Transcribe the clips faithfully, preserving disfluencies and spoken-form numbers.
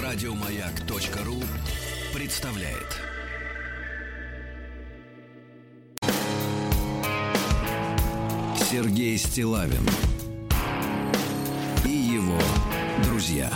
Радиомаяк.ру представляет. Сергей Стиллавин и его друзья.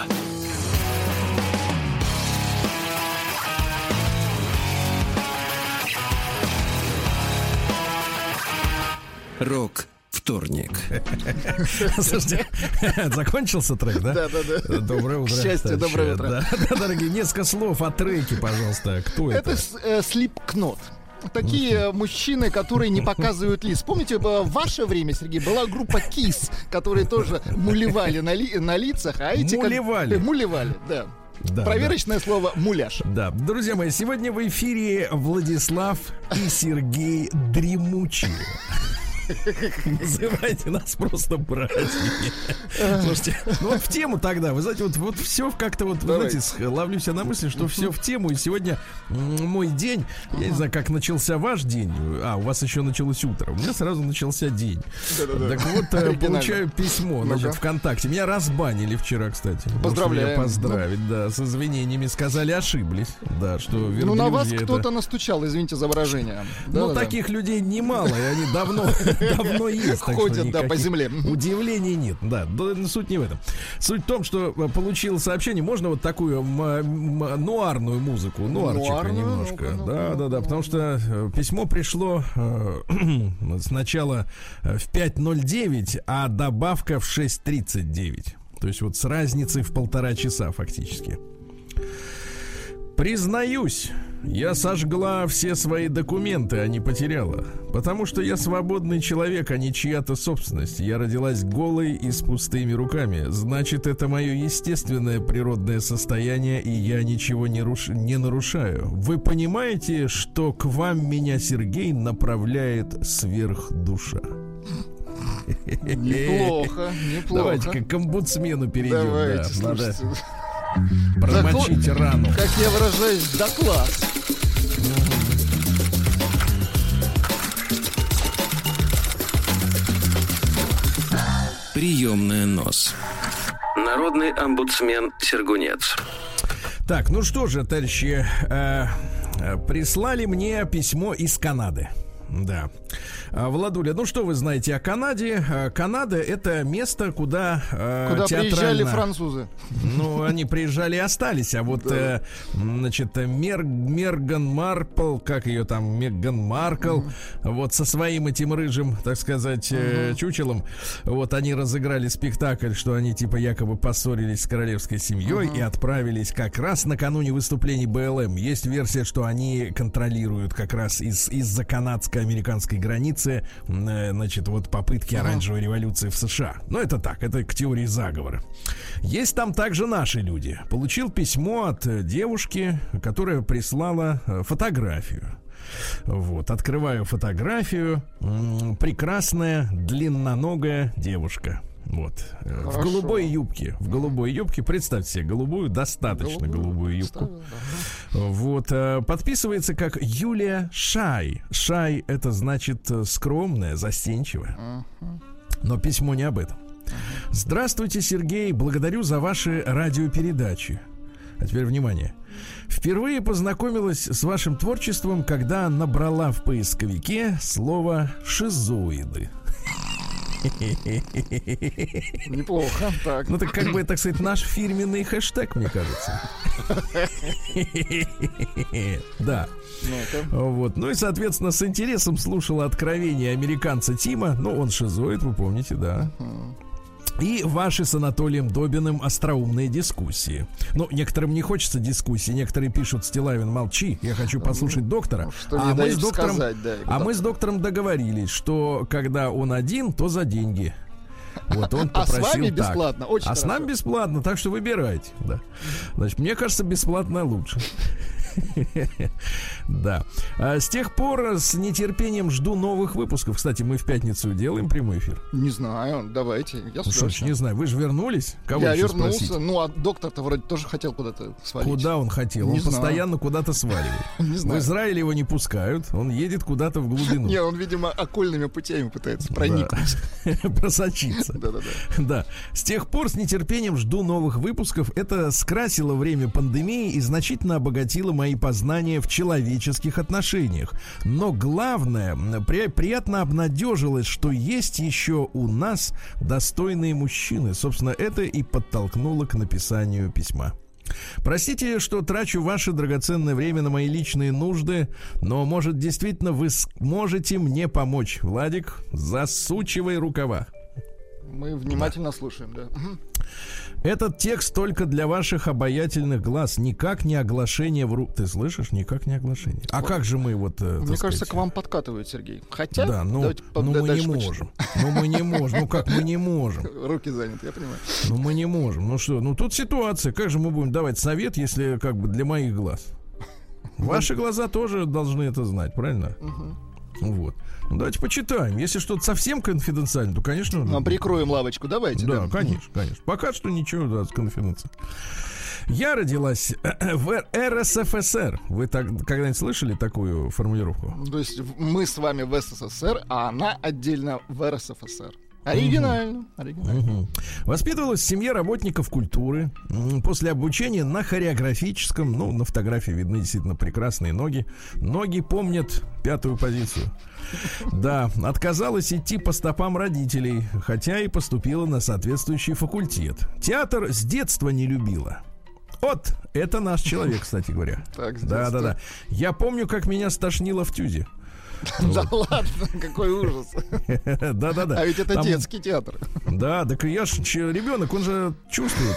Рок-вторник. Слушайте, закончился трек, да? Да, да, да. Доброе утро. Счастье, доброе утро. Да, да, дорогие, несколько слов о треке, пожалуйста. Кто это? Это э, Slipknot. Такие мужчины, которые не показывают лиц. Помните, в ваше время, Сергей, была группа Kiss, которые тоже мулевали на, ли, на лицах, а эти Мулевали. Как, мулевали, да. Да, проверочное да. слово «муляж». Да, друзья мои, сегодня в эфире Владислав и Сергей Дремучие. Называйте нас просто братьями. Слушайте, ну вот в тему тогда, вы знаете, вот, вот все как-то вот, вы знаете, ловлю себя на мысли, что все в тему, и сегодня мой день, я не знаю, как начался ваш день, а, у вас еще началось утро, у меня сразу начался день. Да-да-да. Так вот, получаю письмо, значит, ВКонтакте, меня разбанили вчера, кстати. Поздравляем. Поздравить, да, с извинениями, сказали, ошиблись, да, что верблюжье. Ну, на вас кто-то настучал, извините за выражение. Но таких людей немало, и они давно... Давно есть. Ходят, да, по земле. Удивлений нет, да. Суть не в этом. Суть в том, что получил сообщение. Можно вот такую м- м- нуарную музыку, нуарчика Нуарную, немножко. ну-ка, Да, да, да. Потому что письмо пришло э, сначала в пять ноль девять, а добавка в шесть тридцать девять. То есть вот с разницей в полтора часа фактически. Признаюсь, я сожгла все свои документы, а не потеряла. Потому что я свободный человек, а не чья-то собственность. Я родилась голой и с пустыми руками. Значит, это мое естественное природное состояние, и я ничего не, руш... не нарушаю. Вы понимаете, что к вам меня, Сергей, направляет сверхдуша? Неплохо, неплохо. Давайте-ка к омбудсмену перейдем. Давайте, да, надо... Промочить Доклад, рану. Как я выражаюсь, доклад. Приемная нос. Народный омбудсмен Сергунец. Так, ну что же, товарищи, э, э, прислали мне письмо из Канады. Да. Владуля, ну что вы знаете о Канаде? Канада — это место, куда э, Куда театрально... приезжали французы. Ну, они приезжали и остались. А вот, да. э, значит, Мер, Мерган Маркл, как ее там, Меган Маркл, uh-huh. вот со своим этим рыжим, так сказать, э, uh-huh. чучелом, вот они разыграли спектакль, что они типа якобы поссорились с королевской семьей uh-huh. и отправились как раз накануне выступлений БЛМ. Есть версия, что они контролируют как раз из, из-за канадско-американской границы, значит, вот попытки оранжевой революции в США. Но это так, это к теории заговора. Есть там также наши люди. Получил письмо от девушки, которая прислала фотографию. Вот, открываю фотографию. Прекрасная, длинноногая девушка. Вот. Хорошо. В голубой юбке. В голубой юбке. Представьте себе, голубую, достаточно голубую, голубую юбку. Ставил, да. Вот. Подписывается как Юлия Шай. Шай — это значит скромная, застенчивая. Uh-huh. Но письмо не об этом. Uh-huh. Здравствуйте, Сергей. Благодарю за ваши радиопередачи. А теперь внимание. Впервые познакомилась с вашим творчеством, когда набрала в поисковике слово «шизоиды». Неплохо, так. Ну, так как бы, так сказать, наш фирменный хэштег, мне кажется. Да. Вот. Ну и, соответственно, с интересом слушала откровения американца Тима. Ну, он шизоид, вы помните, да. И ваши с Анатолием Добиным остроумные дискуссии. Ну, некоторым не хочется дискуссии. Некоторые пишут: Стиллавин, молчи, я хочу послушать доктора. А мы, с доктором, сказать, да, а мы с доктором договорились, что когда он один, то за деньги. Вот он попросил. А с вами так. бесплатно? Очень а хорошо. С нами бесплатно, так что выбирайте. Да. Значит, мне кажется, бесплатно лучше. Да. А с тех пор с нетерпением жду новых выпусков. Кстати, мы в пятницу делаем прямой эфир. Не знаю, давайте. Я Ну что ж, не знаю. Вы же вернулись? Кого Я еще вернулся. спросить? Ну, а доктор-то вроде тоже хотел куда-то свалить. Куда он хотел? Не Он знаю. постоянно куда-то сваливает. Не В знаю. Израиле его не пускают. Он едет куда-то в глубину. Не, он, видимо, окольными путями пытается проникнуть. Просочиться. Да-да-да. Да. С тех пор с нетерпением жду новых выпусков. Это скрасило время пандемии и значительно обогатило мои познания в человеческих отношениях. Но главное, при, приятно обнадежилось, что есть еще у нас достойные мужчины. Собственно, это и подтолкнуло к написанию письма. Простите, что трачу ваше драгоценное время на мои личные нужды, но, может, действительно вы сможете мне помочь. Владик, засучивай рукава. Мы внимательно слушаем, да. Мгм. Этот текст только для ваших обаятельных глаз, никак не оглашение в рук. Ты слышишь? Никак не оглашение. А как же мы вот... э, Мне так кажется, сказать, к вам подкатывает, Сергей. Хотя, Да, ну, давайте по- ну мы дальше не почитаем. можем. Ну мы не можем. Ну как мы не можем? Руки заняты, я понимаю. Ну мы не можем. Ну что, ну тут ситуация. Как же мы будем давать совет, если как бы для моих глаз? Ваши глаза тоже должны это знать, правильно? Вот. Ну давайте почитаем. Если что-то совсем конфиденциально, то, конечно... Ну, прикроем лавочку, давайте. Да, конечно, конечно. Пока что ничего, да, с конфиденцией. Я родилась в эр эс эф эс эр. Вы так, когда-нибудь слышали такую формулировку? То есть в- мы с вами в эс эс эс эр, а она отдельно в эр эс эф эс эр. Оригинально. Оригинально. Мгм. Воспитывалась в семье работников культуры. М, После обучения на хореографическом, ну, на фотографии видны действительно прекрасные ноги. Ноги помнят пятую позицию. Да, отказалась идти по стопам родителей, хотя и поступила на соответствующий факультет. Театр с детства не любила. Вот, это наш человек, кстати говоря. Так, с Да, да, детства. да. Я помню, как меня стошнило в тюзе. Да ладно, какой ужас. Да, да, да. А ведь это Там- детский театр. Да, так я ж ч- ребенок, он же чувствует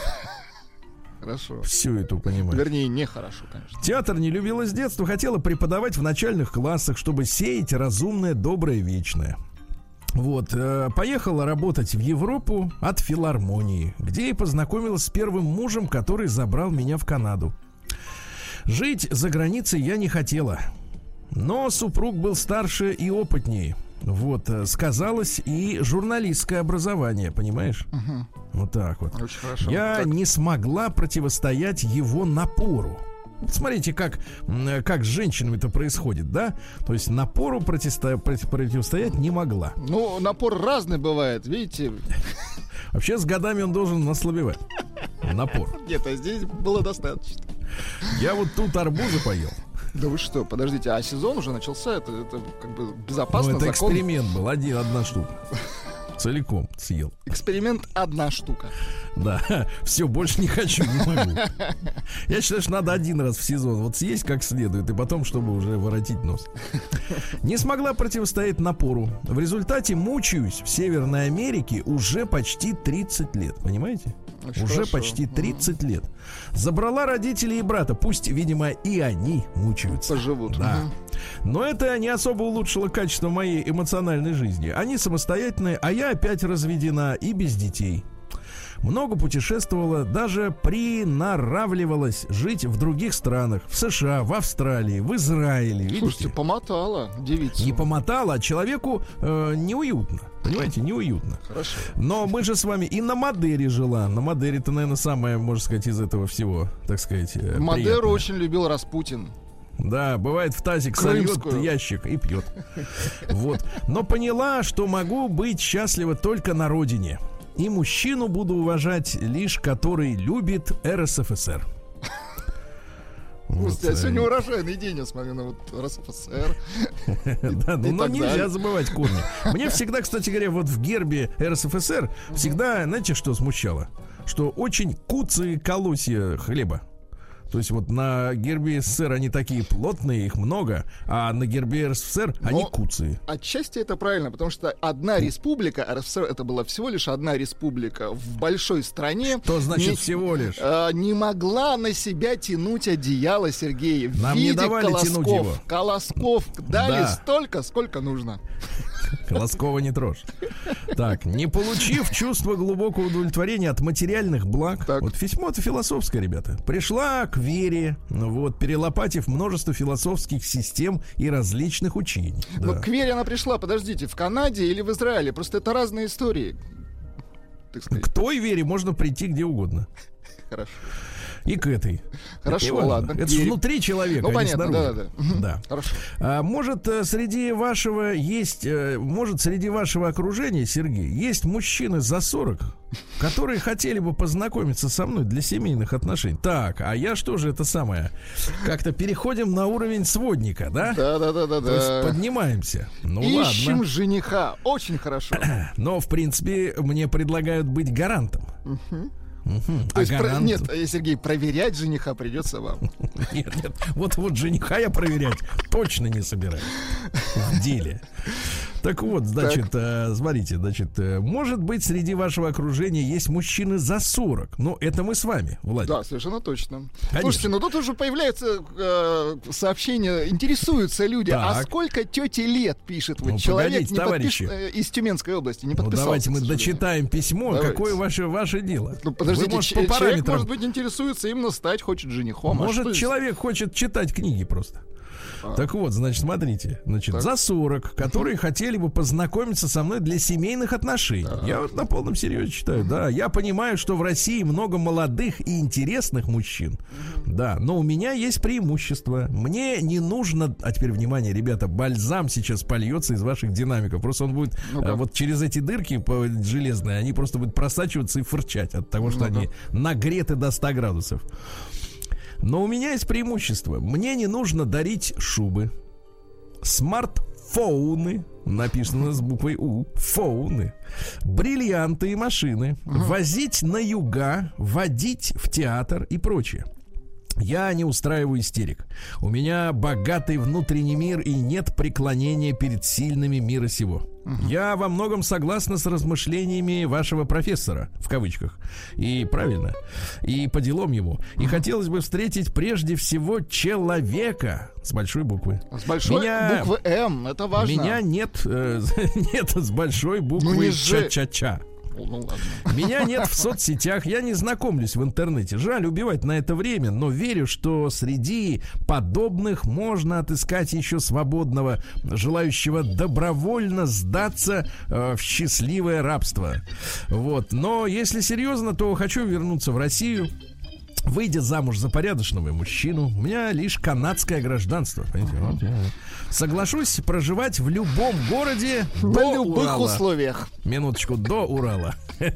Хорошо. всю эту, понимаешь. Вернее, нехорошо, конечно. Театр не любила с детства, хотела преподавать в начальных классах, чтобы сеять разумное, доброе, вечное. Вот, э, поехала работать в Европу от филармонии, где и познакомилась с первым мужем, который забрал меня в Канаду. Жить за границей я не хотела, но супруг был старше и опытнее. Вот, э, сказалось и журналистское образование, понимаешь? Мгм. Вот так вот. Очень хорошо. Я Так, не смогла противостоять его напору. Вот смотрите, как, м, как с женщинами это происходит, да? То есть напору протиста- против- противостоять не могла. Ну, напор разный бывает, видите. Вообще с годами он должен ослабевать. Напор. Нет, а здесь было достаточно. Я вот тут арбузы поел. Да вы что, подождите, а сезон уже начался, это, это как бы Ну, безопасно, это законно. эксперимент был, один, одна штука. Целиком съел. Эксперимент одна штука. Да, все, больше не хочу, не могу. Я считаю, что надо один раз в сезон вот съесть как следует, и потом, чтобы уже воротить нос. Не смогла противостоять напору. В результате мучаюсь в Северной Америке уже почти тридцать лет, понимаете? Очень Уже хорошо. почти тридцать лет. Забрала родителей и брата, пусть, видимо, и они мучаются. Поживут. Да. Мгм. Но это не особо улучшило качество моей эмоциональной жизни. Они самостоятельные, а я опять разведена и без детей. Много путешествовала, даже приноравливалась жить в других странах. В США, в Австралии, в Израиле. Видите? Слушайте, помотала девицу. Не помотала, а человеку э, неуютно. Понимаете, неуютно. Хорошо. Но мы же с вами и на Мадейре жила. На Мадейре это, наверное, самое, можно сказать, из этого всего, так сказать, э, Мадеру приятное. очень любил Распутин. Да, бывает, в тазик сольет Крымскую. ящик и пьет. Вот. Но поняла, что могу быть счастлива только на родине. И мужчину буду уважать лишь, который любит эр эс эф эс эр. Слушайте, Вот, а сегодня э, урожайный день, я смотрю, на вот эр эс эф эс эр. Да, ну, и но так нельзя далее. забывать корни. Мне всегда, кстати говоря, вот в гербе эр эс эф эс эр всегда, знаете, что смущало? Что очень куцые колосья хлеба. То есть вот на гербе эс эс эс эр они такие плотные, их много, а на гербе эр эс эф эс эр они Но- куцые. Отчасти это правильно, потому что одна республика, эр эс эф эс эр это была всего лишь одна республика в большой стране. Что значит не, всего лишь? э, не могла на себя тянуть одеяло, Сергей. В Нам не виде давали колосков. тянуть его. Колосков дали Да. столько, сколько нужно. Лоскова не трожь. Так, не получив чувство глубокого удовлетворения от материальных благ. Так. Вот письмо-то философское, ребята. Пришла к вере, вот, перелопатив множество философских систем и различных учений. Ну, Да. к вере она пришла, подождите, в Канаде или в Израиле? Просто это разные истории. Так сказать. К той вере можно прийти где угодно. Хорошо. И к этой. Хорошо, Это не важно. ладно. Это же Верим. внутри человека, Ну, а не понятно, снаружи. да-да-да. Мгм. Да. Хорошо. А, может, э, среди вашего есть, э, может, среди вашего окружения, Сергей, есть мужчины за сорок, которые хотели бы познакомиться со мной для семейных отношений. Так, а я что же это самое? Как-то переходим на уровень сводника, да? Да-да-да-да. То есть поднимаемся. Ну Ищем ладно. жениха. Очень хорошо. Но, в принципе, мне предлагают быть гарантом. Мгм. То А есть, про- гарант- нет, э, Сергей, проверять жениха придется вам. Нет, нет. Вот, вот жениха я проверять точно не собираюсь. В деле. Так вот, значит, э, смотрите, значит, э, может быть, среди вашего окружения есть мужчины за сорок. Ну, это мы с вами, Владимир. Да, совершенно точно. Конечно. Слушайте, ну тут уже появляются э, сообщения, интересуются люди. А Так. сколько тете лет, пишет вот Ну, человек погодите, не подпис- товарищи. э, из Тюменской области, не Ну, подписался. давайте мы к сожалению. дочитаем письмо. Давайте. Какое ваше, ваше дело? Ну, подождите, Вы, может, ч- по человек, параметрам. может быть, интересуется именно стать, хочет женихом. а Может, что человек хочет читать книги просто. А. Так вот, значит, смотрите. Значит, Так. за сорок, которые хотели бы познакомиться со мной для семейных отношений. Я вот на полном серьезе читаю. Да, я понимаю, что в России много молодых и интересных мужчин. Да, но у меня есть преимущество. Мне не нужно... А теперь, внимание, ребята, бальзам сейчас польется из ваших динамиков. Просто он будет Ну-ка. э, вот через эти дырки по- железные, они просто будут просачиваться и фырчать от того, что Ну-ка. они нагреты до ста градусов. Но у меня есть преимущество. Мне не нужно дарить шубы, смартфоны, написано с буквой У, фоуны, бриллианты и машины, возить на юга, водить в театр и прочее. Я не устраиваю истерик. У меня богатый внутренний мир и нет преклонения перед сильными мира сего. Я во многом согласна с размышлениями вашего профессора, в кавычках. И правильно. И по делам ему. И хотелось бы встретить прежде всего человека с большой буквы. С большой Меня- буквы М, это важно. Меня нет, э, нет с большой Ну, буквы не же- ча-ча-ча. Ну, ну, ладно. Меня нет в соцсетях, я не знакомлюсь в интернете. Жаль убивать на это время, но верю, что среди подобных можно отыскать еще свободного, желающего добровольно сдаться э, в счастливое рабство. Вот. Но если серьезно, то хочу вернуться в Россию. Выйдя замуж за порядочного мужчину, у меня лишь канадское гражданство. Понимаете? Вот я соглашусь проживать в любом городе На до любых Урала. условиях. Минуточку, до Урала.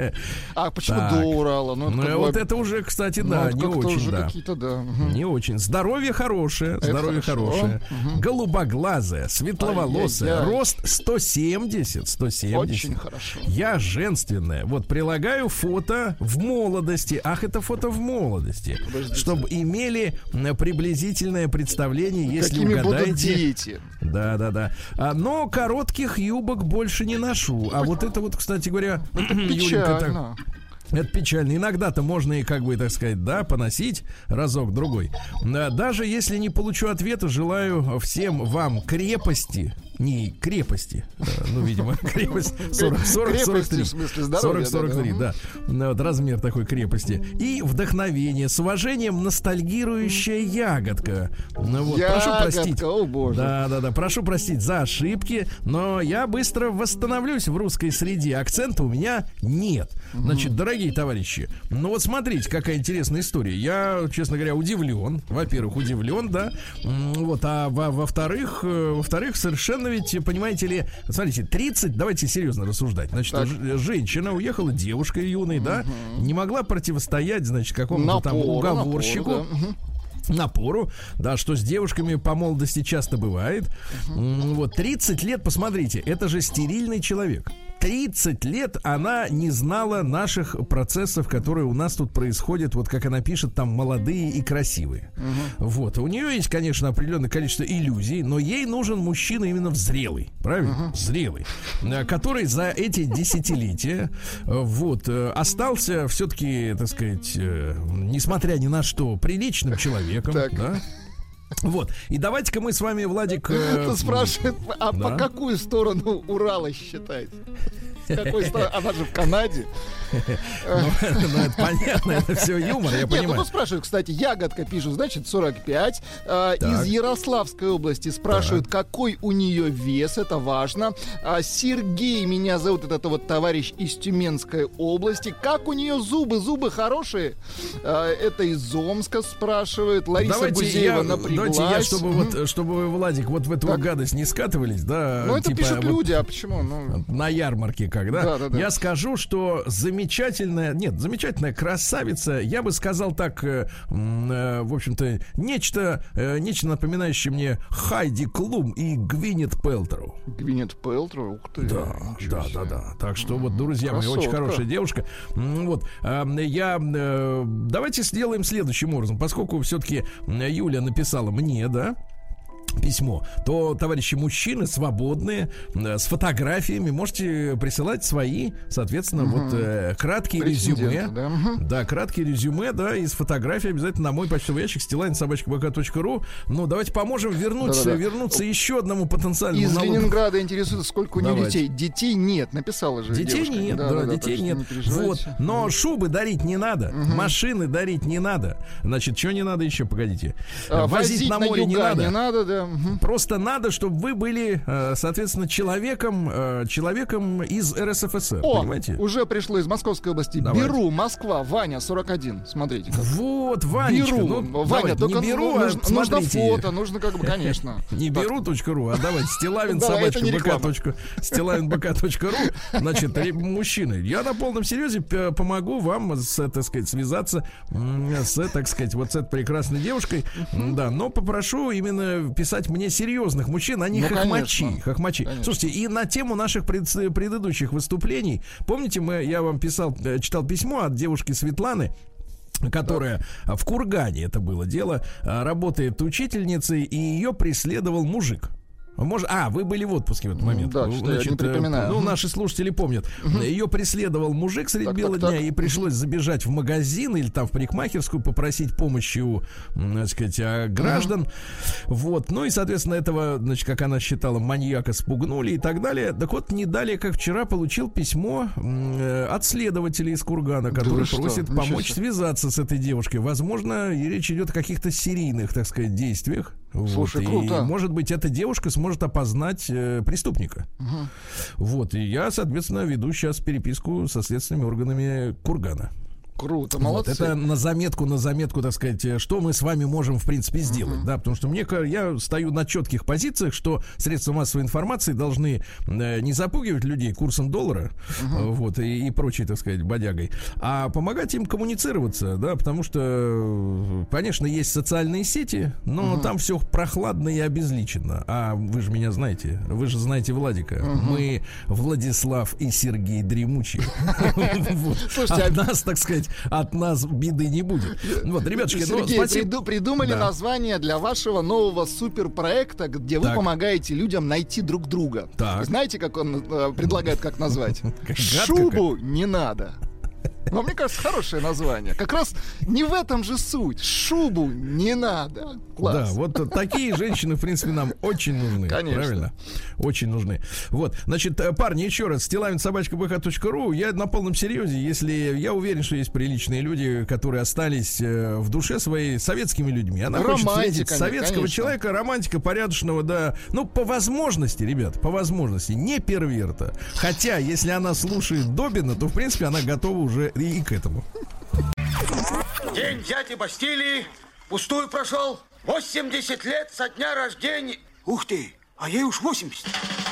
А почему Так. до Урала? Ну, Ну, как бы- вот это уже, кстати, ну, да, это не как-то очень, уже да. какие-то, да. Мгм. Не очень. Здоровье хорошее, Это здоровье хорошо. хорошее. Мгм. Голубоглазая, светловолосая, Ай-яй-яй. рост сто семьдесят, сто семьдесят. Очень хорошо. Я женственная. Вот прилагаю фото в молодости. Ах, это фото в молодости. Подождите. Чтобы имели м, приблизительное представление, если Какими будут угадаете. дети? Да, да, да. А, но коротких юбок больше не ношу. А вот это вот, кстати говоря, Юренька, так, Печально. это печально. Иногда-то можно и, как бы, так сказать, да, поносить разок-другой. Да, даже если не получу ответа, желаю всем вам крепости. Не крепости. Да, ну, видимо, крепость сорок, сорок, сорок три. Крепости, в смысле здоровья, сорок, сорок три, да, да. Ну, вот размер такой крепости. И вдохновение. С уважением, ностальгирующая ягодка. Ну, вот, прошу простить. Ягодка, о боже. Да, да, да. Прошу простить за ошибки, но я быстро восстановлюсь в русской среде. Акцента у меня нет. Значит, дорогие товарищи, ну вот смотрите, какая интересная история. Я, честно говоря, удивлен. Во-первых, удивлен, да. М, Вот, а во- во-вторых, э, во-вторых, совершенно ведь, понимаете ли, смотрите, тридцать, давайте серьезно рассуждать. Значит, Так. ж- женщина уехала, девушка юной, да, не могла противостоять, значит, какому-то там Напору, уговорщику. напору, да. Мгм. Напору, да, что с девушками по молодости часто бывает. М, Вот, тридцать лет, посмотрите, это же стерильный человек. тридцать лет она не знала наших процессов, которые у нас тут происходят, вот как она пишет, там молодые и красивые. Вот, у нее есть, конечно, определенное количество иллюзий, но ей нужен мужчина именно зрелый, правильно? Зрелый, э, который за эти десятилетия, э, вот, э, остался все-таки, так сказать, э, несмотря ни на что, приличным человеком, Так. да? Вот. И давайте-ка мы с вами, Владик... Э, Кто спрашивает, а да? по какую сторону Урала считать? С какой стороны? Она же в Канаде. Ну, это понятно, это все юмор, я Нет, понимаю. ну тут спрашивают, кстати, Ягодка пишет, значит, сорок пять. Из Ярославской области спрашивают, какой у нее вес, это важно. Сергей меня зовут, это вот товарищ из Тюменской области. Как у нее зубы? Зубы хорошие? Это из Омска спрашивает. Лариса давайте Бузеева я, напряглась. Давайте я, чтобы, вот, чтобы вы, Владик, вот в эту Так. гадость не скатывались, да? Ну, это типа, пишут вот люди, а почему? Ну... на ярмарке, когда Да, да, да. я скажу, что замечательная, нет, замечательная красавица, я бы сказал так, э, э, в общем-то, нечто, э, нечто напоминающее мне Хайди Клум и Гвинет Пэлтроу. Гвинет Пэлтроу, ух ты. Да, да, да, да. Так что вот, друзья мои, Красотка. очень хорошая девушка. М, Вот, э, я, э, давайте сделаем следующим образом, поскольку все-таки Юля написала мне, да, письмо, то, товарищи мужчины, свободные, э, с фотографиями, можете присылать свои, соответственно, угу. вот э, краткие резюме. Да. Угу. Да, краткие резюме, да, из фотографий обязательно на мой почтовый ящик стилайн собака бэ ка точка ру. Ну, давайте поможем вернуться, Да-да-да. вернуться еще одному потенциальному Из налогу. Ленинграда интересует, сколько у нее Давайте. детей. Детей нет, написала же Детей девушка. нет, да, Да, да, да, детей так что нет. не переживайте. Вот, но шубы дарить не надо, машины дарить не надо. Значит, что не надо еще? Погодите. А, Возить на море не юга надо. не надо, да. Мгм. Просто надо, чтобы вы были, э, соответственно, человеком, э, человеком из эр эс эф эс эр. О, Понимаете? уже пришло из Московской области. Давайте. Беру, Москва, Ваня, сорок один. Смотрите. Как. Вот, Ванечка. Беру. Ну, Ваня, давайте, только не беру, ну, а нужно, нужно смотрите. фото, нужно как бы, конечно. Не Так. беру точка ру, а давайте стилавин Да, это собачка не бэ ка реклама. точка стилавин бэ ка точка ру. Значит, ре- мужчины, я на полном серьезе п- помогу вам, с, так сказать, связаться м, с, так сказать, вот с этой прекрасной девушкой. Да, но попрошу именно писать мне серьезных мужчин, а не Ну, хохмачи. конечно. Хохмачи. Конечно. Слушайте, и на тему наших пред- предыдущих выступлений, помните, мы, я вам писал, э, читал письмо от девушки Светланы, которая в Кургане, это было дело, а, работает учительницей, и ее преследовал мужик. Может, а, вы были в отпуске в этот момент. Да, что я не припоминаю. Ну, наши слушатели помнят. Ее преследовал мужик средь Так, бела так, дня, так. и пришлось забежать в магазин или там в парикмахерскую, попросить помощи у, м, так сказать, а, граждан. Вот. Ну и, соответственно, этого, значит, как она считала, маньяка спугнули и так далее. Так вот, не далее, как вчера, получил письмо м, э, от следователя из Кургана, Да который вы что? просит Ничего помочь себе. связаться с этой девушкой. Возможно, и речь идет о каких-то серийных, так сказать, действиях. Слушай, вот. круто. И, может быть, эта девушка сможет опознать э, преступника. Мгм. Вот. И я, соответственно, веду сейчас переписку со следственными органами Кургана. Круто, Вот, молодцы. это на заметку, на заметку, так сказать, что мы с вами можем, в принципе, сделать, да, потому что мне, ка- я стою на четких позициях, что средства массовой информации должны э, не запугивать людей курсом доллара, э, вот, и, и прочей, так сказать, бодягой, а помогать им коммуницироваться, да, потому что, э, конечно, есть социальные сети, но там все прохладно и обезличено, а вы же меня знаете, вы же знаете Владика, мы Владислав и Сергей Дремучий. Вот. Слушайте, От а- нас, так сказать, от нас беды не будет. Вот, ребятушки, ну, Сергей, спасибо. приду- придумали Да. название для вашего нового суперпроекта, где вы Так. помогаете людям найти друг друга. Так. Знаете, как он э, предлагает, как назвать? Как гадко Шубу не надо. Но мне кажется, хорошее название. Как раз не в этом же суть. Шубу не надо. Класс. Да, вот такие женщины, в принципе, нам очень нужны. Конечно. Правильно? Очень нужны. Вот, значит, э, парни, еще раз, стилавин собачка бэ ка точка ру. Я на полном серьезе, если я уверен, что есть приличные люди, которые остались э, в душе своей советскими людьми. Она хочет встретить Романтиками, советского конечно. человека, романтика порядочного, да. Ну, по возможности, ребят, по возможности, не перверта. Хотя, если она слушает Добина, то, в принципе, она готова уже и к этому. День дяди Бастилии пустую прошел. восемьдесят лет со дня рождения. Ух ты, а ей уж восемьдесят.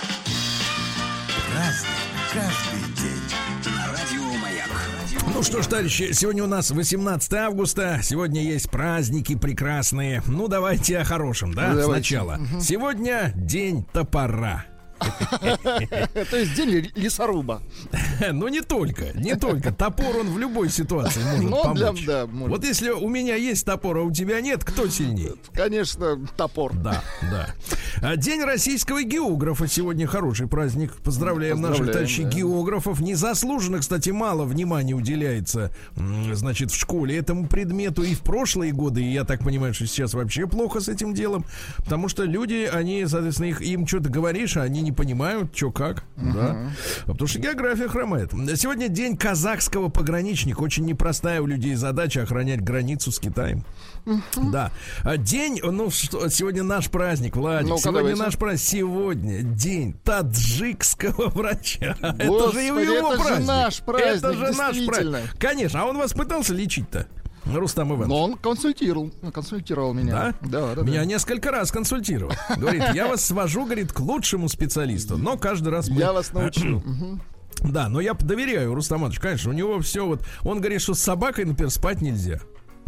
Ну что ж, товарищи, сегодня у нас восемнадцатое августа. Сегодня есть праздники прекрасные. Ну, давайте о хорошем, да, Давайте. сначала. Сегодня день топора. То есть день лесоруба. Ну, не только, не только. Топор, он в любой ситуации может помочь. Вот если у меня есть топор, а у тебя нет, кто сильнее? Конечно, топор. Да, да. День российского географа. Сегодня хороший праздник. Поздравляем, Поздравляем наших товарищей да. географов. Незаслуженно, кстати, мало внимания уделяется, значит, в школе этому предмету и в прошлые годы. И я так понимаю, что сейчас вообще плохо с этим делом. Потому что люди, они, соответственно, их, им что-то говоришь, а они не понимают, что как. Uh-huh. Да. Потому что география хромает. Сегодня день казахского пограничника. Очень непростая у людей задача охранять границу с Китаем. Uh-huh. Да. День, ну что, сегодня наш праздник, Владик. Ну, сегодня давайте. наш праздник. Сегодня день таджикского врача. Господи, это же его это праздник. Же наш праздник. Это же наш праздник. Конечно. А он вас пытался лечить-то? Рустам Иванович. Но он консультировал, консультировал меня. Да? Да, да, меня да. несколько раз консультировал. Говорит, я вас свожу, говорит, к лучшему специалисту. Но каждый раз мы... Я вас научу. Да, но я доверяю Рустаму Ивановичу. Конечно, у него все вот... Он говорит, что с собакой, например, спать нельзя.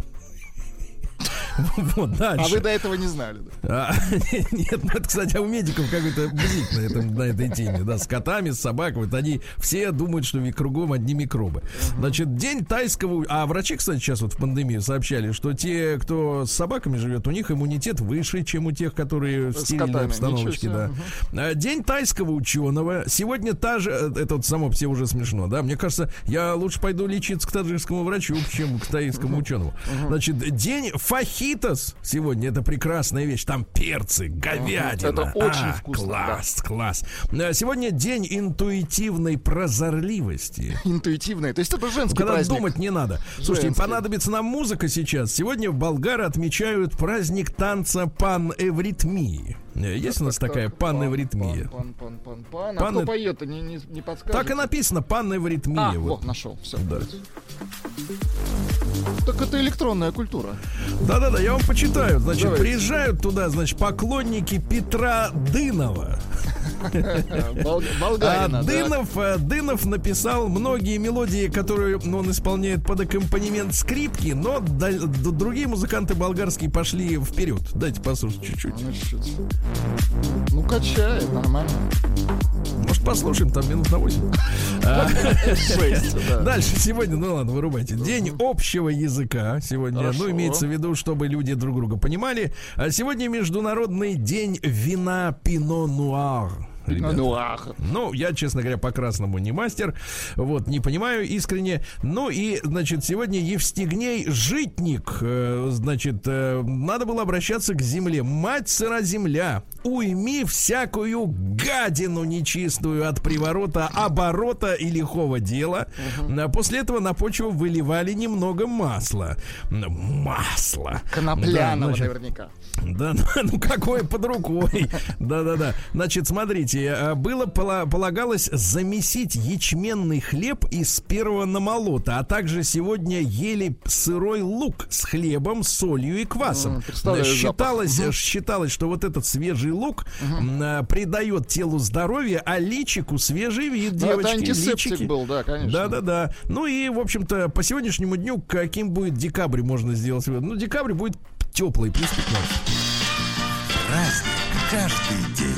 Вот, дальше. А вы до этого не знали, да? А, нет, ну это, кстати, у медиков какой-то бзик на, этом, на этой теме, да, с котами, с собаками, вот они все думают, что кругом одни микробы. Uh-huh. Значит, день тайского... А врачи, кстати, сейчас вот в пандемии сообщали, что те, кто с собаками живет, у них иммунитет выше, чем у тех, которые в стерильной обстановочке, да. Uh-huh. День тайского ученого. Сегодня та же... Это вот само все уже смешно, да? Мне кажется, я лучше пойду лечиться к таджикскому врачу, чем к тайскому uh-huh. ученому. Uh-huh. Значит, день фахи сегодня, это прекрасная вещь. Там перцы, говядина. Это очень а, вкусно. Класс, да. класс. Сегодня день интуитивной прозорливости. Интуитивной, то есть это женский Когда праздник. думать не надо. Женский. Слушайте, понадобится нам музыка сейчас. Сегодня болгары отмечают праздник танца пан-эвритмии. Есть так, у нас так, такая пан-эвритмия? Пан, пан, пан, пан, пан. А кто поет-то, не, не, не подскажете? Так и написано, пан-эвритмия. А, вот, нашел, все. Да. Так это электронная культура. Да-да-да, я вам почитаю. Значит, Давайте. приезжают туда, значит, поклонники Петра Дынова. Болгарина, а Дынов, да? Дынов написал многие мелодии, которые он исполняет под аккомпанемент скрипки, но да, другие музыканты болгарские пошли вперед. Дайте послушать чуть-чуть. Ну, качает, нормально. Может, послушаем там минут на восемь. Дальше сегодня, ну ладно, вырубайте. День общего языка сегодня. Ну, имеется в виду, чтобы люди друг друга понимали. Сегодня Международный день вина Пино Нуар. Ну, я, честно говоря, по красному не мастер. Вот, не понимаю искренне. Ну и, значит, сегодня Евстигней Житник. э, Значит, э, надо было обращаться к земле. Мать сыра земля, уйми всякую гадину нечистую от приворота, оборота и лихого дела. uh-huh. После этого на почву выливали немного масла. Масло. Конопляного, да, значит, наверняка. Да, ну какое под рукой. Да-да-да. Значит, смотрите, было, полагалось замесить ячменный хлеб из первого намолота, а также сегодня ели сырой лук с хлебом, солью и квасом. Считалось, считалось, что вот этот свежий лук uh-huh. придает телу здоровье, а личику свежий вид. Ну, девочки, это антисептик личики. Был, да, конечно. Да-да-да. Ну и, в общем-то, по сегодняшнему дню каким будет декабрь, можно сделать? Ну, декабрь будет теплый, плюс пятнадцать. Праздник каждый день.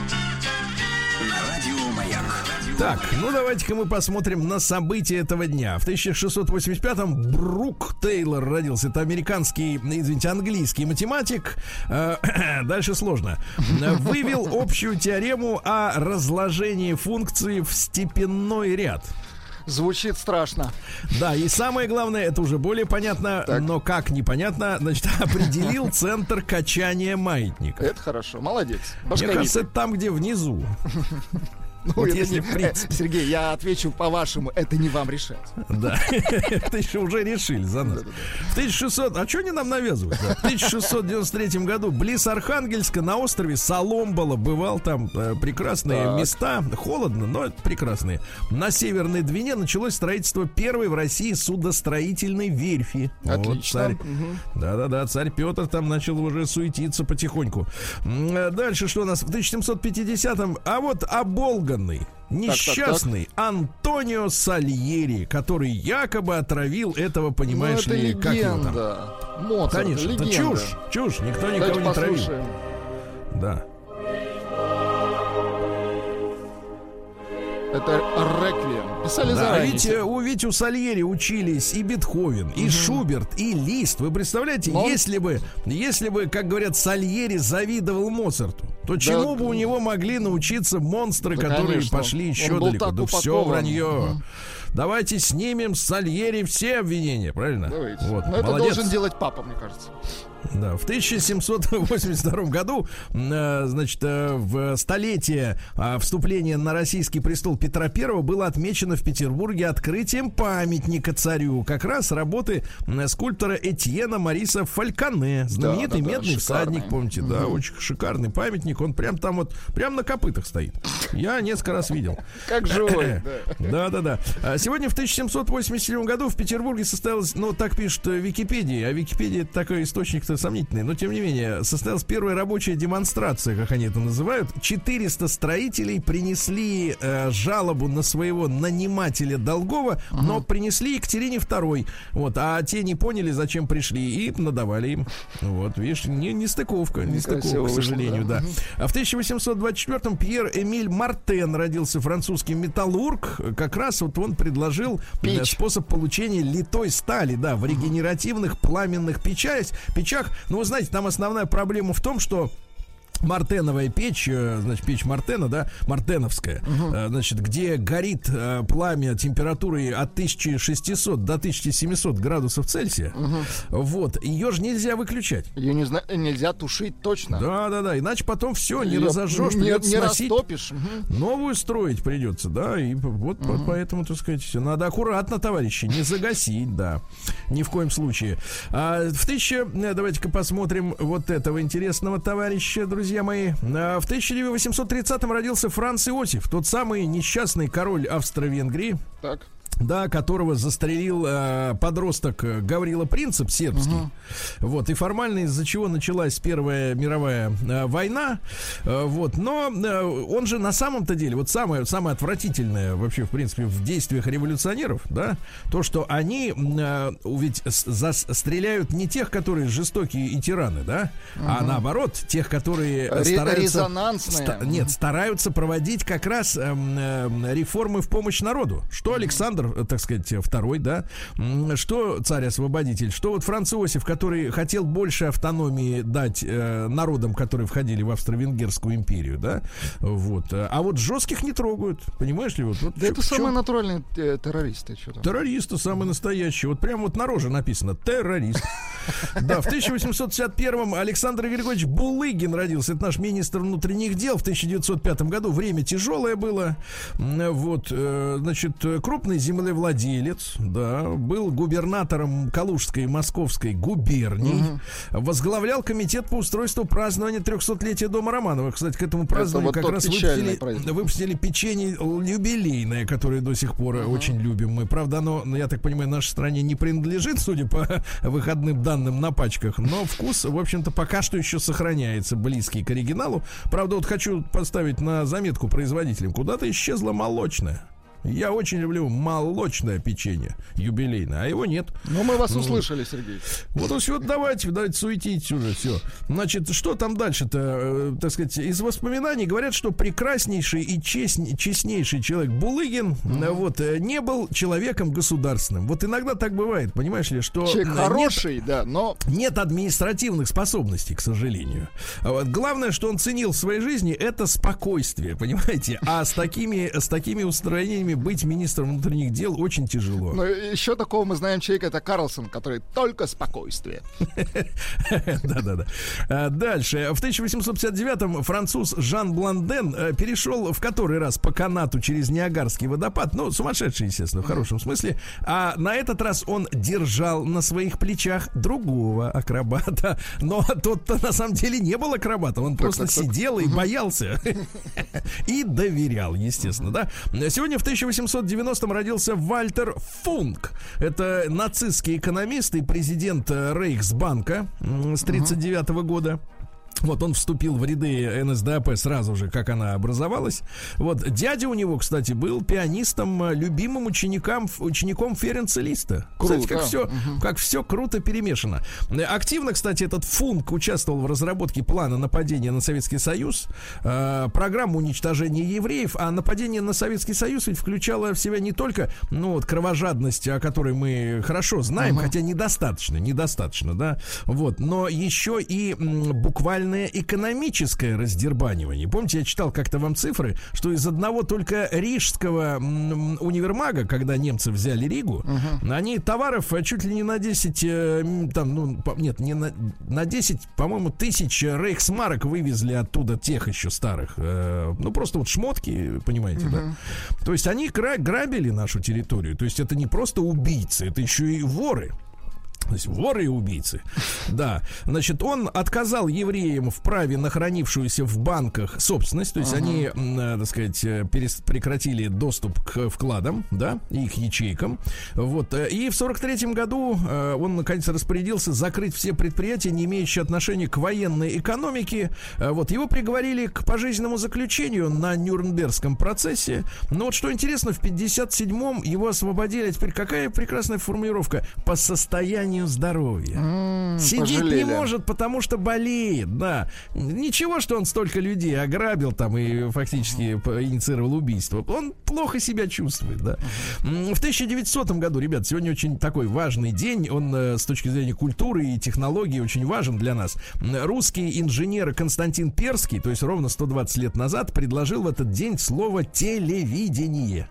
Так, ну давайте-ка мы посмотрим на события этого дня. В тысяча шестьсот восемьдесят пятом Брук Тейлор родился. Это американский, извините, английский математик. Дальше сложно. Вывел общую теорему о разложении функций в степенной ряд. Звучит страшно. Да, и самое главное, это уже более понятно, так. но как непонятно, значит, определил центр качания маятника. Это хорошо, молодец. Мне кажется, это там, где внизу. Ну, вот если не... э, Сергей, я отвечу по-вашему, это не вам решать. Да, это еще уже решили за нас. В тысяча шестисотом... А что они нам навязывают? В тысяча шестьсот девяносто третьем году близ Архангельска на острове Соломбола бывал там э, прекрасные так. места. Холодно, но прекрасные. На Северной Двине началось строительство первой в России судостроительной верфи. Отлично. Вот царь... угу. Да-да-да, царь Петр там начал уже суетиться потихоньку. Дальше что у нас? В тысяча семьсот пятидесятом... А вот оболга несчастный так, так, так. Антонио Сальери, который якобы отравил этого, понимаешь ну, ли, как его там. Моцарт, конечно, легенда. Это чушь, чушь, никто никого не травил. Да. Это реквием. Писали Да, заранее. ведь, у, ведь у Сальери учились и Бетховен, и угу. Шуберт, и Лист. Вы представляете, Но... если бы, если бы, как говорят, Сальери завидовал Моцарту, то да, чему бы у него могли научиться монстры, да, которые конечно. пошли еще далеко? Да все вранье. Угу. Давайте снимем с Сальери все обвинения, правильно? Давайте. Вот, Но это должен делать папа, мне кажется. Да, в тысяча семьсот восемьдесят втором году, э, значит, э, в столетие э, вступления на российский престол Петра Первого было отмечено в Петербурге открытием памятника царю. Как раз работы э, скульптора Этьена Мариса Фальконе. Знаменитый да, да, медный да, всадник, помните, mm-hmm. да, очень шикарный памятник. Он прям там вот, прям на копытах стоит. Я несколько раз видел. Как живой. Да, да, да. Сегодня в тысяча семьсот восемьдесят седьмом году в Петербурге состоялась, ну, так пишет Википедия, а Википедия это такой источник сомнительный, но тем не менее состоялась первая рабочая демонстрация, как они это называют. четыреста строителей принесли э, жалобу на своего нанимателя Долгова, uh-huh. но принесли Екатерине Второй. Вот, а те не поняли, зачем пришли, и надавали им. Вот, видишь, не, не стыковка, не стыковка, к сожалению, да. да. А в тысяча восемьсот двадцать четвёртом Пьер Эмиль Мартен родился, французский металлург. Как раз вот он предложил Печь. способ получения литой стали, да, в регенеративных пламенных печах. печах. Ну, вы знаете, там основная проблема в том, что Мартеновая печь, значит, печь Мартена, да, мартеновская, uh-huh. значит, где горит э, пламя температурой от тысяча шестьсот до тысяча семьсот градусов Цельсия, uh-huh. вот, ее же нельзя выключать. Ее не зна- нельзя тушить точно. Да, да, да, иначе потом все, не разожжешь, придется не сносить. Растопишь. Uh-huh. Новую строить придется, да, и вот, uh-huh. вот поэтому, так сказать, надо аккуратно, товарищи, не загасить, да, ни в коем случае. А в тысяча, давайте-ка посмотрим вот этого интересного товарища, друзья мои. В тысяча восемьсот тридцатом родился Франц Иосиф, тот самый несчастный король Австро-Венгрии. Так. Да, которого застрелил э, подросток Гаврила Принцип, сербский. Uh-huh. Вот, и формально из-за чего началась Первая мировая э, война. Э, вот, но э, он же на самом-то деле, вот самое, самое отвратительное вообще, в принципе, в действиях революционеров, да, то, что они э, ведь за, стреляют не тех, которые жестокие и тираны, да, uh-huh. а наоборот, тех, которые Ре- стараются... Ста- нет, стараются проводить как раз э, э, реформы в помощь народу. Что Александр, так сказать, второй, да, что царь-освободитель, что вот Франц Иосиф, который хотел больше автономии дать э, народам, которые входили в Австро-Венгерскую империю, да, вот, а вот жестких не трогают, понимаешь ли, вот, вот да чё, это самые натуральные э, террористы, что там? Террористы самые настоящие, вот прям вот на роже написано террорист. Да, в тысяча восемьсот пятьдесят первом Александр Григорьевич Булыгин родился, это наш министр внутренних дел. В тысяча девятьсот пятом году время тяжелое было, вот, значит, крупный землевладелец, да, был губернатором Калужской и Московской губерний, угу. возглавлял комитет по устройству празднования трехсотлетия дома Романовых. Кстати, к этому празднованию вот как раз выпустили, выпустили печенье юбилейное, которое до сих пор угу. очень любим мы. Правда, оно, я так понимаю, нашей стране не принадлежит, судя по выходным данным на пачках, но вкус, в общем-то, пока что еще сохраняется, близкий к оригиналу. Правда, вот хочу поставить на заметку производителям, куда-то исчезло молочное. Я очень люблю молочное печенье юбилейное, а его нет. Ну, мы вас услышали, Сергей. Вот, вот давайте, давайте суетитесь уже, все. Значит, что там дальше-то, э, так сказать, из воспоминаний говорят, что прекраснейший и честней, честнейший человек Булыгин, mm-hmm. вот, не был человеком государственным. Вот иногда так бывает, понимаешь ли, что... Человек нет, хороший, да, но... Нет административных способностей, к сожалению. Вот, главное, что он ценил в своей жизни, это спокойствие, понимаете? А с такими, с такими устроениями быть министром внутренних дел очень тяжело. Но еще такого мы знаем человека, это Карлсон, который только спокойствие. Да-да-да. Дальше. В тысяча восемьсот пятьдесят девятом француз Жан Бланден перешел в который раз по канату через Ниагарский водопад. Ну, сумасшедший, естественно, в хорошем смысле. А на этот раз он держал на своих плечах другого акробата. Но тот-то на самом деле не был акробатом. Он просто сидел и боялся. И доверял, естественно, да. Сегодня в тысяча восемьсот девяностом родился Вальтер Функ. Это нацистский экономист и президент Рейхсбанка с тридцать девятого года. Вот он вступил в ряды эн эс дэ а пэ сразу же, как она образовалась. Вот дядя у него, кстати, был пианистом, любимым учеником, учеником Ференца Листа. Круто. Кстати, как все, угу. как все круто перемешано. Активно, кстати, этот Функ участвовал в разработке плана нападения на Советский Союз, э, программу уничтожения евреев, а нападение на Советский Союз ведь включало в себя не только, ну, вот, кровожадность, о которой мы хорошо знаем, угу. хотя недостаточно, недостаточно, да, вот, но еще и м, буквально экономическое раздербанивание. Помните, я читал как-то вам цифры, что из одного только рижского м, универмага, когда немцы взяли Ригу, uh-huh. они товаров чуть ли не на десять, э, там, ну, по, нет, не на, на десять, по-моему, тысяч рейхсмарок вывезли оттуда тех еще старых. Э, ну, просто вот шмотки, понимаете, uh-huh. да? То есть они гра- грабили нашу территорию. То есть это не просто убийцы, это еще и воры. То есть воры и убийцы. Да. Значит, он отказал евреям в праве на хранившуюся в банках собственность. То есть ага. они, э, так сказать, перес- прекратили доступ к вкладам, да, и к ячейкам. Вот. И в сорок третьем году э, он, наконец, распорядился закрыть все предприятия, не имеющие отношения к военной экономике. Э, вот. Его приговорили к пожизненному заключению на Нюрнбергском процессе. Но вот что интересно, в пятьдесят седьмом его освободили. А теперь какая прекрасная формулировка? По состоянию здоровья. Mm, Сидеть пожалели. Не может, потому что болеет, да. Ничего, что он столько людей ограбил там и фактически uh-huh. инициировал убийство. Он плохо себя чувствует, да. Uh-huh. В тысяча девятисотом году, ребят, сегодня очень такой важный день. Он с точки зрения культуры и технологий очень важен для нас. Русский инженер Константин Перский, то есть ровно сто двадцать лет назад, предложил в этот день слово «телевидение».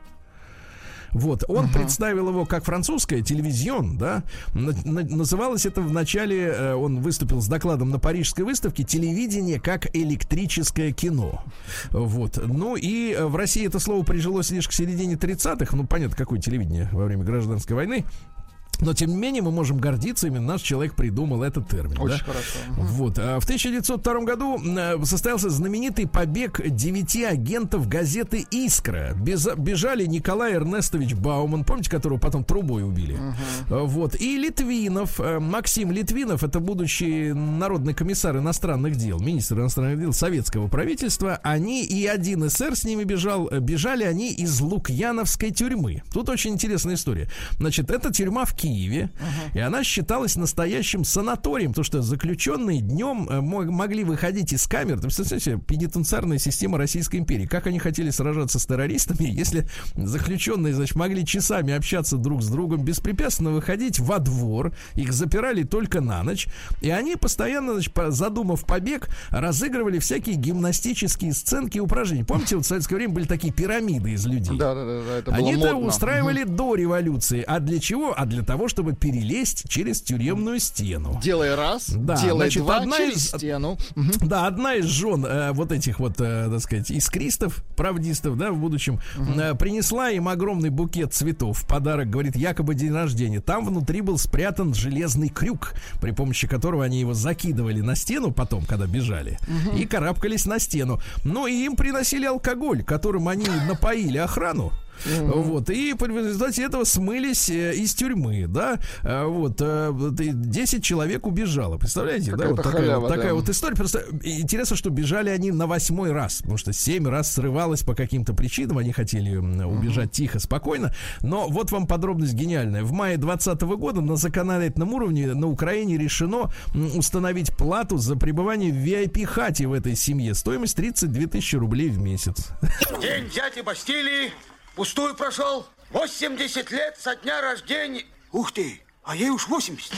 Вот, он uh-huh. представил его как французское телевизион, да. Называлось это в начале, он выступил с докладом на Парижской выставке «Телевидение как электрическое кино». Вот. Ну и в России это слово прижилось лишь к середине тридцатых. Ну, понятно, какое телевидение во время гражданской войны. Но, тем не менее, мы можем гордиться, именно наш человек придумал этот термин. Очень да? хорошо. Вот. А в тысяча девятьсот втором году состоялся знаменитый побег девяти агентов газеты «Искра». Без, бежали Николай Эрнестович Бауман, помните, которого потом трубой убили? Uh-huh. Вот. И Литвинов, Максим Литвинов, это будущий народный комиссар иностранных дел, министр иностранных дел советского правительства. Они и один эсер с ними бежал. Бежали они из Лукьяновской тюрьмы. Тут очень интересная история. Значит, эта тюрьма в Киеве. Киеве, uh-huh. и она считалась настоящим санаторием, потому что заключенные днем э, могли выходить из камер. То есть, представляете, пенитенциарная система Российской империи. Как они хотели сражаться с террористами, если заключенные, значит, могли часами общаться друг с другом, беспрепятственно выходить во двор, их запирали только на ночь, и они постоянно, значит, задумав побег, разыгрывали всякие гимнастические сценки и упражнения. Помните, вот в советское время были такие пирамиды из людей? Да, да, да, это было они это модно. устраивали uh-huh. до революции. А для чего? А для того, чтобы перелезть через тюремную стену. Делай раз, да, делай значит, два через из, стену. Да, одна из жен э, вот этих вот, э, так сказать, искристов, правдистов, да, в будущем, uh-huh. э, принесла им огромный букет цветов в подарок, говорит, якобы день рождения. Там внутри был спрятан железный крюк, при помощи которого они его закидывали на стену потом, когда бежали, uh-huh. и карабкались на стену. Ну, и им приносили алкоголь, которым они напоили охрану. Mm-hmm. Вот, и в результате этого смылись э, из тюрьмы, да, а, вот, э, десять человек убежало, представляете, да, вот такая, халява, вот, такая да. вот история. Просто интересно, что бежали они на восьмой раз, потому что семь раз срывалось по каким-то причинам, они хотели убежать mm-hmm. тихо, спокойно, но вот вам подробность гениальная. В мае двадцатого года на законодательном уровне на Украине решено установить плату за пребывание в ви ай пи-хате в этой семье, стоимость тридцать две тысячи рублей в месяц. День дяди Бастилии пустую прошел. восемьдесят лет со дня рождения. Ух ты, а ей уж восемьдесят.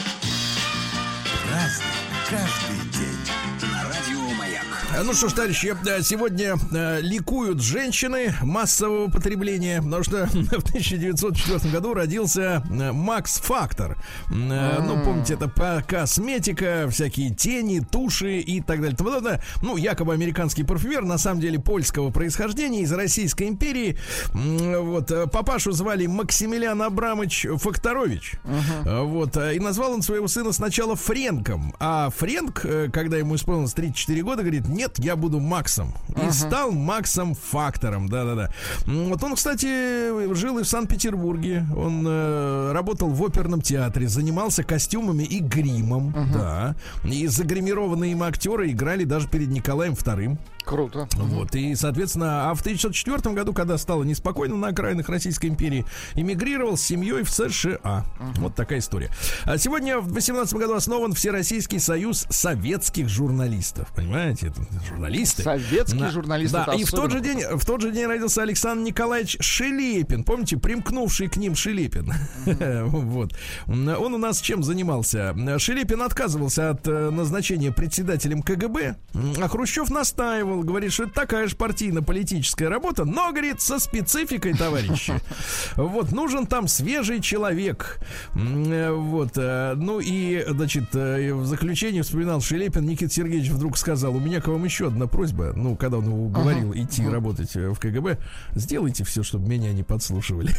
Разный, каждый день. На радио Маяк. Ну что ж, товарищи, сегодня э, ликуют женщины массового потребления, потому что в тысяча девятьсот четвёртом году родился э, Макс Фактор. Э, mm. Ну, помните, это по косметика, всякие тени, туши и так далее. Ну, якобы американский парфюмер, на самом деле польского происхождения, из Российской империи. Вот, папашу звали Максимилиан Абрамович Факторович. Uh-huh. Вот, и назвал он своего сына сначала Френком. А Френк, когда ему исполнилось тридцать четыре года, говорит, нет, лет я буду Максом. И uh-huh. стал Максом Фактором. Да-да-да. Вот он, кстати, жил и в Санкт-Петербурге. Он э, работал в оперном театре, занимался костюмами и гримом. Uh-huh. Да. И загримированные им актеры играли даже перед Николаем вторым. Круто. Вот, и, соответственно, а в тысяча девятьсот четвёртом году, когда стало неспокойно на окраинах Российской империи, эмигрировал с семьей в США. Uh-huh. Вот такая история. А сегодня в восемнадцатом году основан Всероссийский союз советских журналистов. Понимаете? Это журналисты. Советские да, журналисты. Да, и в тот, же день, в тот же день родился Александр Николаевич Шелепин. Помните, примкнувший к ним Шелепин? Uh-huh. Вот. Он у нас чем занимался? Шелепин отказывался от назначения председателем КГБ, а Хрущев настаивал. Говорит, что это такая же партийно-политическая работа, но, говорит, со спецификой, товарищи. Вот, нужен там свежий человек. Вот, ну и, значит, в заключение вспоминал Шелепин, Никита Сергеевич вдруг сказал: у меня к вам еще одна просьба. Ну, когда он его уговорил ага. идти ага. работать в КГБ, сделайте все, чтобы меня не подслушивали.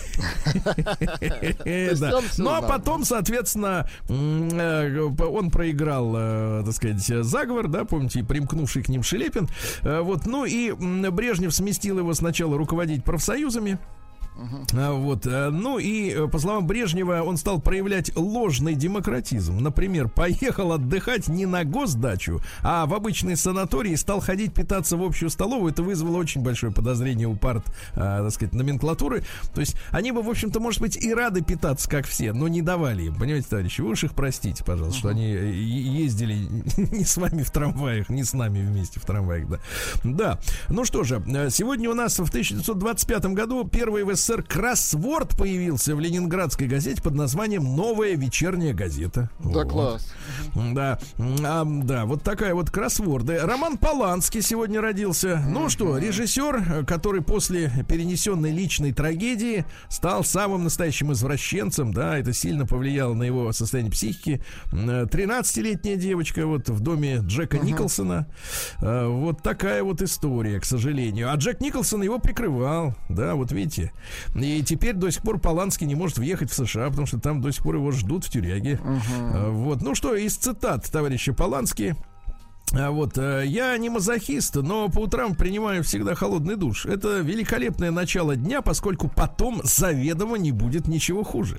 Ну, а потом, соответственно, он проиграл, так сказать, заговор, да, помните, примкнувший к ним Шелепин. Вот, ну и Брежнев сместил его сначала руководить профсоюзами. Uh-huh. Вот, ну и, по словам Брежнева, он стал проявлять ложный демократизм. Например, поехал отдыхать не на госдачу, а в обычный санаторий, и стал ходить питаться в общую столовую. Это вызвало очень большое подозрение у парт, а, так сказать, номенклатуры. То есть они бы, в общем-то, может быть, и рады питаться, как все, но не давали им. Понимаете, товарищи, вы уж их простите, пожалуйста, uh-huh. что они ездили не с вами в трамваях, не с нами вместе в трамваях, да. Да, ну что же, сегодня у нас в тысяча девятьсот двадцать пятом году первый в СССР кроссворд появился в ленинградской газете под названием «Новая вечерняя газета». Да, вот. Класс. Да, а, да, вот такая вот кроссворды. Роман Поланский сегодня родился. Ну что, режиссер, который после перенесенной личной трагедии стал самым настоящим извращенцем, да, это сильно повлияло на его состояние психики. тринадцатилетняя девочка вот в доме Джека uh-huh. Николсона. Вот такая вот история, к сожалению. А Джек Николсон его прикрывал, да, вот видите. И теперь до сих пор Поланский не может въехать в США, потому что там до сих пор его ждут в тюряге. Uh-huh. Вот. Ну что, из цитат товарища Полански. Вот, я не мазохист, но по утрам принимаю всегда холодный душ. Это великолепное начало дня, поскольку потом заведомо не будет ничего хуже.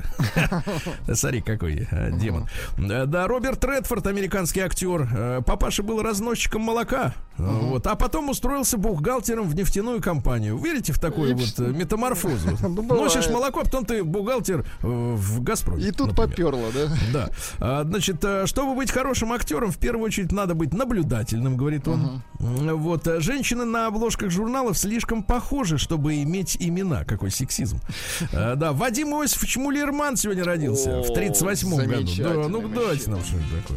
Смотри, какой демон. Да, Роберт Редфорд, американский актер. Папаша был разносчиком молока. Вот, а потом устроился бухгалтером в нефтяную компанию. Верите в такую вот метаморфозу? Носишь молоко, а потом ты бухгалтер в Газпроме. И тут поперло, да? Да. Значит, чтобы быть хорошим актером, в первую очередь надо быть наблюдателем. Наблюдательным, говорит он. Uh-huh. Вот, женщины на обложках журналов слишком похожи, чтобы иметь имена. Какой сексизм. а, Да, Вадим Иосифович Муллерман сегодня родился О, в тридцать восьмом году. Да, ну давайте нам что-нибудь такое.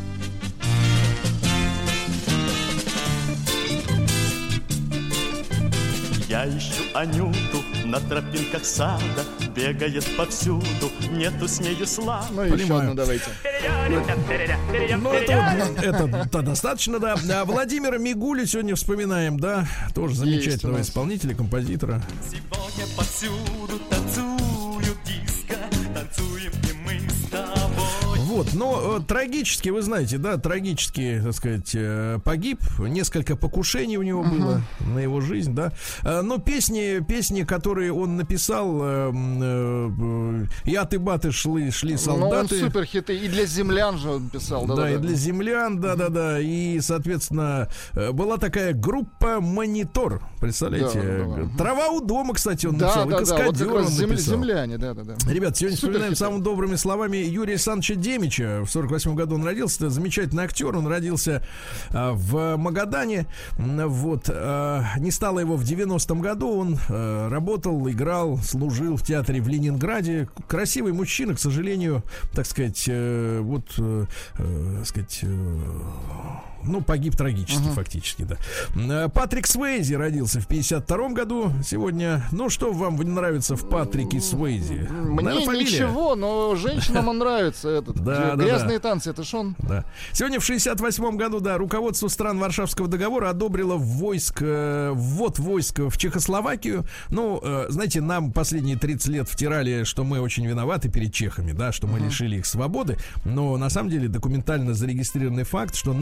Я ищу Анюту на тропинках сада, бегает повсюду, нету с нею слава. Ну, еще одну давайте. Ну, это, это, это достаточно, да. Владимира Мигулю сегодня вспоминаем, да. Тоже замечательного исполнителя, композитора. Сегодня повсюду танцуют диско, танцуем и мы с тобой. Вот, но э, трагически, вы знаете, да, трагически, так сказать, э, погиб. Несколько покушений у него uh-huh. было на его жизнь, да. Э, но песни, песни, которые он написал, э, э, и аты-баты шли, шли солдаты. Ну, он суперхиты. И для землян же он писал, да? Да, да, и да. для землян, да-да-да. И, соответственно, была такая группа «Монитор». Представляете? Да, да, да. «Трава у дома», кстати, он да, написал. Да, и «Каскадер» да, вот он написал. Земляне, да-да-да. Ребят, сегодня вспоминаем самыми добрыми словами Юрия Александровича Демича. В сорок восьмом году он родился. Это замечательный актер. Он родился а, в Магадане. Вот. А, не стало его в девяностом году. Он а, работал, играл, служил в театре в Ленинграде. Красивый мужчина, к сожалению, так сказать, э, вот, э, э, сказать, э, ну, погиб трагически, uh-huh. фактически, да. Патрик Суэйзи родился в пятьдесят втором году сегодня. Ну, что вам нравится в Патрике Суэйзи? Мне ничего, но женщинам он нравится этот. Да, грязные да, да. танцы, это ж он. Да. Сегодня в шестьдесят восьмом году, да, руководство стран Варшавского договора одобрило войск, э, ввод войск в Чехословакию. Ну, э, знаете, нам последние тридцать лет втирали, что мы очень виноваты перед чехами, да, что мы uh-huh. лишили их свободы. Но на самом деле документально зарегистрированный факт, что натовские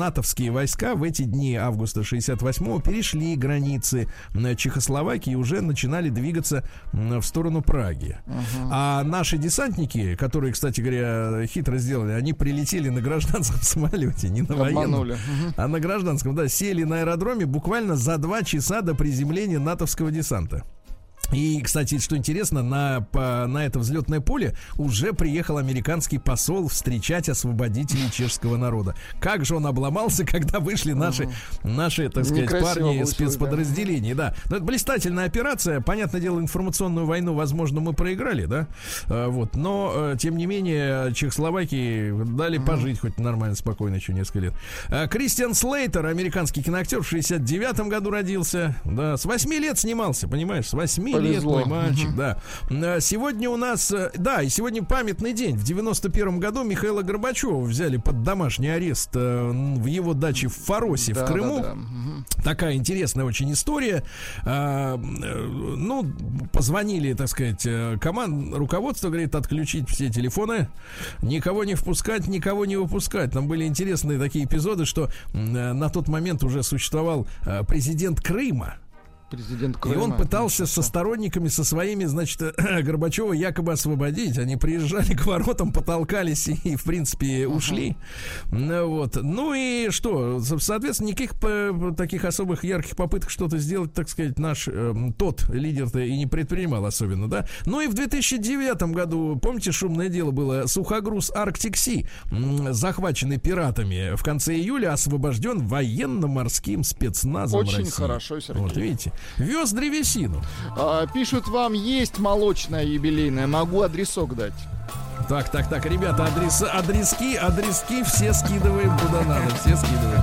русские войска в эти дни августа шестьдесят восьмого перешли границы Чехословакии и уже начинали двигаться в сторону Праги. Uh-huh. А наши десантники, которые, кстати говоря, хитро сделали, они прилетели на гражданском самолете, не на военном, uh-huh. а на гражданском, да, сели на аэродроме буквально за два часа до приземления натовского десанта. И, кстати, что интересно, на, по, на это взлетное поле уже приехал американский посол встречать освободителей чешского народа. Как же он обломался, когда вышли наши, uh-huh. наши, так сказать, Некрасиво парни спецподразделений. Да. Да. Но это блистательная операция. Понятное дело, информационную войну, возможно, мы проиграли, да? А, вот. Но, тем не менее, Чехословакии дали uh-huh. пожить хоть нормально, спокойно еще несколько лет. А, Кристиан Слейтер, американский киноактер, в шестьдесят девятом году родился. Да, с восьми лет снимался, понимаешь, с восьми лет, мой мальчик, угу. да. Сегодня у нас, да, и сегодня памятный день. В девяносто первом году Михаила Горбачева взяли под домашний арест в его даче в Фаросе, да, в Крыму. Да, да. Угу. Такая интересная очень история. А, ну, позвонили, так сказать, команд, руководство говорит, отключить все телефоны, никого не впускать, никого не выпускать. Там были интересные такие эпизоды, что на тот момент уже существовал президент Крыма. Президент Крыма. И он пытался со сторонниками, со своими, значит, Горбачева якобы освободить. Они приезжали к воротам, потолкались и, и в принципе, uh-huh. ушли. Вот. Ну и что? Соответственно, никаких таких особых ярких попыток что-то сделать, так сказать, наш э, тот лидер-то и не предпринимал особенно, да? Ну и в две тысячи девятом году, помните, шумное дело было, сухогруз Arctic Sea, захваченный пиратами, в конце июля освобожден военно-морским спецназом Очень России. Хорошо, Сергей. Вот видите? Вез древесину. А, пишут, вам есть молочная юбилейная. Могу адресок дать. Так, так, так, ребята, адреса, адрески, адрески все скидываем куда надо. Все скидываем.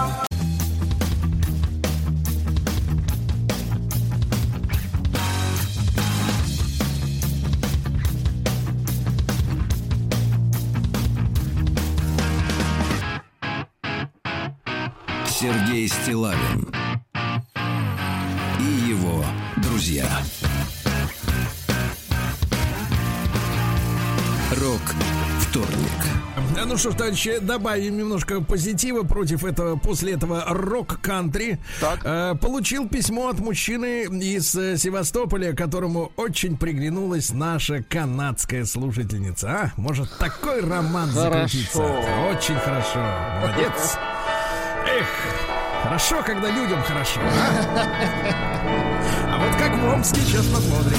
Сергей Стиллавин и его друзья. Рок-вторник. Ну что ж, товарищи, добавим немножко позитива против этого, после этого рок-кантри. Э, получил письмо от мужчины из э, Севастополя, которому очень приглянулась наша канадская слушательница. А, может, такой роман закрутиться? Очень хорошо. Молодец. Эх, хорошо, когда людям хорошо. А, а вот как в Омске, сейчас посмотрим.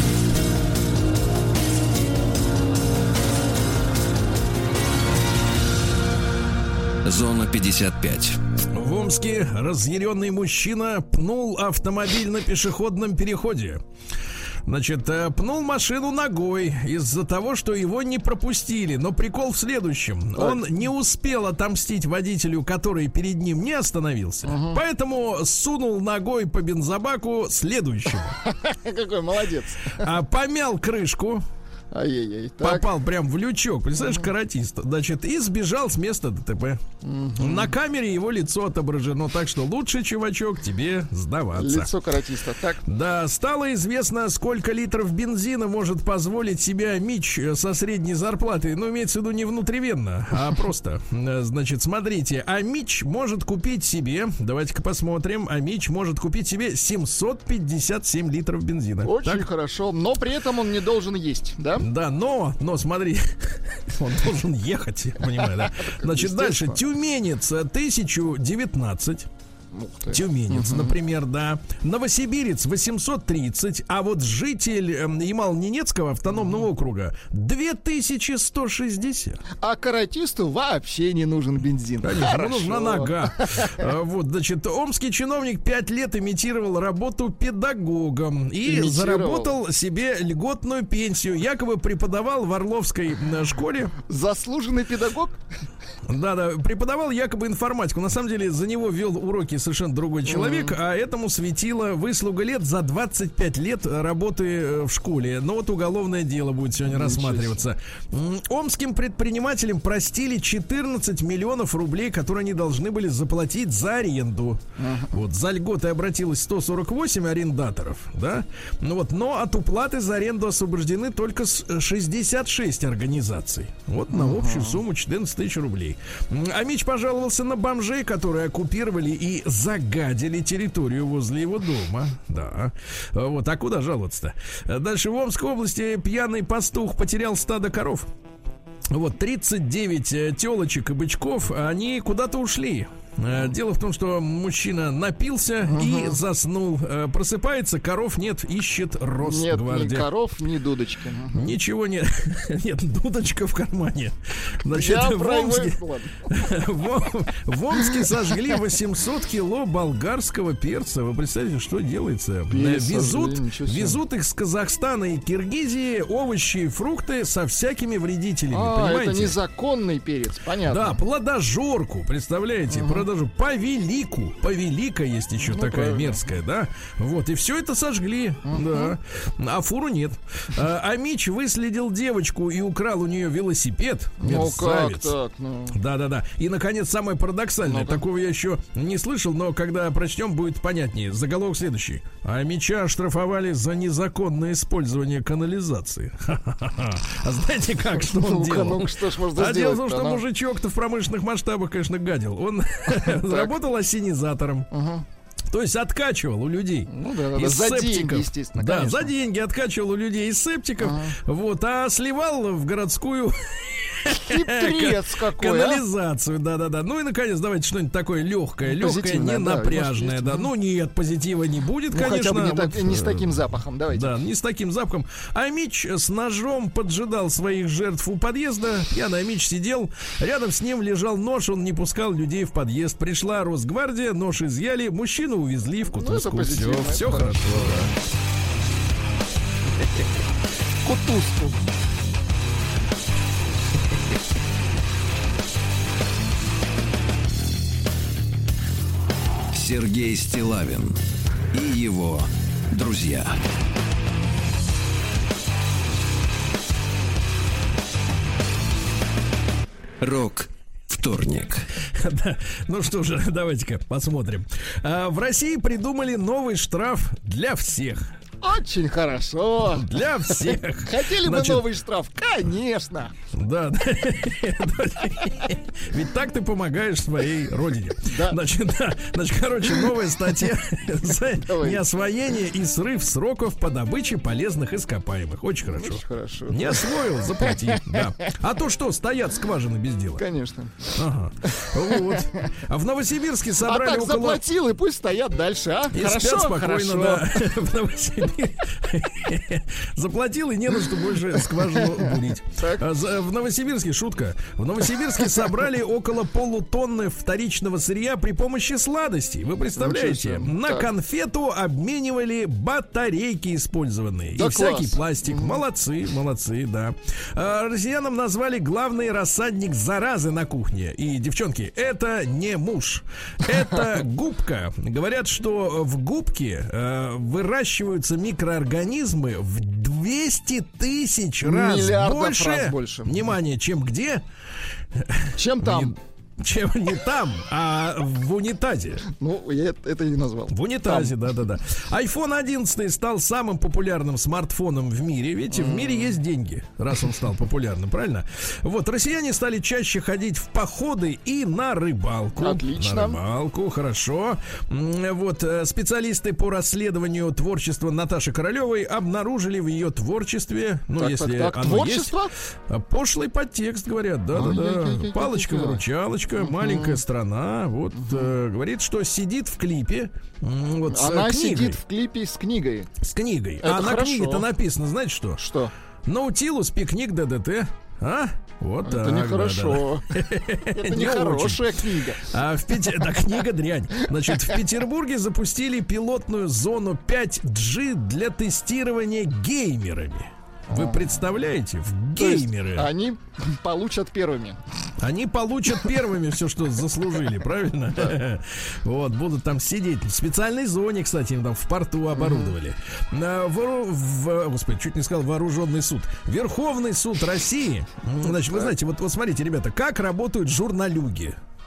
Зона пятьдесят пять. В Омске разъяренный мужчина пнул автомобиль на пешеходном переходе. Значит, пнул машину ногой из-за того, что его не пропустили. Но прикол в следующем. Так. Он не успел отомстить водителю, который перед ним не остановился. Угу. Поэтому сунул ногой по бензобаку следующему. Какой молодец. Помял крышку. Ай-яй-яй, попал прям в лючок, представляешь, каратист. Значит, и сбежал с места ДТП. Угу. На камере его лицо отображено, так что лучше, чувачок, тебе сдаваться. Лицо каратиста, так. Да, стало известно, сколько литров бензина может позволить себе Мич со средней зарплатой. Ну, имеется в виду не внутривенно, а просто. Значит, смотрите, а Мич может купить себе, давайте-ка посмотрим, а Мич может купить себе семьсот пятьдесят семь литров бензина. Очень так? Хорошо, но при этом он не должен есть, да? Да, но, но смотри, он должен ехать, понимаю, да? Значит, дальше, тюменец тысяча девятнадцать. Тюменец, угу. например, да. Новосибирец восемьсот тридцать, а вот житель э, Ямал-Ненецкого автономного округа две тысячи сто шестьдесят. А каратисту вообще не нужен бензин. Конечно, ему нужна нога. Вот, значит, омский чиновник пять лет имитировал работу педагогом и заработал себе льготную пенсию. Якобы преподавал в Орловской школе. Заслуженный педагог? Да-да, преподавал якобы информатику. На самом деле за него вел уроки совершенно другой человек, mm-hmm. а этому светила выслуга лет за двадцать пять лет работы в школе. Но вот уголовное дело будет сегодня Ничего рассматриваться. Себе. Омским предпринимателям простили четырнадцать миллионов рублей, которые они должны были заплатить за аренду. Uh-huh. Вот, за льготы обратилось сто сорок восемь арендаторов, да? Ну вот, но от уплаты за аренду освобождены только шестьдесят шесть организаций. Вот на uh-huh. общую сумму четырнадцать тысяч рублей. людей. Амич пожаловался на бомжей, которые оккупировали и загадили территорию возле его дома. Да. Вот, а куда жаловаться-то? Дальше в Омской области пьяный пастух потерял стадо коров. Вот, тридцать девять телочек и бычков, они куда-то ушли. Дело в том, что мужчина напился угу. и заснул. Просыпается, коров нет, ищет Росгвардия. Нет ни коров, ни дудочки. Угу. Ничего нет. Нет, дудочка в кармане. Значит, в Омске, в, в Омске сожгли восемьсот кило болгарского перца. Вы представляете, что делается? Везут, везут их с Казахстана и Киргизии овощи и фрукты со всякими вредителями. А, понимаете? Это незаконный перец, понятно. Да, плодожорку, представляете? Угу. Даже по велику, по велика есть еще ну, такая правильно. мерзкая, да. Вот, и все это сожгли, uh-huh. да. А фуру нет. А, Амич выследил девочку и украл у нее велосипед. Ну как так? Ну. Да-да-да. И, наконец, самое парадоксальное. Ну, такого я еще не слышал, но когда прочтем, будет понятнее. Заголовок следующий. Амича оштрафовали за незаконное использование канализации. А знаете как, что он делал? А дело в том, что мужичок-то в промышленных масштабах, конечно, гадил. Он заработал ассенизатором. Угу. То есть откачивал у людей ну, да, да, из за септиков. Деньги, естественно, да, конечно. за деньги откачивал у людей из септиков. Ага. Вот, а сливал в городскую хитрец какой, канализацию, да-да-да. Ну и, наконец, давайте что-нибудь такое легкое, легкое, не напряжное, да. Ну, нет, позитива не будет, ну, конечно. Хотя бы не, вот, так, не с таким запахом, давайте. Да, не с таким запахом. Амич с ножом поджидал своих жертв у подъезда. Пьяный Амич сидел, рядом с ним лежал нож, он не пускал людей в подъезд. Пришла Росгвардия, нож изъяли, мужчину увезли в Кутузку. Ну, все, все хорошо, да. Кутузку. Сергей Стиллавин и его друзья. Рок вторник. Да. Ну что же, давайте-ка посмотрим. А, в России придумали новый штраф для всех. Очень хорошо. Для всех. Хотели Значит, бы новый штраф? Конечно. Да, да. Ведь так ты помогаешь своей родине. Да. Значит, да. Значит, короче, новая статья за неосвоение и срыв сроков по добыче полезных ископаемых. Очень хорошо. Очень хорошо. Не освоил, заплати. Да. А то что, стоят скважины без дела? Конечно. Ага. Вот. А в Новосибирске собрали а так около... заплатил, и пусть стоят дальше, а? И хорошо, спят спокойно, хорошо. Да. В Новосибирске. Заплатил, и не на что больше скважину бурить. В Новосибирске, шутка, в Новосибирске собрали около полутонны вторичного сырья при помощи сладостей. Вы представляете? На так. конфету обменивали батарейки использованные. Да и класс. Всякий пластик. Mm-hmm. Молодцы, молодцы, да. А, россиянам назвали главный рассадник заразы на кухне. И, девчонки, это не муж. Это губка. Говорят, что в губке э, выращиваются микроорганизмы в двести тысяч раз больше, раз больше. Внимание, чем где? Чем там? Не, чем не там, а в унитазе. Ну, я это и не назвал. В унитазе, да-да-да. айфон одиннадцать стал самым популярным смартфоном в мире. Видите, mm. в мире есть деньги, раз он стал популярным, правильно? Вот, россияне стали чаще ходить в походы и на рыбалку. Отлично. На рыбалку, хорошо. Вот, специалисты по расследованию творчества Наташи Королевой обнаружили в ее творчестве, ну, так, если так, так. оно Творчество? есть, пошлый подтекст, говорят, да-да-да. Палочка-выручалочка. Маленькая страна, вот э, говорит, что сидит в клипе. Вот, Она с книгой. сидит в клипе с книгой. С книгой. Это а хорошо. На книге-то написано, знаете что? Что? Наутилус, пикник, ДДТ. А? Вот это так. Нехорошо. Да, да. Это нехорошая книга. А в Пети... Да, книга дрянь. Значит, в Петербурге запустили пилотную зону пять джи для тестирования геймерами. Вы представляете? В геймеры. Они получат первыми. Они получат первыми все, что заслужили, правильно? Да. Вот, будут там сидеть. В специальной зоне, кстати, им там в порту оборудовали. Mm-hmm. В, в, господи, чуть не сказал вооруженный суд. Верховный суд России. Значит, вы знаете, вот, вот смотрите, ребята, как работают журналюги.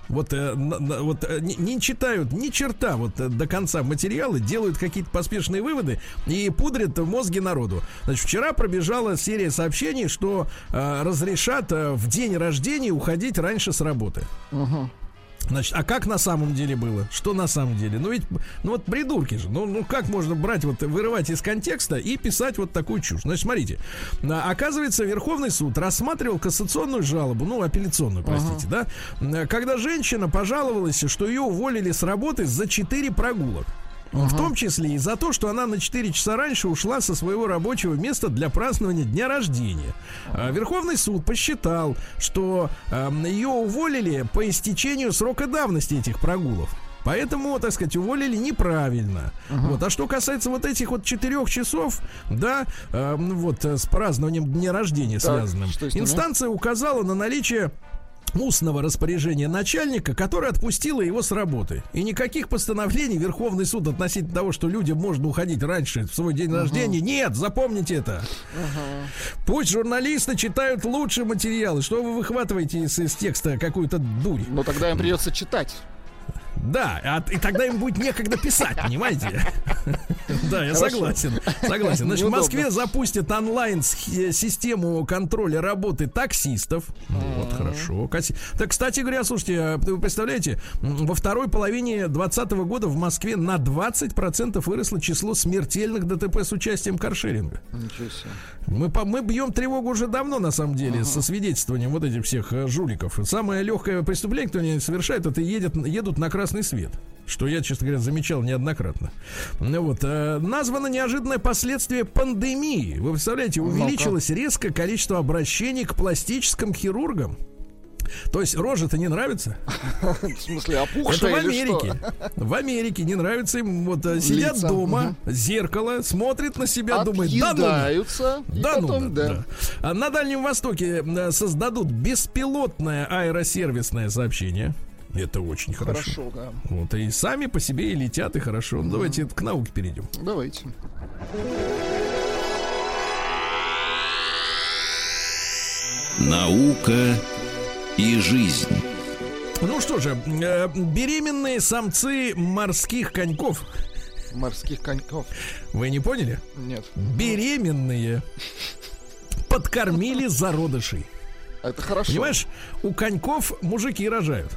вот, э, на, вот э, не, не читают ни черта вот э, до конца материалы, делают какие-то поспешные выводы и пудрят мозги народу. Значит, вчера пробежала серия сообщений, что э, разрешат э, в день рождения уходить раньше с работы. Угу. Значит, а как на самом деле было? Что на самом деле? Ну ведь, ну вот придурки же. Ну, ну как можно брать, вот вырывать из контекста и писать вот такую чушь? Значит, смотрите. Оказывается, Верховный суд рассматривал кассационную жалобу, ну, апелляционную, простите, uh-huh. да, когда женщина пожаловалась, что ее уволили с работы за четыре прогулок. Uh-huh. В том числе и за то, что она на четыре часа раньше ушла со своего рабочего места для празднования дня рождения. Uh-huh. Верховный суд посчитал, что э, ее уволили по истечению срока давности этих прогулов. Поэтому, так сказать, уволили неправильно. Uh-huh. Вот. А что касается вот этих вот четырех часов, да, э, вот с празднованием дня рождения так, связанным, инстанция указала на наличие устного распоряжения начальника, который отпустила его с работы. И никаких постановлений Верховный суд относительно того, что людям можно уходить раньше в свой день uh-huh. рождения, нет, запомните это. Uh-huh. Пусть журналисты читают лучшие материалы. Что вы выхватываете из, из текста какую-то дурь? Ну тогда им придется читать. Да, а, и тогда им будет некогда писать, понимаете? Да, я согласен. Согласен. Значит, в Москве запустят онлайн-систему контроля работы таксистов. Вот, хорошо. Так, кстати говоря, слушайте, вы представляете, во второй половине двадцатого года в Москве на двадцать процентов выросло число смертельных ДТП с участием каршеринга. Ничего себе. Мы, мы бьем тревогу уже давно, на самом деле, ага. со свидетельствованием вот этих всех жуликов. Самое легкое преступление, кто не совершает, это едет, едут на красный свет. Что я, честно говоря, замечал неоднократно. Вот. А, названо неожиданное последствие пандемии. Вы представляете, увеличилось резко количество обращений к пластическим хирургам. То есть рожа-то не нравится? В смысле, опухшая? Это в Америке. В Америке не нравится им. Вот сидят Лица. дома, угу. зеркало, смотрят на себя, думают, да ну. Да потом, ну да. да. На Дальнем Востоке создадут беспилотное аэросервисное сообщение. Это очень хорошо. Хорошо, да. Вот, и сами по себе и летят, и хорошо. Mm-hmm. Давайте к науке перейдем. Давайте. Наука и жизнь. Ну что же, э, беременные самцы морских коньков. Морских коньков. Вы не поняли? Нет. Беременные подкормили зародышей. Это хорошо. Понимаешь, у коньков мужики рожают.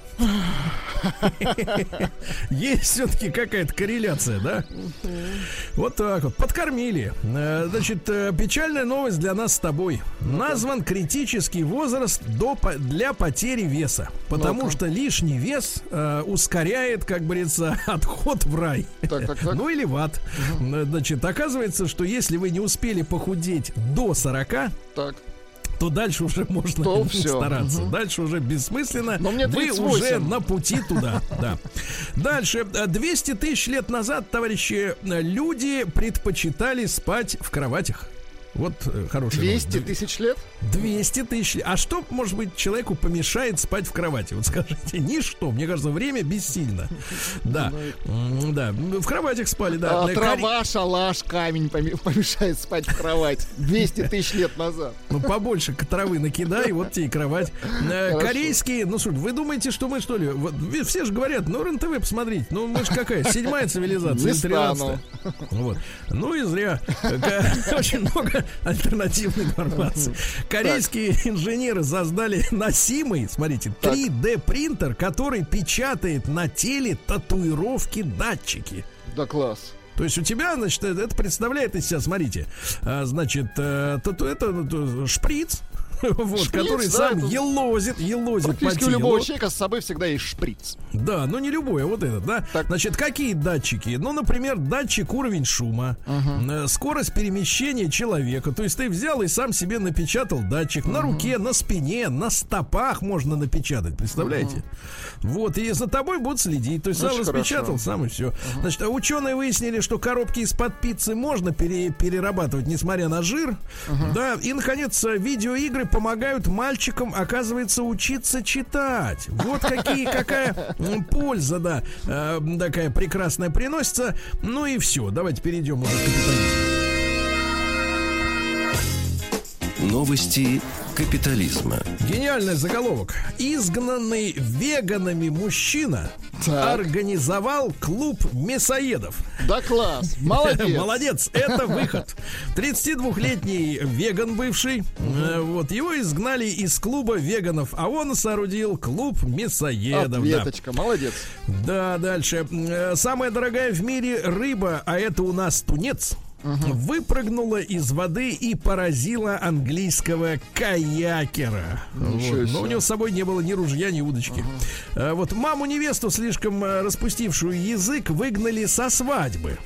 Есть все-таки какая-то корреляция, да? Вот так вот. Подкормили. Значит, печальная новость для нас с тобой. Назван критический возраст до, для потери веса. Потому Ну-ка. что лишний вес э, ускоряет, как говорится, отход в рай. Так, так, так. Ну или в ад. Угу. Значит, оказывается, что если вы не успели похудеть до сорока, так. то дальше уже можно то не все. стараться. Угу. Дальше уже бессмысленно. Вы уже на пути туда. Да. Дальше. двести тысяч лет назад, товарищи, люди предпочитали спать в кроватях. Вот хороший. двести тысяч лет? двести тысяч. А что, может быть, человеку помешает спать в кровати? Вот скажите, ничто. Мне кажется, время бессильно. Да. Да. В кроватях спали, да. А, трава, шалаш, камень помешает спать в кровати. двести тысяч лет назад. Ну, побольше травы накидай, вот тебе и кровать. Хорошо. Корейские, ну, слушай, вы думаете, что мы, что ли? Вот, все же говорят, ну, РЕН-ТВ посмотрите. Ну, мы же какая? Седьмая цивилизация. Не стану. Вот. Ну и зря. Очень много альтернативной информации. Корейские так. инженеры создали носимый, смотрите, три дэ принтер, который печатает на теле татуировки-датчики. Да класс. То есть у тебя, значит, это представляет из себя, смотрите, значит, тату, это шприц. Вот, шприц, который да, сам это... елозит, елозит практически по телу. У любого человека с собой всегда есть шприц. Да, но не любой, а вот этот, да. Так. Значит, какие датчики? Ну, например, датчик уровень шума, uh-huh. скорость перемещения человека. То есть ты взял и сам себе напечатал датчик. Uh-huh. На руке, на спине, на стопах можно напечатать, представляете? Uh-huh. Вот, и за тобой будут следить. То есть очень сам распечатал, хорошо. сам и все. Uh-huh. Значит, а ученые выяснили, что коробки из-под пиццы можно пере- перерабатывать, несмотря на жир. Uh-huh. Да, и, наконец, видеоигры помогают мальчикам, оказывается, учиться читать. Вот какие, какая польза, да, э, такая прекрасная приносится. Ну и все, давайте перейдем уже к капитализму. Новости капитализма. Гениальный заголовок. Изгнанный веганами мужчина Так. организовал клуб мясоедов. Да класс, молодец. Молодец, это выход. тридцатидвухлетний веган бывший. э, Вот, его изгнали из клуба веганов, а он соорудил клуб мясоедов. Да. Ответочка, молодец. Да, дальше. Э, Самая дорогая в мире рыба, а это у нас тунец, выпрыгнула из воды и поразила английского каякера. Ничего Вот. себе. Но у него с собой не было ни ружья, ни удочки. А вот маму-невесту, слишком э, распустившую язык, выгнали со свадьбы.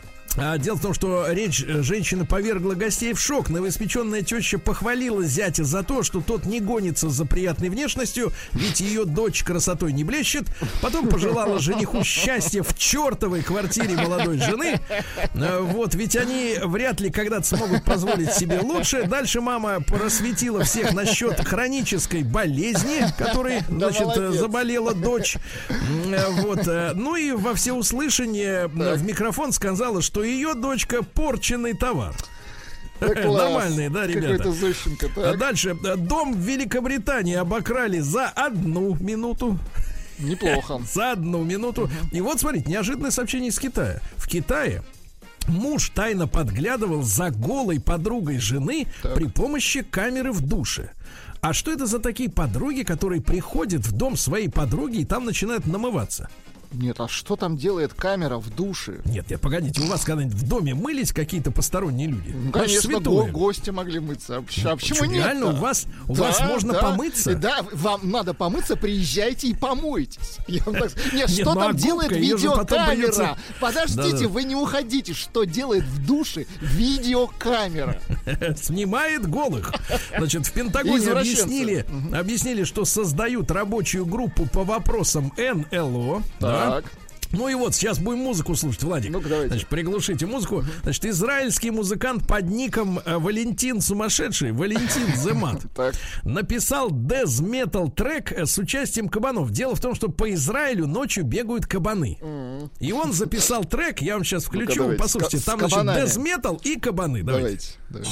А, дело в том, что речь э, женщины повергла гостей в шок. Новоиспеченная теща похвалила зятя за то, что тот не гонится за приятной внешностью, ведь ее дочь красотой не блещет. Потом пожелала жениху счастья в чертовой квартире молодой жены. А, вот, ведь они вряд ли когда-то смогут позволить себе лучше. Дальше мама просветила всех насчет хронической болезни, которой, значит, молодец. заболела дочь. М, э, Вот, э, ну и во всеуслышание э, в микрофон сказала, что ее дочка порченный товар. Да класс. Нормальные, да, ребята? Какой-то Зощенко, А так. дальше. Дом в Великобритании обокрали за одну минуту. Неплохо. За одну минуту. И вот, смотрите, неожиданное сообщение из Китая. В Китае муж тайно подглядывал за голой подругой жены Так. при помощи камеры в душе. А что это за такие подруги, которые приходят в дом своей подруги и там начинают намываться? Нет, а что там делает камера в душе? Нет, нет, погодите, у вас когда-нибудь в доме мылись какие-то посторонние люди? Ну, Это ж конечно, святое. го- гости могли мыться. А почему, а почему Что, нет? реально у вас, у вас можно помыться? Да, вам надо помыться, приезжайте и помойтесь. Я вам так скажу. Нет, Нет, что ну, а там делает губка, её же потом видеокамера? придется- Подождите, Да-да. вы не уходите. Что делает в душе видеокамера? Снимает голых. Значит, в Пентагоне Извращенцы. объяснили, объяснили, что создают рабочую группу по вопросам эн эл о. Да. Так. Ну и вот, сейчас будем музыку слушать, Владик. Ну-ка, давайте. Значит, приглушите музыку. Значит, израильский музыкант под ником э, Валентин Сумасшедший, Валентин Земат, Так. написал дэз-метал трек э, с участием кабанов. Дело в том, что по Израилю ночью бегают кабаны. И он записал трек, я вам сейчас включу, давайте, послушайте. с ка- Там, с значит, кабанами. дэз-метал и кабаны. Давайте. Давайте.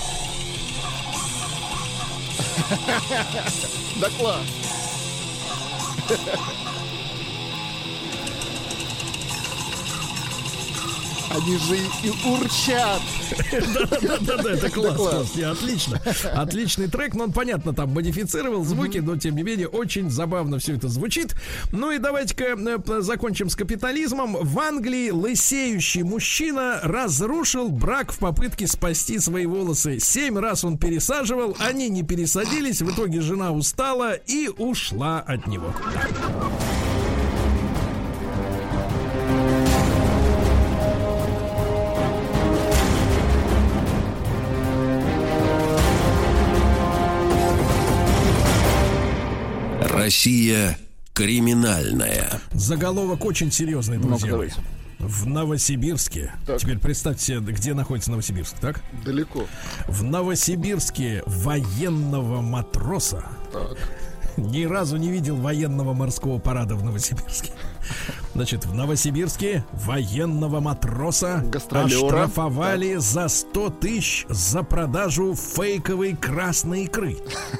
давайте. Да класс. Они же и урчат. Да-да-да, это класс, класс. класс. Не, отлично. Отличный трек, но он, понятно, там модифицировал звуки, но, тем не менее, очень забавно все это звучит. Ну и давайте-ка э, закончим с капитализмом. В Англии лысеющий мужчина разрушил брак в попытке спасти свои волосы. Семь раз он пересаживал, они не пересадились, в итоге жена устала и ушла от него. Россия криминальная. Заголовок очень серьезный, друзья Ну-ка, мои. давайте. В Новосибирске. Так. Теперь представьте себе, где находится Новосибирск, так? Далеко. В Новосибирске военного матроса. Так. Ни разу не видел военного морского парада в Новосибирске. Значит, в Новосибирске военного матроса Гастролера. оштрафовали за сто тысяч за продажу фейковой красной икры.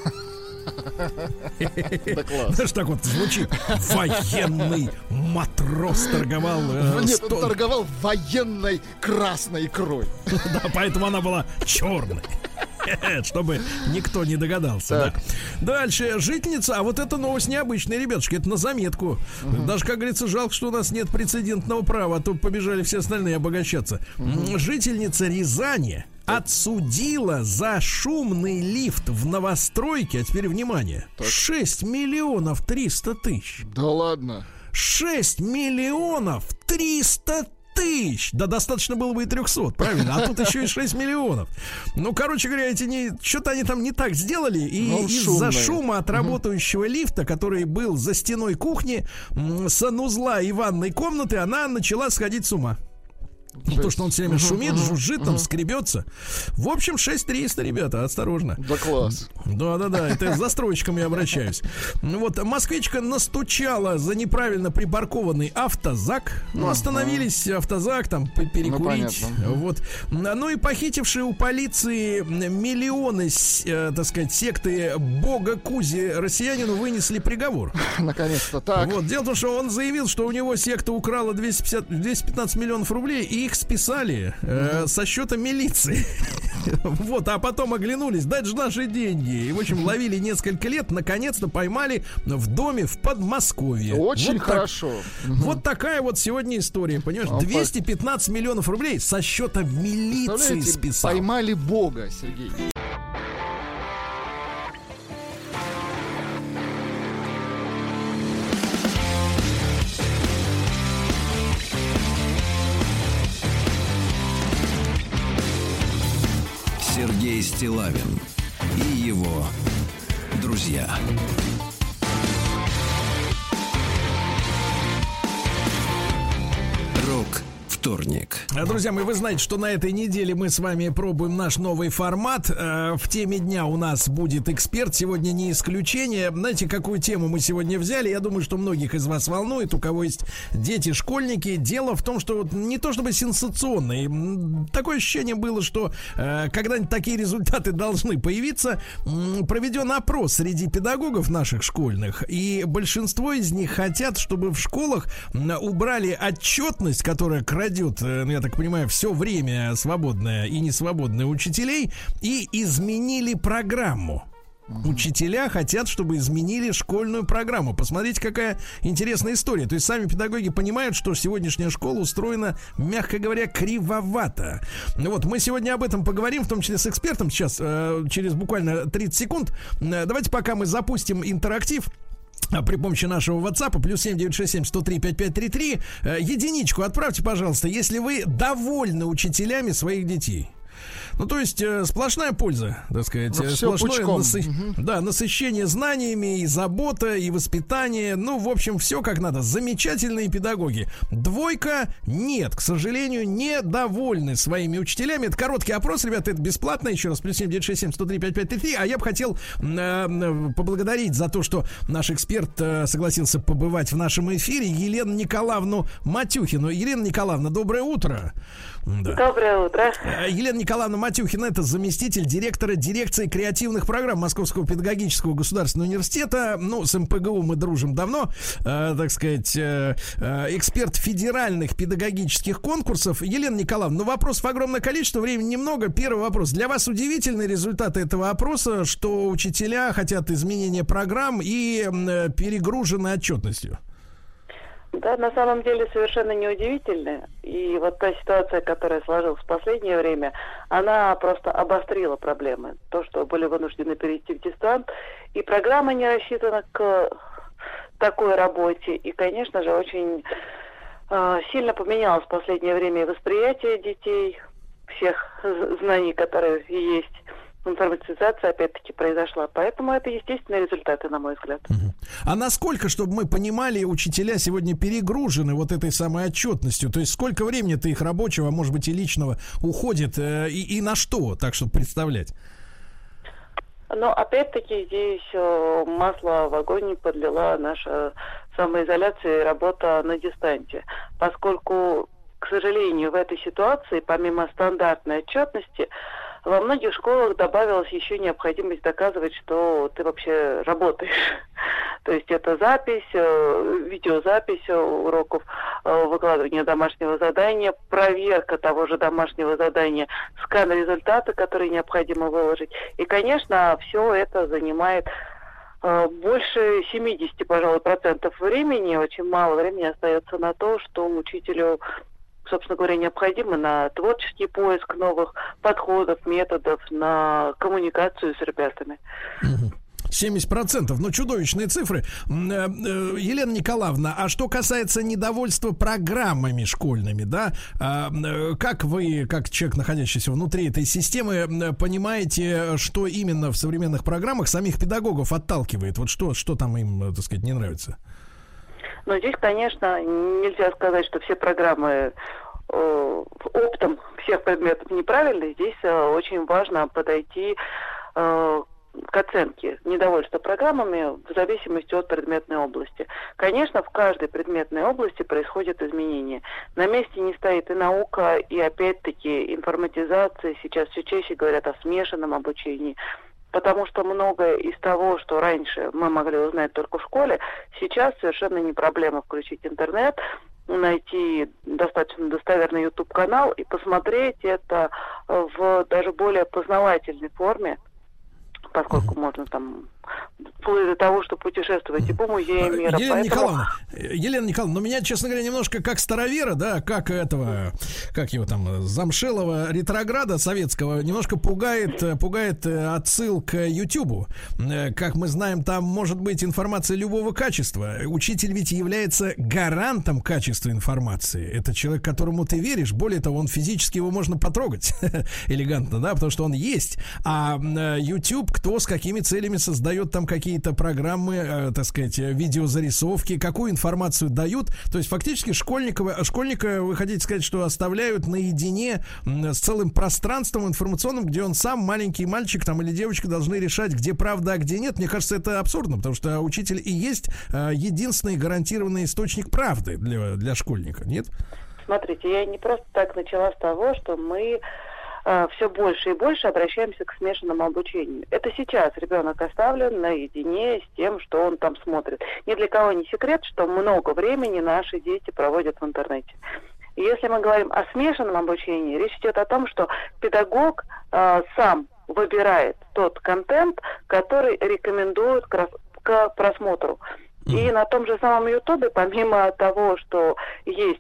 Да класс. Знаешь, так вот звучит. Военный матрос торговал э, Нет, он сто- торговал военной красной икрой. Да, поэтому она была черной. Чтобы никто не догадался. Так. Да. Дальше. Жительница. А вот эта новость необычная, ребятушки. Это на заметку. Даже, как говорится, жалко, что у нас нет прецедентного права, а то побежали все остальные обогащаться. М, Жительница Рязани отсудила за шумный лифт в новостройке. А теперь внимание. шесть миллионов триста тысяч. Да ладно. шесть миллионов триста тысяч. Да достаточно было бы и трехсот, правильно? А тут еще и шесть миллионов. Ну, короче говоря, эти не, что-то они там не так сделали. И Ну, из-за шумный. шума от работающего лифта, который был за стеной кухни, м, санузла и ванной комнаты, она начала сходить с ума. То, что он все время шумит, жужжит, там скребется. В общем, шесть тысяч триста, ребята, осторожно. Да класс. Да-да-да, это я с застройщиком я обращаюсь. Вот, москвичка настучала за неправильно припаркованный автозак. Ну, остановились, автозак, там, перекурить. Ну, вот. Ну и похитившие у полиции миллионы, э, так сказать, секты бога Кузи россиянину вынесли приговор. Наконец-то так. Вот, дело в том, что он заявил, что у него секта украла двести пятьдесят, двести пятнадцать миллионов рублей, и их списали э, со счета милиции. Вот, а потом оглянулись, дать же наши деньги. И, в общем, ловили несколько лет, наконец-то поймали в доме в Подмосковье. Очень вот хорошо. Так, вот такая вот сегодня история, понимаешь? двести пятнадцать миллионов рублей со счета милиции списал. Поймали бога, Сергей. Сергей Стиллавин и его друзья. Рок-вторник. Друзья мои, вы знаете, что на этой неделе мы с вами пробуем наш новый формат. В теме дня у нас будет эксперт. Сегодня не исключение. Знаете, какую тему мы сегодня взяли? Я думаю, что многих из вас волнует, у кого есть дети, школьники. Дело в том, что вот не то чтобы сенсационно. Такое ощущение было, что э, когда-нибудь такие результаты должны появиться. Проведен опрос среди педагогов наших школьных. И большинство из них хотят, чтобы в школах убрали отчетность, которая крадет, я так понимаю, все время свободное и несвободное учителей, и изменили программу. Uh-huh. Учителя хотят, чтобы изменили школьную программу. Посмотрите, какая интересная история. То есть сами педагоги понимают, что сегодняшняя школа устроена, мягко говоря, кривовато. Вот, мы сегодня об этом поговорим, в том числе с экспертом. Сейчас, э, через буквально тридцать секунд. Давайте пока мы запустим интерактив при помощи нашего WhatsApp плюс семь девятьсот шестьдесят семь сто три пятьдесят пять тридцать три. Единичку отправьте, пожалуйста, если вы довольны учителями своих детей. Ну, то есть э, сплошная польза, так сказать, ну, сплошное насы... угу. да, насыщение знаниями, и забота, и воспитание. Ну, в общем, все как надо. Замечательные педагоги. Двойка нет, к сожалению, недовольны своими учителями. Это короткий опрос, ребята, это бесплатно. Еще раз, плюс семь девятьсот шестьдесят семь сто три пятьдесят пять тридцать три. А я бы хотел э, поблагодарить за то, что наш эксперт э, согласился побывать в нашем эфире, Елену Николаевну Матюхину. Елена Николаевна, доброе утро. Да. Доброе утро. Елена Николаевна Матюхина — это заместитель директора дирекции креативных программ Московского педагогического государственного университета. Ну, с эм пэ гэ у мы дружим давно, э, так сказать, э, э, эксперт федеральных педагогических конкурсов. Елена Николаевна, ну, вопросов огромное количество, времени немного. Первый вопрос. Для вас удивительные результаты этого опроса, что учителя хотят изменения программ и э, перегружены отчетностью? Да, на самом деле совершенно неудивительно. И вот та ситуация, которая сложилась в последнее время, она просто обострила проблемы. То, что были вынуждены перейти в дистант. И программа не рассчитана к такой работе. И, конечно же, очень э, сильно поменялось в последнее время восприятие детей, всех знаний, которые есть. Информатизация, опять-таки, произошла. Поэтому это естественные результаты, на мой взгляд. А насколько, чтобы мы понимали, учителя сегодня перегружены вот этой самой отчетностью? То есть сколько времени-то их рабочего, а может быть и личного, уходит э, и, и на что, так чтобы представлять? Но опять-таки здесь э, масло в огонь подлила наша самоизоляция и работа на дистанте. Поскольку, к сожалению, в этой ситуации, помимо стандартной отчетности, во многих школах добавилась еще необходимость доказывать, что ты вообще работаешь. То есть это запись, видеозапись уроков, выкладывание домашнего задания, проверка того же домашнего задания, скан результата, который необходимо выложить. И, конечно, все это занимает больше семьдесят, пожалуй, процентов времени. Очень мало времени остается на то, что учителю, собственно говоря, необходимо на творческий поиск новых подходов, методов, на коммуникацию с ребятами. семьдесят процентов, ну, чудовищные цифры. Елена Николаевна, а что касается недовольства программами школьными, да, как вы, как человек, находящийся внутри этой системы, понимаете, что именно в современных программах самих педагогов отталкивает? Вот что, что там им, так сказать, не нравится? Но здесь, конечно, нельзя сказать, что все программы э, оптом всех предметов неправильно, здесь э, очень важно подойти э, к оценке недовольства программами в зависимости от предметной области. Конечно, в каждой предметной области происходят изменения. На месте не стоит и наука, и опять-таки информатизация. Сейчас все чаще говорят о смешанном обучении. Потому что многое из того, что раньше мы могли узнать только в школе, сейчас совершенно не проблема включить интернет, найти достаточно достоверный YouTube-канал и посмотреть это в даже более познавательной форме, поскольку можно там вплоть до того, что путешествовать и по музеям мира. Елена Поэтому... Николаевна, Елена Николаевна, ну меня, честно говоря, немножко как старовера, да, как этого, как его там, замшелого ретрограда советского, немножко пугает, пугает отсыл к Ютубу. Как мы знаем, там может быть информация любого качества. Учитель ведь является гарантом качества информации. Это человек, которому ты веришь. Более того, он физически его можно потрогать элегантно, да, потому что он есть. А YouTube, кто с какими целями создает там какие-то программы, э, так сказать, видеозарисовки, какую информацию дают. То есть фактически школьника, школьника, вы хотите сказать, что оставляют наедине с целым пространством информационным, где он сам, маленький мальчик там или девочка, должны решать, где правда, а где нет. Мне кажется, это абсурдно, потому что учитель и есть э, единственный гарантированный источник правды для, для школьника, нет? Смотрите, я не просто так начала с того, что мы все больше и больше обращаемся к смешанному обучению. Это сейчас ребенок оставлен наедине с тем, что он там смотрит. Ни для кого не секрет, что много времени наши дети проводят в интернете. И если мы говорим о смешанном обучении, речь идет о том, что педагог э, сам выбирает тот контент, который рекомендует к, к просмотру. И на том же самом Ютубе, помимо того, что есть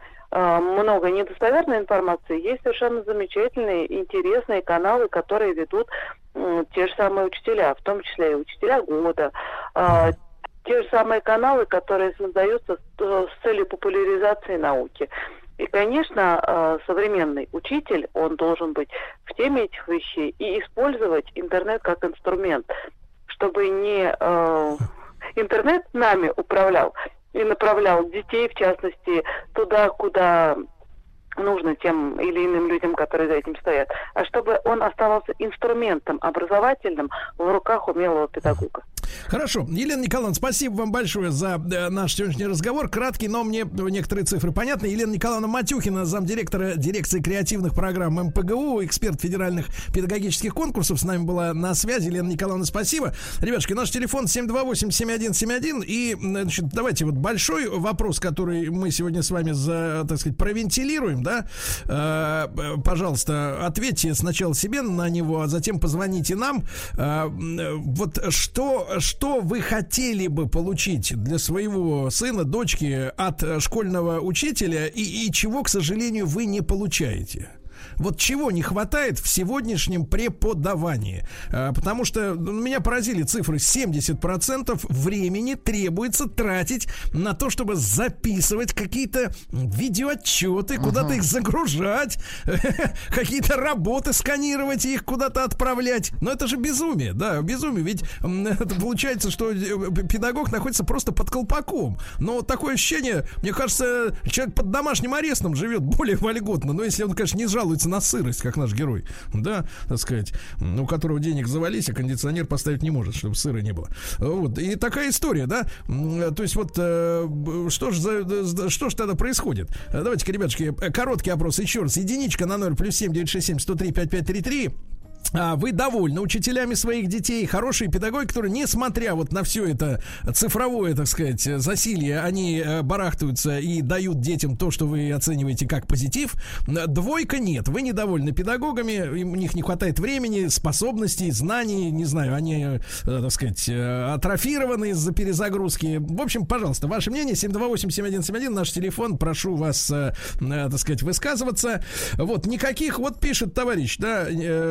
много недостоверной информации, есть совершенно замечательные, интересные каналы, которые ведут м, те же самые учителя, в том числе и учителя года, э, те же самые каналы, которые создаются с, с целью популяризации науки. И, конечно, э, современный учитель, он должен быть в теме этих вещей и использовать интернет как инструмент, чтобы не э, интернет нами управлял, и направлял детей, в частности, туда, куда нужно тем или иным людям, которые за этим стоят, а чтобы он оставался инструментом образовательным в руках умелого педагога. Хорошо. Елена Николаевна, спасибо вам большое за э, наш сегодняшний разговор. Краткий, но мне некоторые цифры понятны. Елена Николаевна Матюхина, замдиректора дирекции креативных программ эм пэ гэ у, эксперт федеральных педагогических конкурсов, с нами была на связи. Елена Николаевна, спасибо. Ребятушки, наш телефон семь два восемь семь один семь один. И, значит, давайте вот большой вопрос, который мы сегодня с вами, за, так сказать, провентилируем, да? Э, пожалуйста, ответьте сначала себе на него, а затем позвоните нам. Э, вот что... Что вы хотели бы получить для своего сына, дочки от школьного учителя и, и чего, к сожалению, вы не получаете? Вот чего не хватает в сегодняшнем преподавании? А, потому что ну, меня поразили цифры. семьдесят процентов времени требуется тратить на то, чтобы записывать какие-то видеоотчеты, uh-huh. куда-то их загружать, какие-то работы сканировать и их куда-то отправлять. Но это же безумие, да, безумие. Ведь это получается, что педагог находится просто под колпаком. Но такое ощущение, мне кажется, человек под домашним арестом живет более вольготно. Но если он, конечно, не жалуется на сырость, как наш герой, да, так сказать, у которого денег завались, а кондиционер поставить не может, чтобы сыра не было. Вот. И такая история, да. То есть вот что ж, за, что ж тогда происходит? Давайте-ка, ребятушки, короткий опрос еще раз. Единичка на ноль плюс семь девять шесть семь сто три пять пять три три. Вы довольны учителями своих детей, хорошие педагоги, которые, несмотря вот на все это цифровое, так сказать, засилье, они барахтаются и дают детям то, что вы оцениваете как позитив. Двойка нет, вы недовольны педагогами, у них не хватает времени, способностей, знаний, не знаю, они, так сказать, атрофированы из-за перезагрузки. В общем, пожалуйста, ваше мнение, семь два восемь семь один семь один, наш телефон, прошу вас, так сказать, высказываться. Вот, никаких, вот пишет товарищ, да, или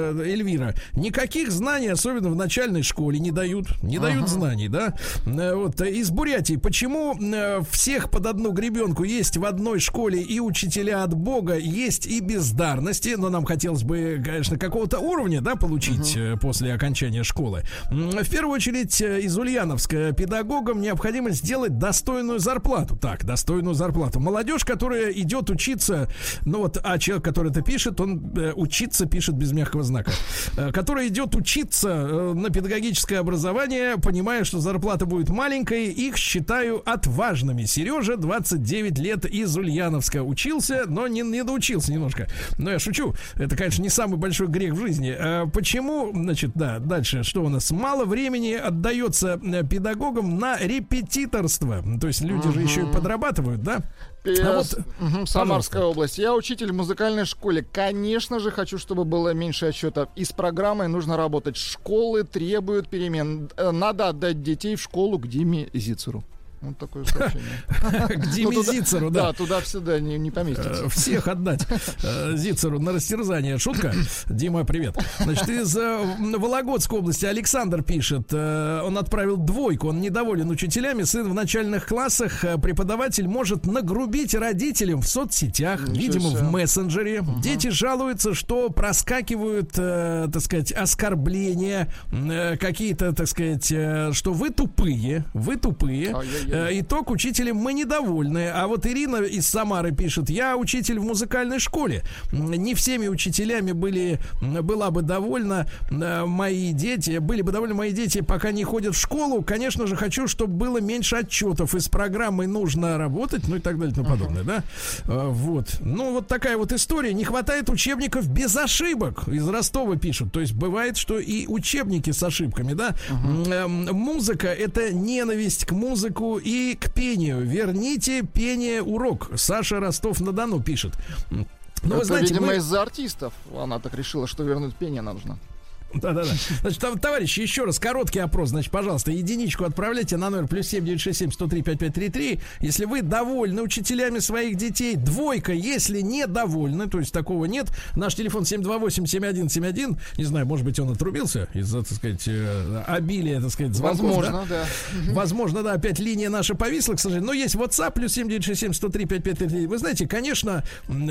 Эльвира, никаких знаний, особенно в начальной школе, не дают. Не дают uh-huh. знаний, да? Вот, из Бурятии. Почему всех под одну гребенку есть в одной школе и учителя от Бога, есть и бездарности, но нам хотелось бы, конечно, какого-то уровня, да, получить uh-huh. после окончания школы. В первую очередь, из Ульяновска педагогам необходимо сделать достойную зарплату. Так, достойную зарплату. Молодежь, которая идет учиться, ну вот, а человек, который это пишет, он э, учиться пишет без мягкого знака, э, который идет учиться э, на педагогическое образование, понимая, что зарплата будет маленькой, их считаю отважными. Сережа, двадцать девять лет, из Ульяновска, учился, но не, не доучился немножко. Но я шучу, это, конечно, не самый большой грех в жизни. А почему, значит, да, дальше, что у нас? Мало времени отдается педагогам на репетиторство. То есть люди uh-huh. же еще и подрабатывают, да? А вот, угу, Самарская область. Я учитель в музыкальной школе. Конечно же, хочу, чтобы было меньше отчетов. И с программой нужно работать. Школы требуют перемен. Надо отдать детей в школу к Диме Зицеру. Вот такое сообщение. К Диме Зицеру, да. Да, туда всегда не, не поместится. Всех отдать Зицеру на растерзание. Шутка. Дима, привет. Значит, из Вологодской области Александр пишет. Он отправил двойку. Он недоволен учителями. Сын в начальных классах. Преподаватель может нагрубить родителям в соцсетях, ничего видимо, себе. В мессенджере. Угу. Дети жалуются, что проскакивают, так сказать, оскорбления, какие-то, так сказать, что вы тупые, вы тупые. Ай-яй-яй. Итог: учителем мы недовольны. А вот Ирина из Самары пишет: я учитель в музыкальной школе. Не всеми учителями были, была бы довольна мои дети. Были бы довольны мои дети, пока не ходят в школу. Конечно же, хочу, чтобы было меньше отчетов. И с программой нужно работать, ну и так далее и тому подобное, uh-huh. да? Вот. Ну, вот такая вот история. Не хватает учебников без ошибок. Из Ростова пишут. То есть бывает, что и учебники с ошибками, да? Uh-huh. Музыка — это ненависть к музыку и к пению. Верните пение урок. Саша, Ростов-на-Дону, пишет. Ну, это, вы знаете, видимо, мы... из-за артистов она так решила, что вернуть пение нужно. Да-да-да. Значит, товарищи, еще раз короткий опрос. Значит, пожалуйста, единичку отправляйте на номер плюс семь девять шесть семь сто три пять пять три три. Если вы довольны учителями своих детей. Двойка, если недовольны, то есть такого нет. Наш телефон семь два восемь семь один семь один. Не знаю, может быть, он отрубился из-за, так сказать, обилия, так сказать, звонков. Возможно, да. да. Возможно, да. Опять линия наша повисла, к сожалению. Но есть WhatsApp плюс семь девять шесть семь сто три пять пять три три. Вы знаете, конечно,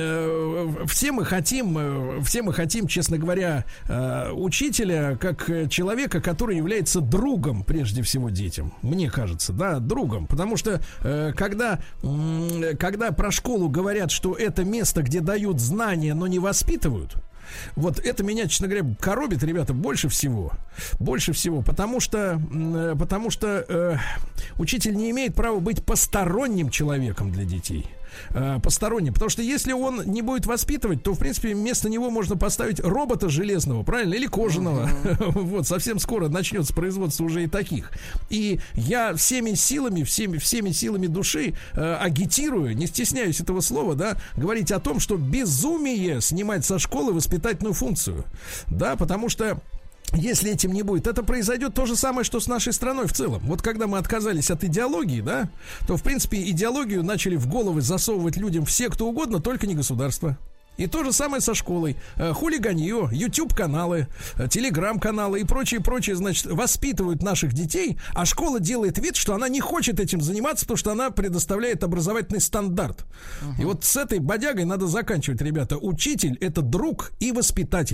все мы хотим, все мы хотим, честно говоря, учить как человека, который является другом, прежде всего, детям. Мне кажется, да, другом. Потому что э, когда, э, когда про школу говорят, что это место, где дают знания, но не воспитывают, вот это меня, честно говоря, коробит, ребята, больше всего. Больше всего. Потому что, э, потому что э, учитель не имеет права быть посторонним человеком для детей. Посторонним, потому что если он не будет воспитывать, то, в принципе, вместо него можно поставить робота железного, правильно, или кожаного. Uh-huh. Вот, совсем скоро начнется производство уже и таких. И я всеми силами, всеми, всеми силами души э, агитирую, не стесняюсь этого слова, да, говорить о том, что безумие снимать со школы воспитательную функцию, да, потому что если этим не будет, это произойдет то же самое, что с нашей страной в целом. Вот когда мы отказались от идеологии, да, то, в принципе, идеологию начали в головы засовывать людям все, кто угодно, только не государство. И то же самое со школой. Хулиганье, YouTube-каналы, Telegram-каналы и прочее-прочее, значит, воспитывают наших детей, а школа делает вид, что она не хочет этим заниматься, потому что она предоставляет образовательный стандарт. Uh-huh. И вот с этой бодягой надо заканчивать, ребята. Учитель — это друг и воспитатель.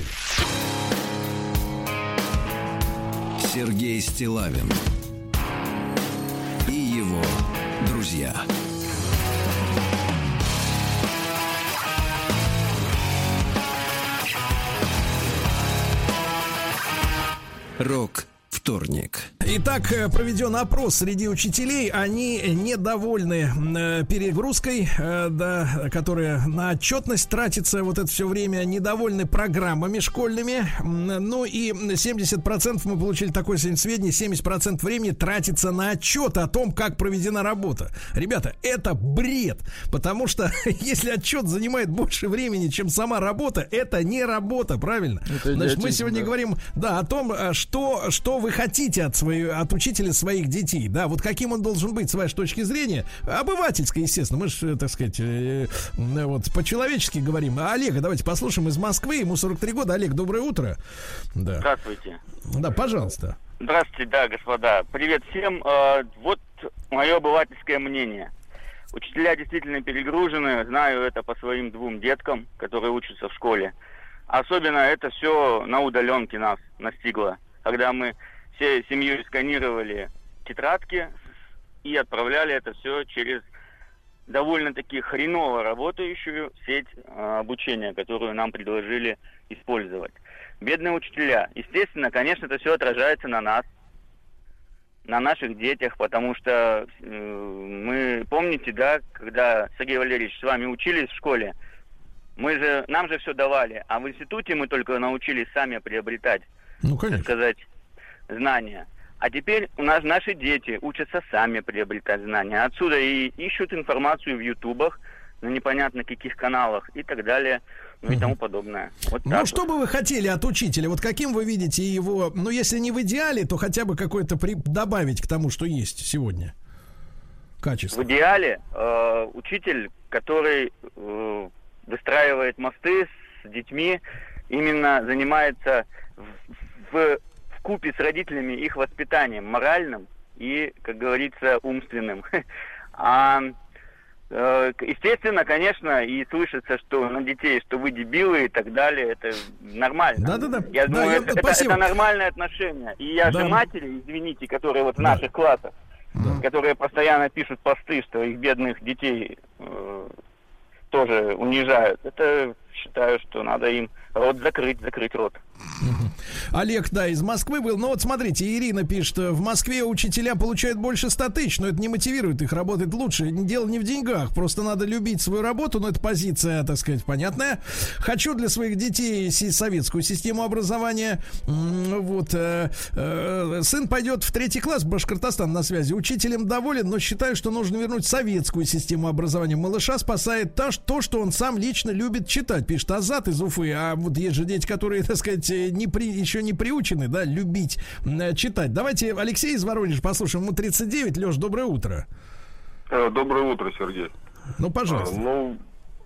Сергей Стиллавин и его друзья. Рок-вторник. Итак, проведен опрос среди учителей. Они недовольны э, перегрузкой, э, да, которая на отчетность тратится вот это все время, недовольны программами школьными. Ну и семьдесят процентов мы получили такое сегодня сведения, семьдесят процентов времени тратится на отчет о том, как проведена работа. Ребята, это бред, потому что если отчет занимает больше времени, чем сама работа, это не работа, правильно? Это Значит, мы сегодня да. говорим, да, о том, что, что вы хотите от своих свои, от учителя своих детей, да, вот каким он должен быть с вашей точки зрения, обывательской, естественно, мы же, так сказать, э, вот по-человечески говорим. А Олега давайте послушаем из Москвы, ему сорок три года. Олег, доброе утро. Да. Здравствуйте. Да, пожалуйста. Здравствуйте, да, господа. Привет всем. Э, вот мое обывательское мнение. Учителя действительно перегружены, знаю это по своим двум деткам, которые учатся в школе. Особенно это все на удаленке нас настигло, когда мы всей семьей сканировали тетрадки и отправляли это все через довольно-таки хреново работающую сеть э, обучения, которую нам предложили использовать. Бедные учителя. Естественно, конечно, это все отражается на нас, на наших детях, потому что э, мы, помните, да, когда, Сергей Валерьевич, с вами учились в школе, мы же, нам же все давали, а в институте мы только научились сами приобретать, ну, конечно, так сказать, знания. А теперь у нас наши дети учатся сами приобретать знания. Отсюда и ищут информацию в ютубах, на непонятно каких каналах и так далее, ну и тому подобное. Вот ну, что вот бы вы хотели от учителя? Вот каким вы видите его, ну, если не в идеале, то хотя бы какое-то при... добавить к тому, что есть сегодня? Качество. В идеале э, учитель, который э, выстраивает мосты с детьми, именно занимается в, в, в купе с родителями их воспитанием моральным и, как говорится, умственным. А естественно, конечно, и слышится, что на детей, что вы дебилы и так далее, это нормально. Да-да-да. Я да, думаю, я, это, это, это нормальное отношение. И я да. же матери, извините, которые вот в да. наших классах, да. которые постоянно пишут посты, что их бедных детей э, тоже унижают. Это считаю, что надо им рот закрыть, закрыть рот. Олег, да, из Москвы был. Ну вот смотрите, Ирина пишет, в Москве учителя получают больше ста тысяч, но это не мотивирует их работать лучше. Дело не в деньгах, просто надо любить свою работу, но это позиция, так сказать, понятная. Хочу для своих детей советскую систему образования. Вот, э, э, сын пойдет в третий класс, Башкортостан на связи. Учителем доволен, но считаю, что нужно вернуть советскую систему образования. Малыша спасает то, что он сам лично любит читать, пишет Азат из Уфы. А вот есть же дети, которые, так сказать, не при, еще не приучены, да, любить э, читать. Давайте Алексей из Воронежа послушаем. Ему тридцать девять. Леш, доброе утро. Доброе утро, Сергей. Ну, пожалуйста. А, ну,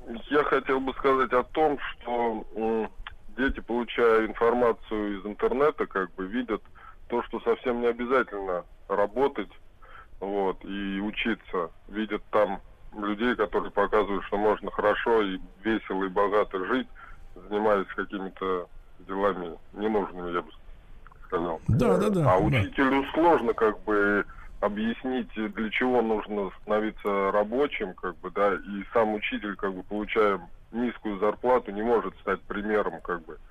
я хотел бы сказать о том, что м, дети, получая информацию из интернета, как бы видят то, что совсем не обязательно работать, вот, и учиться. Видят там людей, которые показывают, что можно хорошо и весело и богато жить, занимаясь какими-то делами ненужными, я бы сказал. Да, да, да. А учителю да. сложно как бы объяснить, для чего нужно становиться рабочим, как бы, да, и сам учитель, как бы, получая низкую зарплату, не может стать примером, как бы,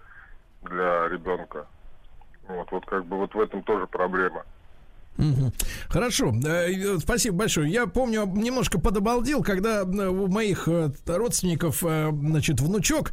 для ребенка. Вот, вот как бы вот в этом тоже проблема. Угу. Хорошо, спасибо большое. Я помню, немножко подобалдел, когда у моих родственников, значит, внучок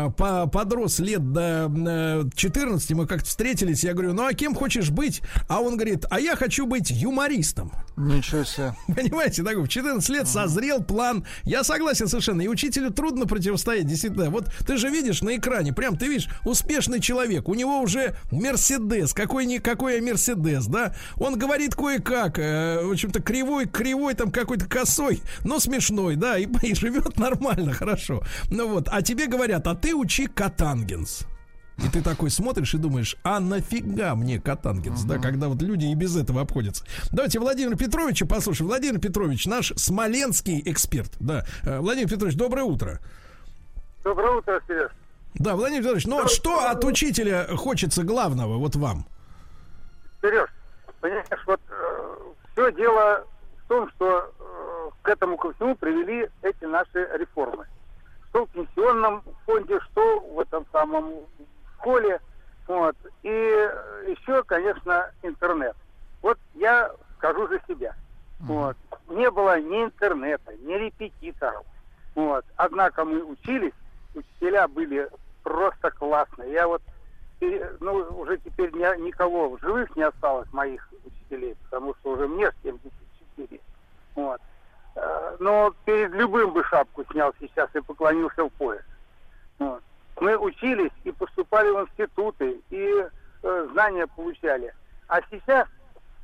подрос лет до четырнадцати, мы как-то встретились, я говорю, ну а кем хочешь быть? А он говорит, а я хочу быть юмористом. Ничего себе. Понимаете, такой в четырнадцать лет созрел план. Я согласен совершенно, и учителю трудно противостоять, действительно. Вот ты же видишь на экране, прям ты видишь, успешный человек, у него уже Мерседес, какой-никакой Мерседес, да? Он говорит кое-как, э, в общем-то, кривой, кривой, там какой-то косой, но смешной, да, и, и живет нормально, хорошо. Ну вот, а тебе говорят, а ты учи катангенс. И ты такой смотришь и думаешь, а нафига мне катангенс, uh-huh. да, когда вот люди и без этого обходятся. Давайте Владимира Петровича послушаем. Владимир Петрович, наш смоленский эксперт, да. Владимир Петрович, доброе утро. Доброе утро, Сереж. Да, Владимир Петрович, ну вот что от учителя хочется главного, вот вам? Сереж, понимаешь, вот э, все дело в том, что э, к этому ко всему привели эти наши реформы. Что в пенсионном фонде, что в этом самом школе. Вот. И еще, конечно, интернет. Вот я скажу за себя. Вот. Не было ни интернета, ни репетиторов. Вот. Однако мы учились, учителя были просто классные. Я вот ну, уже теперь ни, никого в живых не осталось, моих учителей, потому что уже мне семьдесят четыре. Вот. Но перед любым бы шапку снял сейчас и поклонился в пояс. Вот. Мы учились и поступали в институты, и э, знания получали. А сейчас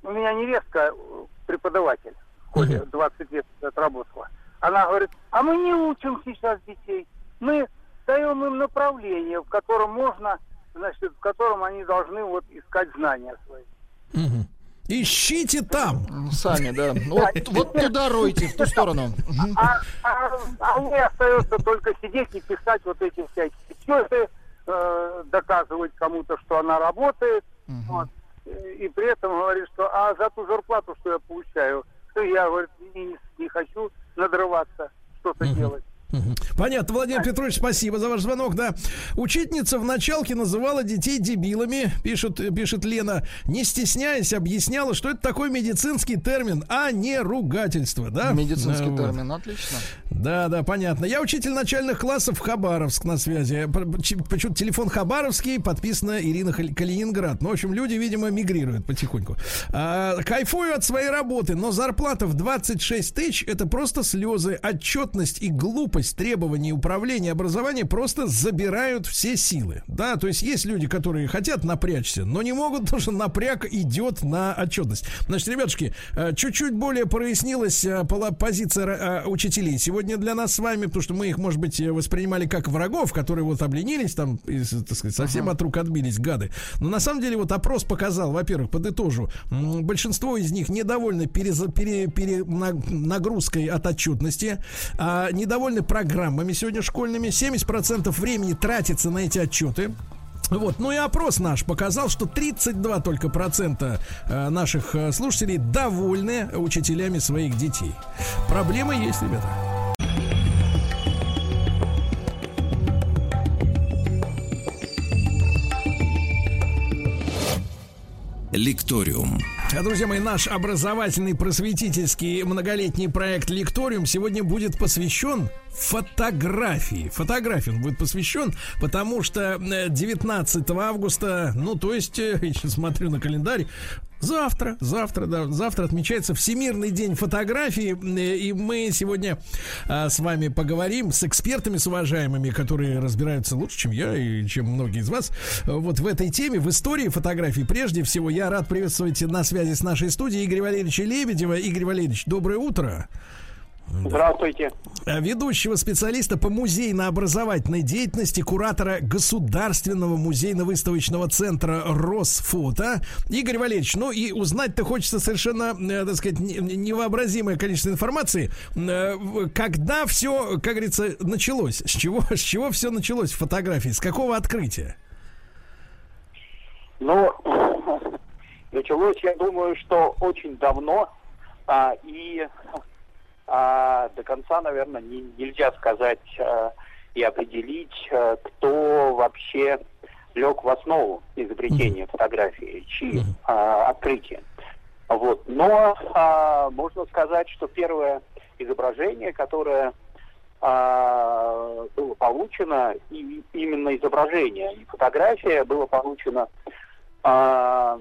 у меня невестка преподаватель в школе, uh-huh. двадцать лет отработала. Она говорит, а мы не учим сейчас детей, мы даем им направление, в котором можно, значит, в котором они должны вот искать знания свои. Uh-huh. Ищите там. Сами, да. Вот, вот туда ройте, в ту сторону. А, а, а мне остается только сидеть и писать вот эти всякие отчеты, э, доказывать кому-то, что она работает. Uh-huh. Вот. И при этом говорит, что а за ту зарплату, что я получаю, то я, говорит, не, не хочу надрываться, что-то uh-huh. делать. Понятно, Владимир Петрович, спасибо за ваш звонок. Да, учительница в началке называла детей дебилами, пишет, пишет Лена, не стесняясь, объясняла, что это такой медицинский термин, а не ругательство. Да? Медицинский вот. термин, отлично. Да, да, понятно. Я учитель начальных классов Хабаровск на связи. Почему-то телефон Хабаровский, подписано Ирина Калининград. Ну, в общем, люди, видимо, мигрируют потихоньку. А, кайфую от своей работы, но зарплата в двадцать шесть тысяч это просто слезы, отчетность и глупость требований управления образования просто забирают все силы. Да, то есть есть люди, которые хотят напрячься, но не могут, потому что напряг идет на отчетность. Значит, ребятушки, чуть-чуть более прояснилась позиция учителей сегодня для нас с вами, потому что мы их, может быть, воспринимали как врагов, которые вот обленились там, и, так сказать, совсем от рук отбились, гады. Но на самом деле вот опрос показал, во-первых, подытожу, большинство из них недовольны переза, пере, пере, нагрузкой от отчетности, а недовольны программами сегодня школьными. семьдесят процентов времени тратится на эти отчеты. Вот. Ну и опрос наш показал, что тридцать два только процента наших слушателей довольны учителями своих детей. Проблемы есть, ребята. Лекториум. Друзья мои, наш образовательный, просветительский многолетний проект «Лекториум» сегодня будет посвящен фотографии. Фотографии он будет посвящен, потому что девятнадцатого августа, ну, то есть, я сейчас смотрю на календарь, Завтра, завтра, да, завтра отмечается Всемирный день фотографии, и мы сегодня а, с вами поговорим с экспертами, с уважаемыми, которые разбираются лучше, чем я и чем многие из вас, вот в этой теме, в истории фотографий. Прежде всего, я рад приветствовать на связи с нашей студией Игоря Валерьевича Лебедева. Игорь Валерьевич, доброе утро. Здравствуйте. Ведущего специалиста по музейно-образовательной деятельности, куратора Государственного музейно-выставочного центра Росфото. Игорь Валерьевич, ну и узнать-то хочется совершенно, так сказать, невообразимое количество информации. Когда все, как говорится, началось? С чего, с чего все началось в фотографии? С какого открытия? Ну, началось, я думаю, что очень давно, а, и... А до конца, наверное, не, нельзя сказать а, и определить, а, кто вообще лег в основу изобретения фотографии, чьи а, открытия. Вот. Но а, можно сказать, что первое изображение, которое а, было получено, и, именно изображение, и фотография было получено а,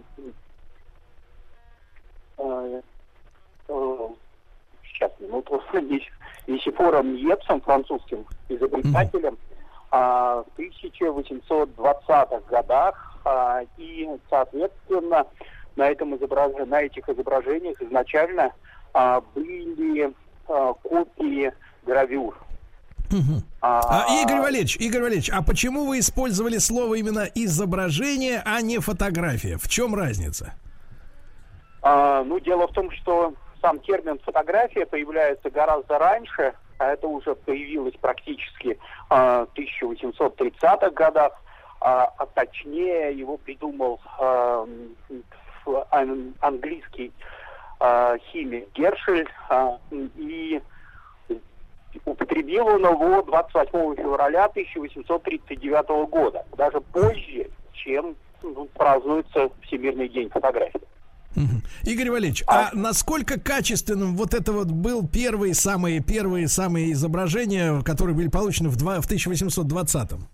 а, а, сейчас минуту, Нисифором Епсом, французским изобретателем, а, в тысяча восемьсот двадцатых годах, а, и, соответственно, на, этом изображ... на этих изображениях изначально а, были а, копии гравюр. Угу. А, а, Игорь Валерьевич, Игорь Валерьевич, а почему вы использовали слово именно изображение, а не фотография? В чем разница? А, ну, дело в том, что сам термин «фотография» появляется гораздо раньше, а это уже появилось практически а, в тысяча восемьсот тридцатых годах, а, а точнее его придумал а, ан- английский а, химик Гершель, а, и употребил он его двадцать восьмого февраля тысяча восемьсот тридцать девятого года, даже позже, чем ну, празднуется Всемирный день фотографии. Игорь Валерьевич, а, а насколько качественным вот это вот был первые самые первые самые изображения, которые были получены в, два, в тысяча восемьсот двадцатом?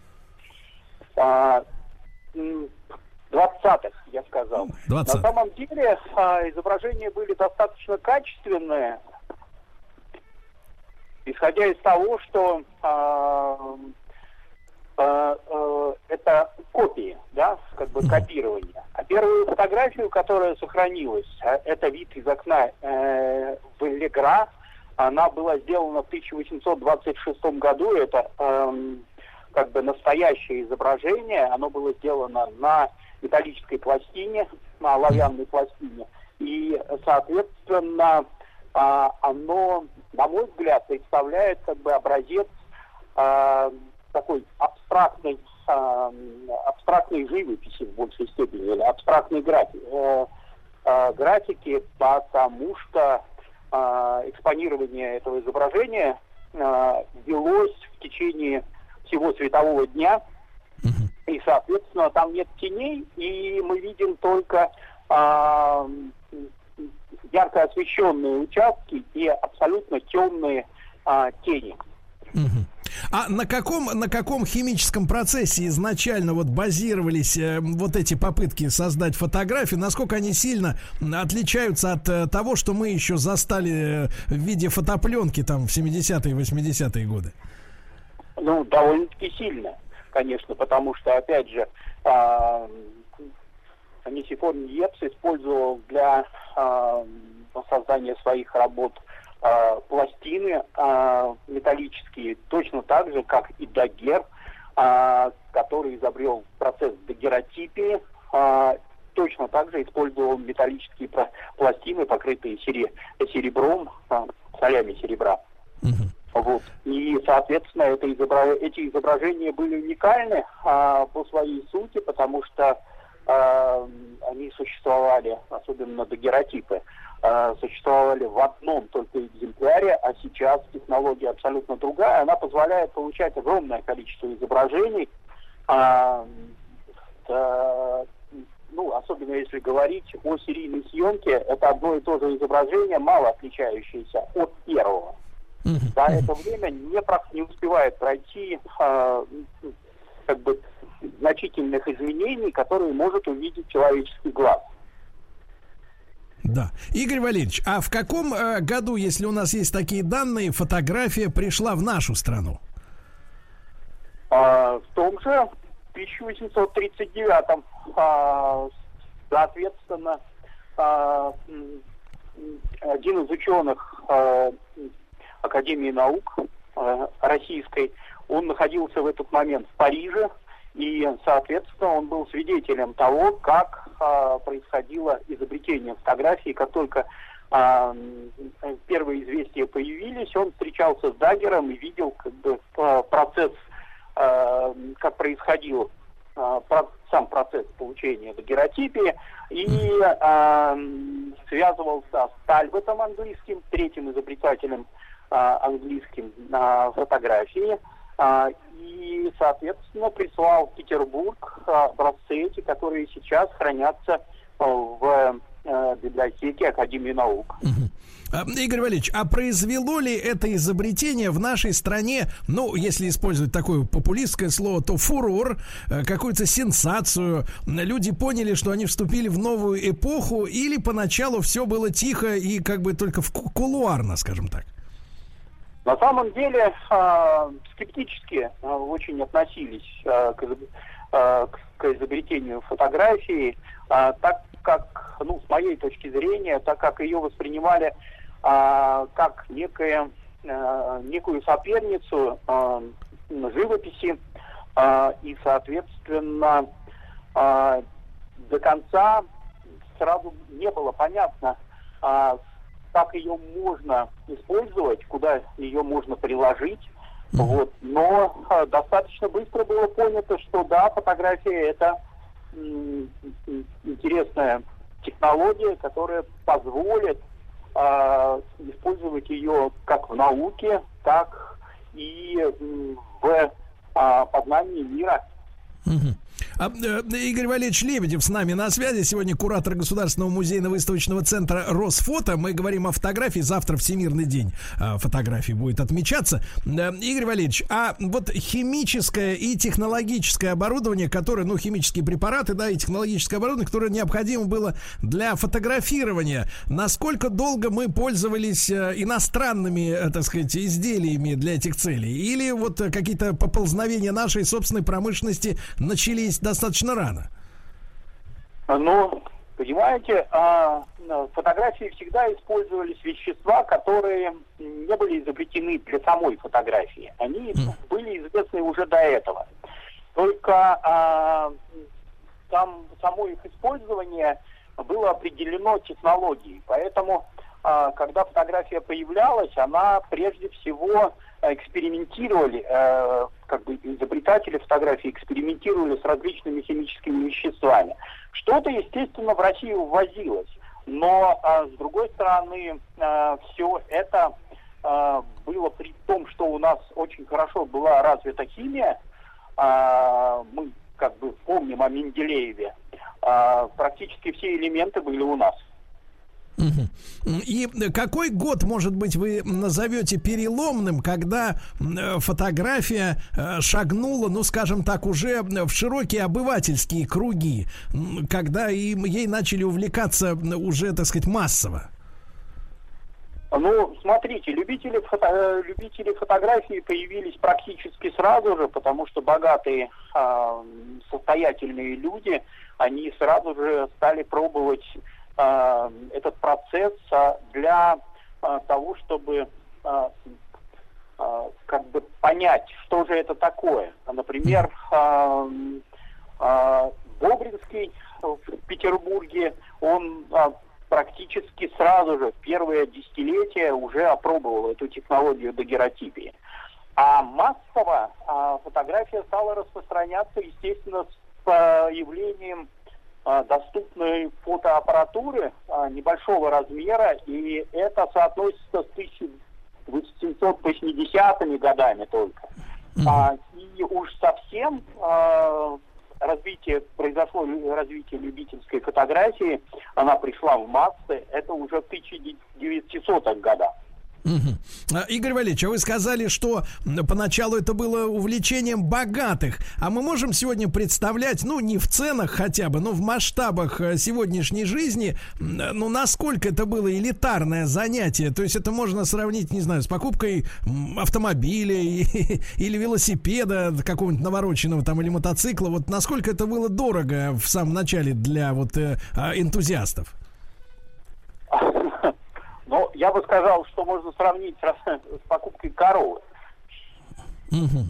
А, двадцатых, я сказал. двадцатых. На самом деле а, изображения были достаточно качественные, исходя из того, что а, э, э, это копии, да, как бы копирование. А первую фотографию, которая сохранилась, это вид из окна э, в Легра. Она была сделана в тысяча восемьсот двадцать шестом году. Это э, как бы настоящее изображение. Оно было сделано на металлической пластине, на оловянной пластине. И, соответственно, э, оно, на мой взгляд, представляет как бы образец э, такой абстрактной, э, абстрактной живописи в большей степени, или абстрактной графики, э, э, графики, потому что экспонирование этого изображения э, велось в течение всего светового дня, и, соответственно, там нет теней, и мы видим только э, ярко освещенные участки и абсолютно темные э, тени. А на каком, на каком химическом процессе изначально вот базировались э, вот эти попытки создать фотографии? Насколько они сильно отличаются от э, того, что мы еще застали э, в виде фотопленки там в семидесятые и восьмидесятые годы? Ну, довольно-таки сильно, конечно, потому что, опять же, э, Нисифор Ньепс использовал для э, создания своих работ Uh, пластины uh, металлические, точно так же, как и Дагер, uh, который изобрел процесс дагеротипии, uh, точно так же использовал металлические пластины, покрытые сере- серебром, uh, солями серебра. Mm-hmm. Вот. И, соответственно, это изобра- эти изображения были уникальны uh, по своей сути, потому что uh, они существовали, особенно дагеротипы, существовали в одном только экземпляре, а сейчас технология абсолютно другая. Она позволяет получать огромное количество изображений, а, а, ну, особенно если говорить о серийной съемке, это одно и то же изображение, мало отличающееся от первого. Mm-hmm. За это время не, про, не успевает пройти а, как бы значительных изменений, которые может увидеть человеческий глаз. Да. Игорь Валерьевич, а в каком э, году, если у нас есть такие данные, фотография пришла в нашу страну? А, в том же тысяча восемьсот тридцать девятом. А, соответственно, а, один из ученых а, Академии наук а, российской, он находился в этот момент в Париже, и, соответственно, он был свидетелем того, как а, происходило изобретение фотографии. Как только а, первые известия появились, он встречался с Даггером и видел как бы, процесс, а, как происходил а, про, сам процесс получения дагеротипии, и а, связывался с Тальботом английским, третьим изобретателем а, английским а, фотографии. А, и, соответственно, прислал в Петербург образцы эти, которые сейчас хранятся в э, библиотеке Академии наук. Uh-huh. Игорь Валерьевич, а произвело ли это изобретение в нашей стране, ну, если использовать такое популистское слово, то фурор, какую-то сенсацию? Люди поняли, что они вступили в новую эпоху, или поначалу все было тихо и как бы только в кулуарно, скажем так? На самом деле э, скептически э, очень относились э, к, э, к изобретению фотографии, э, так как, ну, с моей точки зрения, так как ее воспринимали э, как некое, э, некую соперницу э, живописи, э, и, соответственно, э, до конца сразу не было понятно, э, как ее можно использовать, куда ее можно приложить. Mm-hmm. Вот. Но а, достаточно быстро было понято, что да, фотография — это м- м- интересная технология, которая позволит а, использовать ее как в науке, так и м- в а, познании мира. Mm-hmm. А, Игорь Валерьевич Лебедев с нами на связи. Сегодня куратор Государственного музейно-выставочного центра Росфото. Мы говорим о фотографии. Завтра Всемирный день фотографии будет отмечаться. Игорь Валерьевич, а вот химическое и технологическое оборудование, которое, ну, химические препараты, да, и технологическое оборудование, которое необходимо было для фотографирования, насколько долго мы пользовались иностранными, так сказать, изделиями для этих целей? Или вот какие-то поползновения нашей собственной промышленности начались достаточно рано? Ну, понимаете, в фотографии всегда использовались вещества, которые не были изобретены для самой фотографии. Они mm. были известны уже до этого. Только а, там само их использование было определено технологией. Поэтому, а, когда фотография появлялась, она прежде всего экспериментировали, э, как бы изобретатели фотографии экспериментировали с различными химическими веществами. Что-то, естественно, в Россию ввозилось. Но, э, с другой стороны, э, все это э, было при том, что у нас очень хорошо была развита химия. Э, мы как бы помним о Менделееве. Э, практически все элементы были у нас. И какой год, может быть, вы назовете переломным, когда фотография шагнула, ну, скажем так, уже в широкие обывательские круги, когда им, ей начали увлекаться уже, так сказать, массово? Ну, смотрите, любители, фото, любители фотографии появились практически сразу же, потому что богатые, э, состоятельные люди, они сразу же стали пробовать этот процесс для того, чтобы как бы понять, что же это такое. Например, Бобринский в Петербурге, он практически сразу же в первое десятилетие уже опробовал эту технологию дагеротипии. А массово фотография стала распространяться, естественно, с появлением доступной фотоаппаратуры а, небольшого размера, и это соотносится с тысяча восемьсот восьмидесятыми годами только. Mm-hmm. А, и уж совсем а, развитие, произошло развитие любительской фотографии, она пришла в массы, это уже в тысяча девятисотых годах. Угу. Игорь Валерьевич, а вы сказали, что поначалу это было увлечением богатых. А мы можем сегодня представлять, ну, не в ценах хотя бы, но в масштабах сегодняшней жизни, ну, насколько это было элитарное занятие? То есть это можно сравнить, не знаю, с покупкой автомобиля или велосипеда какого-нибудь навороченного там, или мотоцикла. Вот насколько это было дорого в самом начале для вот энтузиастов? Ну, я бы сказал, что можно сравнить с, с покупкой коровы. Угу,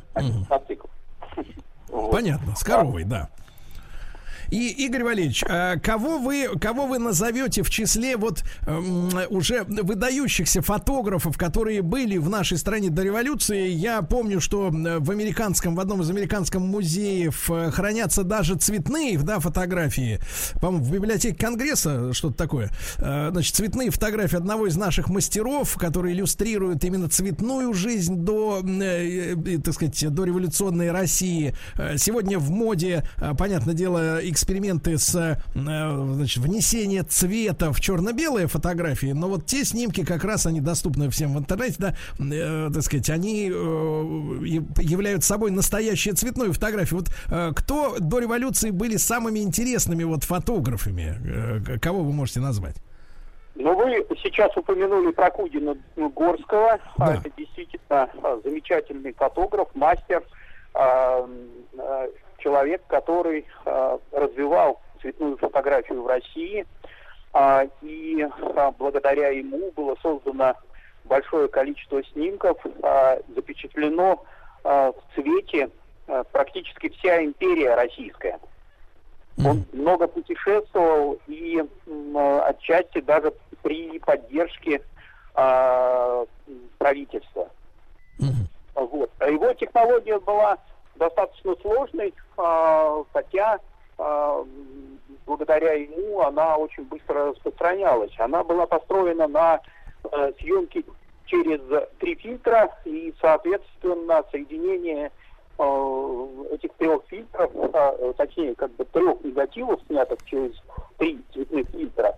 угу. Понятно, с коровой, да. И, Игорь Валерьевич, кого вы, кого вы назовете в числе вот уже выдающихся фотографов, которые были в нашей стране до революции? Я помню, что в американском, в одном из американских музеев хранятся даже цветные, да, фотографии. По-моему, в библиотеке Конгресса что-то такое. Значит, цветные фотографии одного из наших мастеров, которые иллюстрируют именно цветную жизнь до, так сказать, до революционной России. Сегодня в моде, понятное дело, эксперименты с, значит, внесение цвета в черно-белые фотографии, но вот те снимки как раз они доступны всем в интернете, да, э, так сказать, они э, являются собой настоящие цветную фотографию. Вот э, кто до революции были самыми интересными вот фотографами? Э, кого вы можете назвать? Ну, вы сейчас упомянули Прокудина Горского. Да. Это действительно замечательный фотограф, мастер, э, э, человек, который э, развивал цветную фотографию в России, э, и э, благодаря ему было создано большое количество снимков, э, запечатлено э, в цвете э, практически вся империя российская. Он много путешествовал и э, отчасти даже при поддержке э, правительства. Mm-hmm. Вот. А его технология была достаточно сложной, э, хотя э, благодаря ему она очень быстро распространялась. Она была построена на э, съемке через три фильтра и, соответственно, соединение этих трех фильтров, точнее, как бы трех негативов, снятых через три цветных фильтра,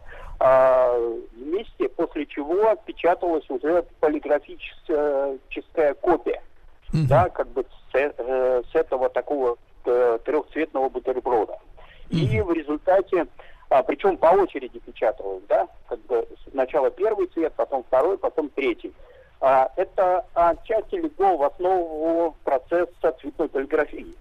вместе, после чего печаталась уже полиграфическая копия, mm-hmm. да, как бы с, с этого такого трехцветного бутерброда. Mm-hmm. И в результате, а, причем по очереди печаталось, да, как бы сначала первый цвет, потом второй, потом третий. А, это отчасти легло в основу процесса цветной полиграфии.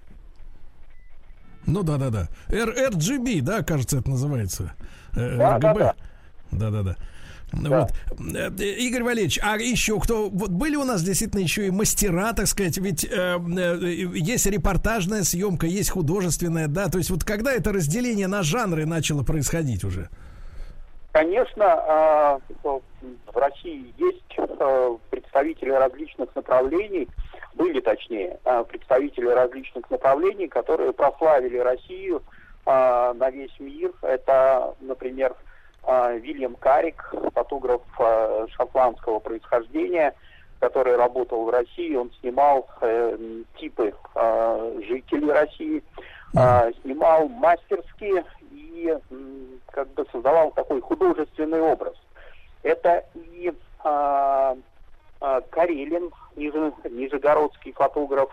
Ну да, да, да. эр джи би, да, кажется, это называется. Да, эр джи би. да, да. Да, да, да. Да. Вот. Игорь Валерьевич, а еще кто? Вот были у нас действительно еще и мастера, так сказать, ведь э, э, есть репортажная съемка, есть художественная, да, то есть вот когда это разделение на жанры начало происходить уже? Конечно, э, в России есть э, представители различных направлений, были точнее, э, представители различных направлений, которые прославили Россию э, на весь мир. Это, например, Вильям Карик, фотограф э, шотландского происхождения, который работал в России. Он снимал э, типы э, жителей России, э, снимал мастерски и э, как бы создавал такой художественный образ. Это и э, э, Карелин, ниже, нижегородский фотограф,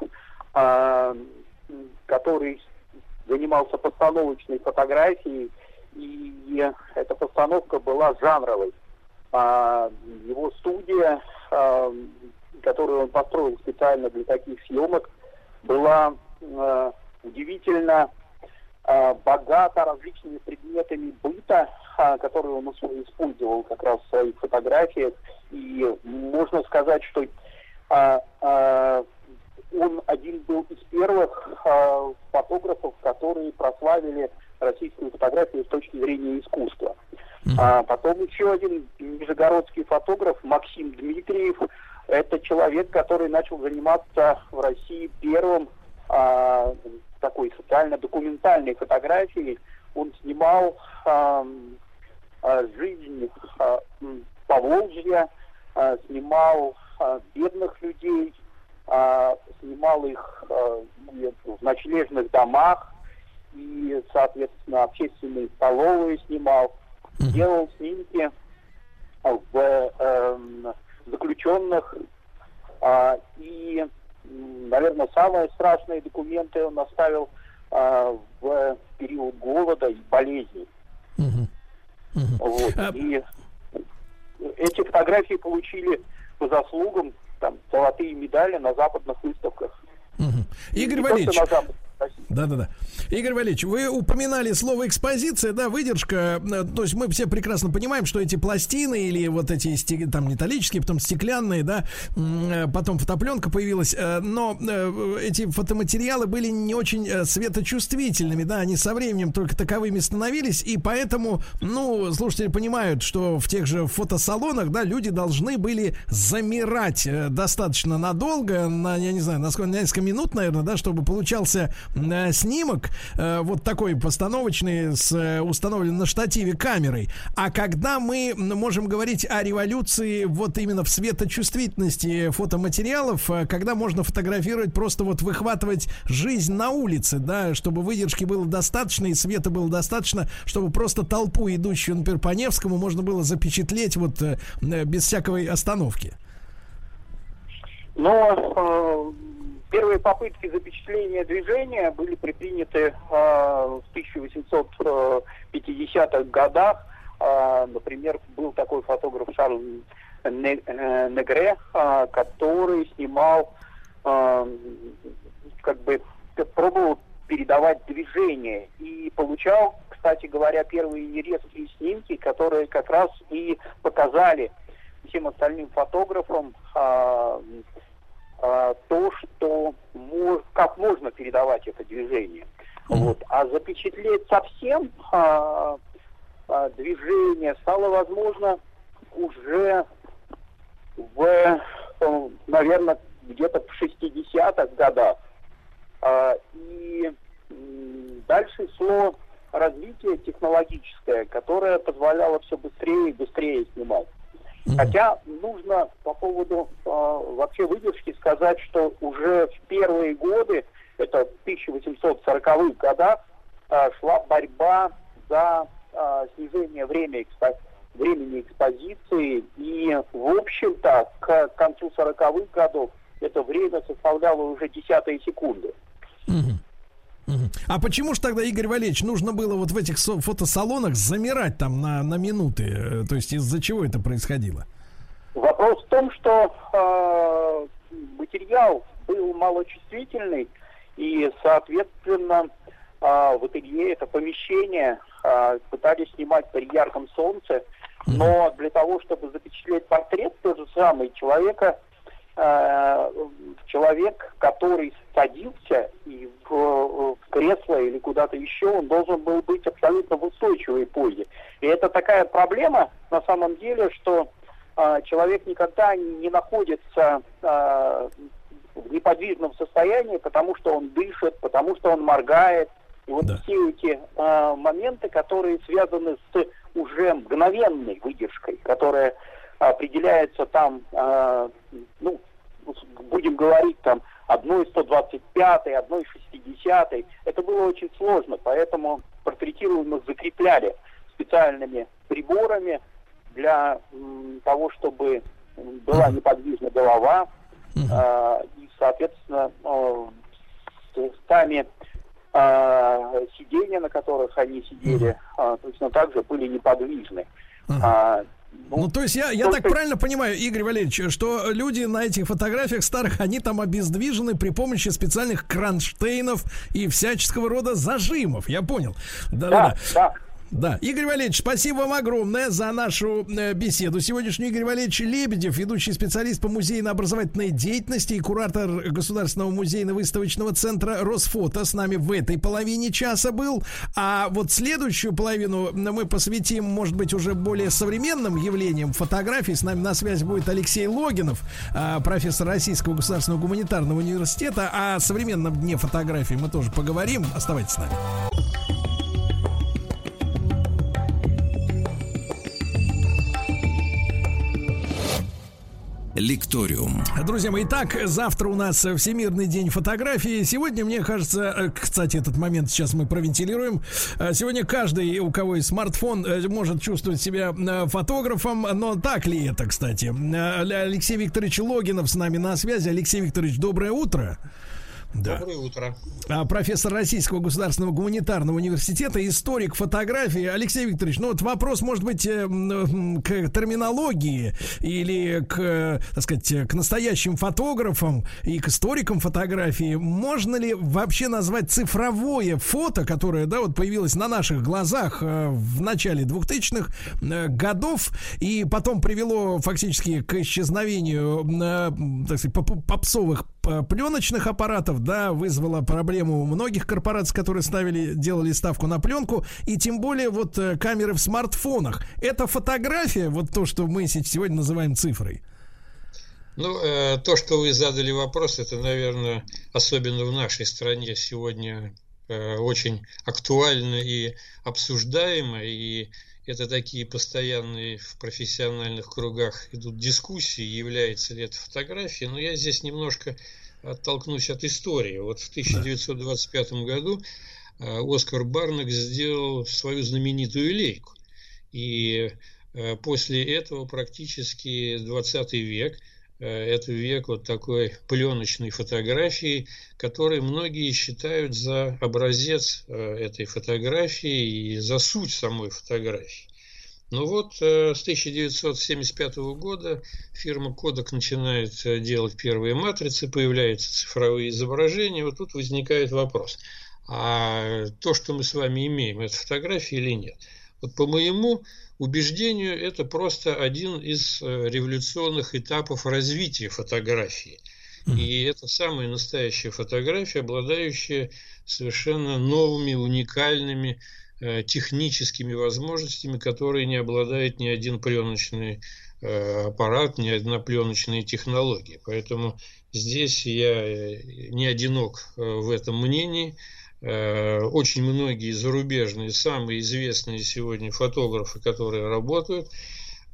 э, который занимался постановочной фотографией, и эта постановка была жанровой. А, его студия, а, которую он построил специально для таких съемок, была а, удивительно а, богата различными предметами быта, а, которые он использовал как раз в своих фотографиях. И можно сказать, что а, а, он один был из первых а, фотографов, которые прославили российскую фотографию с точки зрения искусства. Mm-hmm. А потом еще один нижегородский фотограф Максим Дмитриев. Это человек, который начал заниматься в России первым а, такой социально-документальной фотографией. Он снимал а, а, жизнь а, Поволжья, а, снимал а, бедных людей, а, снимал их а, в ночлежных домах, и, соответственно, общественные столовые снимал, mm-hmm. делал снимки в э, заключенных, э, и, наверное, самые страшные документы он оставил э, в период голода и болезней. Mm-hmm. Mm-hmm. Вот. Uh... И эти фотографии получили по заслугам там, золотые медали на западных выставках. Mm-hmm. Игорь Валерьевич, да-да-да. Игорь Валерьевич, вы упоминали слово экспозиция, да, выдержка. То есть мы все прекрасно понимаем, что эти пластины или вот эти там металлические, потом стеклянные, да, потом фотопленка появилась, но эти фотоматериалы были не очень светочувствительными, да, они со временем только таковыми становились, и поэтому, ну, слушатели понимают, что в тех же фотосалонах, да, люди должны были замирать достаточно надолго, на, я не знаю, на сколько, на несколько минут, наверное, да, чтобы получался э, снимок э, вот такой постановочный, с, э, установлен на штативе камерой. А когда мы можем говорить о революции вот именно в светочувствительности фотоматериалов, э, когда можно фотографировать, просто вот выхватывать жизнь на улице, да, чтобы выдержки было достаточно и света было достаточно, чтобы просто толпу, идущую, например, по Невскому, можно было запечатлеть вот э, без всякой остановки. Но э, первые попытки запечатления движения были предприняты э, в тысяча восемьсот пятидесятых годах. Э, например, был такой фотограф Шарль Негре, э, который снимал, э, как бы пробовал передавать движение и получал, кстати говоря, первые резкие снимки, которые как раз и показали всем остальным фотографам э, то, что мож, как можно передавать это движение. Mm-hmm. Вот. А запечатлеть совсем а, а, движение стало возможно уже в, наверное, где-то в шестидесятых годах. А, и м, дальше шло развитие технологическое, которое позволяло все быстрее и быстрее снимать. Mm-hmm. Хотя нужно по поводу э, вообще выдержки сказать, что уже в первые годы, это в тысяча восемьсот сороковых годах, э, шла борьба за э, снижение время экспо- времени экспозиции, и, в общем-то, к концу сороковых годов это время составляло уже десятые секунды. Mm-hmm. А почему же тогда, Игорь Валерьевич, нужно было вот в этих фотосалонах замирать там на, на минуты? То есть из-за чего это происходило? Вопрос в том, что э, материал был малочувствительный, и, соответственно, э, в ателье это помещение э, пытались снимать при ярком солнце, но для того, чтобы запечатлеть портрет, тот же самый человека, человек, который садился и в, в кресло или куда-то еще, он должен был быть абсолютно в устойчивой позе. И это такая проблема на самом деле, что э, человек никогда не находится э, в неподвижном состоянии, потому что он дышит, потому что он моргает. И вот да. все эти э, моменты, которые связаны с уже мгновенной выдержкой, которая определяется там, э, ну, будем говорить, там, одной сто двадцать пятой, одной шестидесятой. Это было очень сложно, поэтому портретируемых закрепляли специальными приборами для м, того, чтобы была неподвижна голова, э, и, соответственно, э, сами э, сиденья, на которых они сидели, э, точно так же были неподвижны. Uh-huh. Ну, ну, то есть я, я так правильно понимаю, Игорь Валерьевич, что люди на этих фотографиях старых, они там обездвижены при помощи специальных кронштейнов и всяческого рода зажимов. Я понял. Да-да-да. Да, да. Да, Игорь Валерьевич, спасибо вам огромное за нашу э, беседу. Сегодняшний Игорь Валерьевич Лебедев, ведущий специалист по музейно-образовательной деятельности и куратор Государственного музейно-выставочного центра Росфото, с нами в этой половине часа был. А вот следующую половину мы посвятим, может быть, уже более современным явлениям фотографии. С нами на связи будет Алексей Логинов, э, профессор Российского государственного гуманитарного университета. О современном дне фотографии мы тоже поговорим. Оставайтесь с нами. Лекториум. Друзья мои, итак, завтра у нас Всемирный день фотографии. Сегодня, мне кажется, кстати, этот момент сейчас мы провентилируем. Сегодня каждый, у кого есть смартфон, может чувствовать себя фотографом. Но так ли это, кстати? Алексей Викторович Логинов с нами на связи. Алексей Викторович, доброе утро. Да. Доброе утро. Профессор Российского государственного гуманитарного университета, историк фотографии. Алексей Викторович, ну вот вопрос, может быть, к терминологии или к, так сказать, к настоящим фотографам и к историкам фотографии. Можно ли вообще назвать цифровое фото, которое, да, вот появилось на наших глазах в начале двухтысячных годов и потом привело фактически к исчезновению, так сказать, попсовых пленочных аппаратов, да, вызвало проблему у многих корпораций, которые ставили, делали ставку на пленку, и тем более вот камеры в смартфонах. Это фотография, вот то, что мы сегодня называем цифрой? Ну, э, то, что вы задали вопрос, это, наверное, особенно в нашей стране сегодня э, очень актуально и обсуждаемо, и это такие постоянные в профессиональных кругах идут дискуссии, является ли это фотографией, но я здесь немножко оттолкнусь от истории. Вот в тысяча девятьсот двадцать пятом году Оскар Барнек сделал свою знаменитую лейку. И после этого практически двадцатый век, это век вот такой пленочной фотографии, который многие считают за образец этой фотографии и за суть самой фотографии. Ну вот, с тысяча девятьсот семьдесят пятого года фирма Kodak начинает делать первые матрицы, появляются цифровые изображения. Вот тут возникает вопрос, а то, что мы с вами имеем, это фотография или нет? Вот по моему убеждению, это просто один из революционных этапов развития фотографии. И это самая настоящая фотография, обладающая совершенно новыми, уникальными техническими возможностями, которые не обладает ни один пленочный аппарат, ни одна пленочная технология. Поэтому здесь я не одинок в этом мнении. Очень многие зарубежные, самые известные сегодня фотографы, которые работают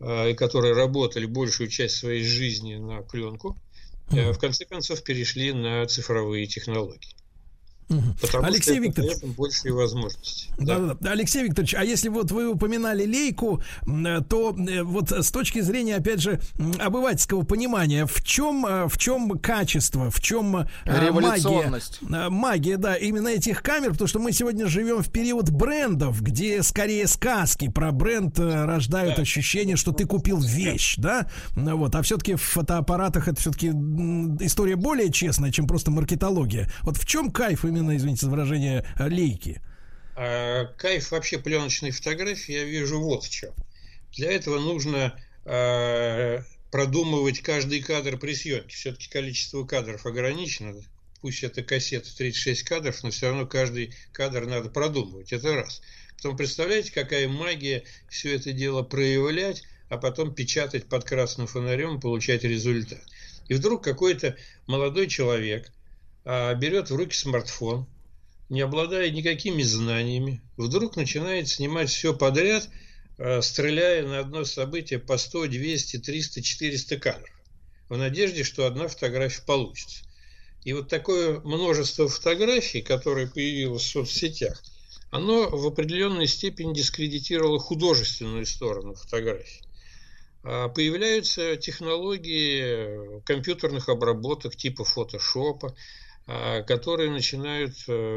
и которые работали большую часть своей жизни на пленку, в конце концов перешли на цифровые технологии. Потому Алексей что Викторович, это большие возможности. Да, да. Да. Алексей Викторович, а если вот вы упоминали лейку, то вот с точки зрения, опять же, обывательского понимания, в чем, в чем качество, в чем революционность? Магия, магия, да, именно этих камер, потому что мы сегодня живем в период брендов, где скорее сказки про бренд рождают да. ощущение, что ты купил вещь, да, вот, а все-таки в фотоаппаратах это все-таки история более честная, чем просто маркетология. Вот в чем кайф именно, извините за выражение, лейки? А, кайф вообще пленочной фотографии я вижу вот в чем. Для этого нужно а, продумывать каждый кадр при съемке. Все-таки количество кадров ограничено. Пусть это кассета тридцать шесть кадров, но все равно каждый кадр надо продумывать. Это раз. Потом представляете, какая магия все это дело проявлять, а потом печатать под красным фонарем и получать результат. И вдруг какой-то молодой человек берет в руки смартфон, не обладая никакими знаниями, вдруг начинает снимать все подряд, стреляя на одно событие по сто, двести, триста, четыреста кадров, в надежде, что одна фотография получится. И вот такое множество фотографий, которое появилось в соцсетях, оно в определенной степени дискредитировало художественную сторону фотографий. Появляются технологии компьютерных обработок типа фотошопа, которые начинают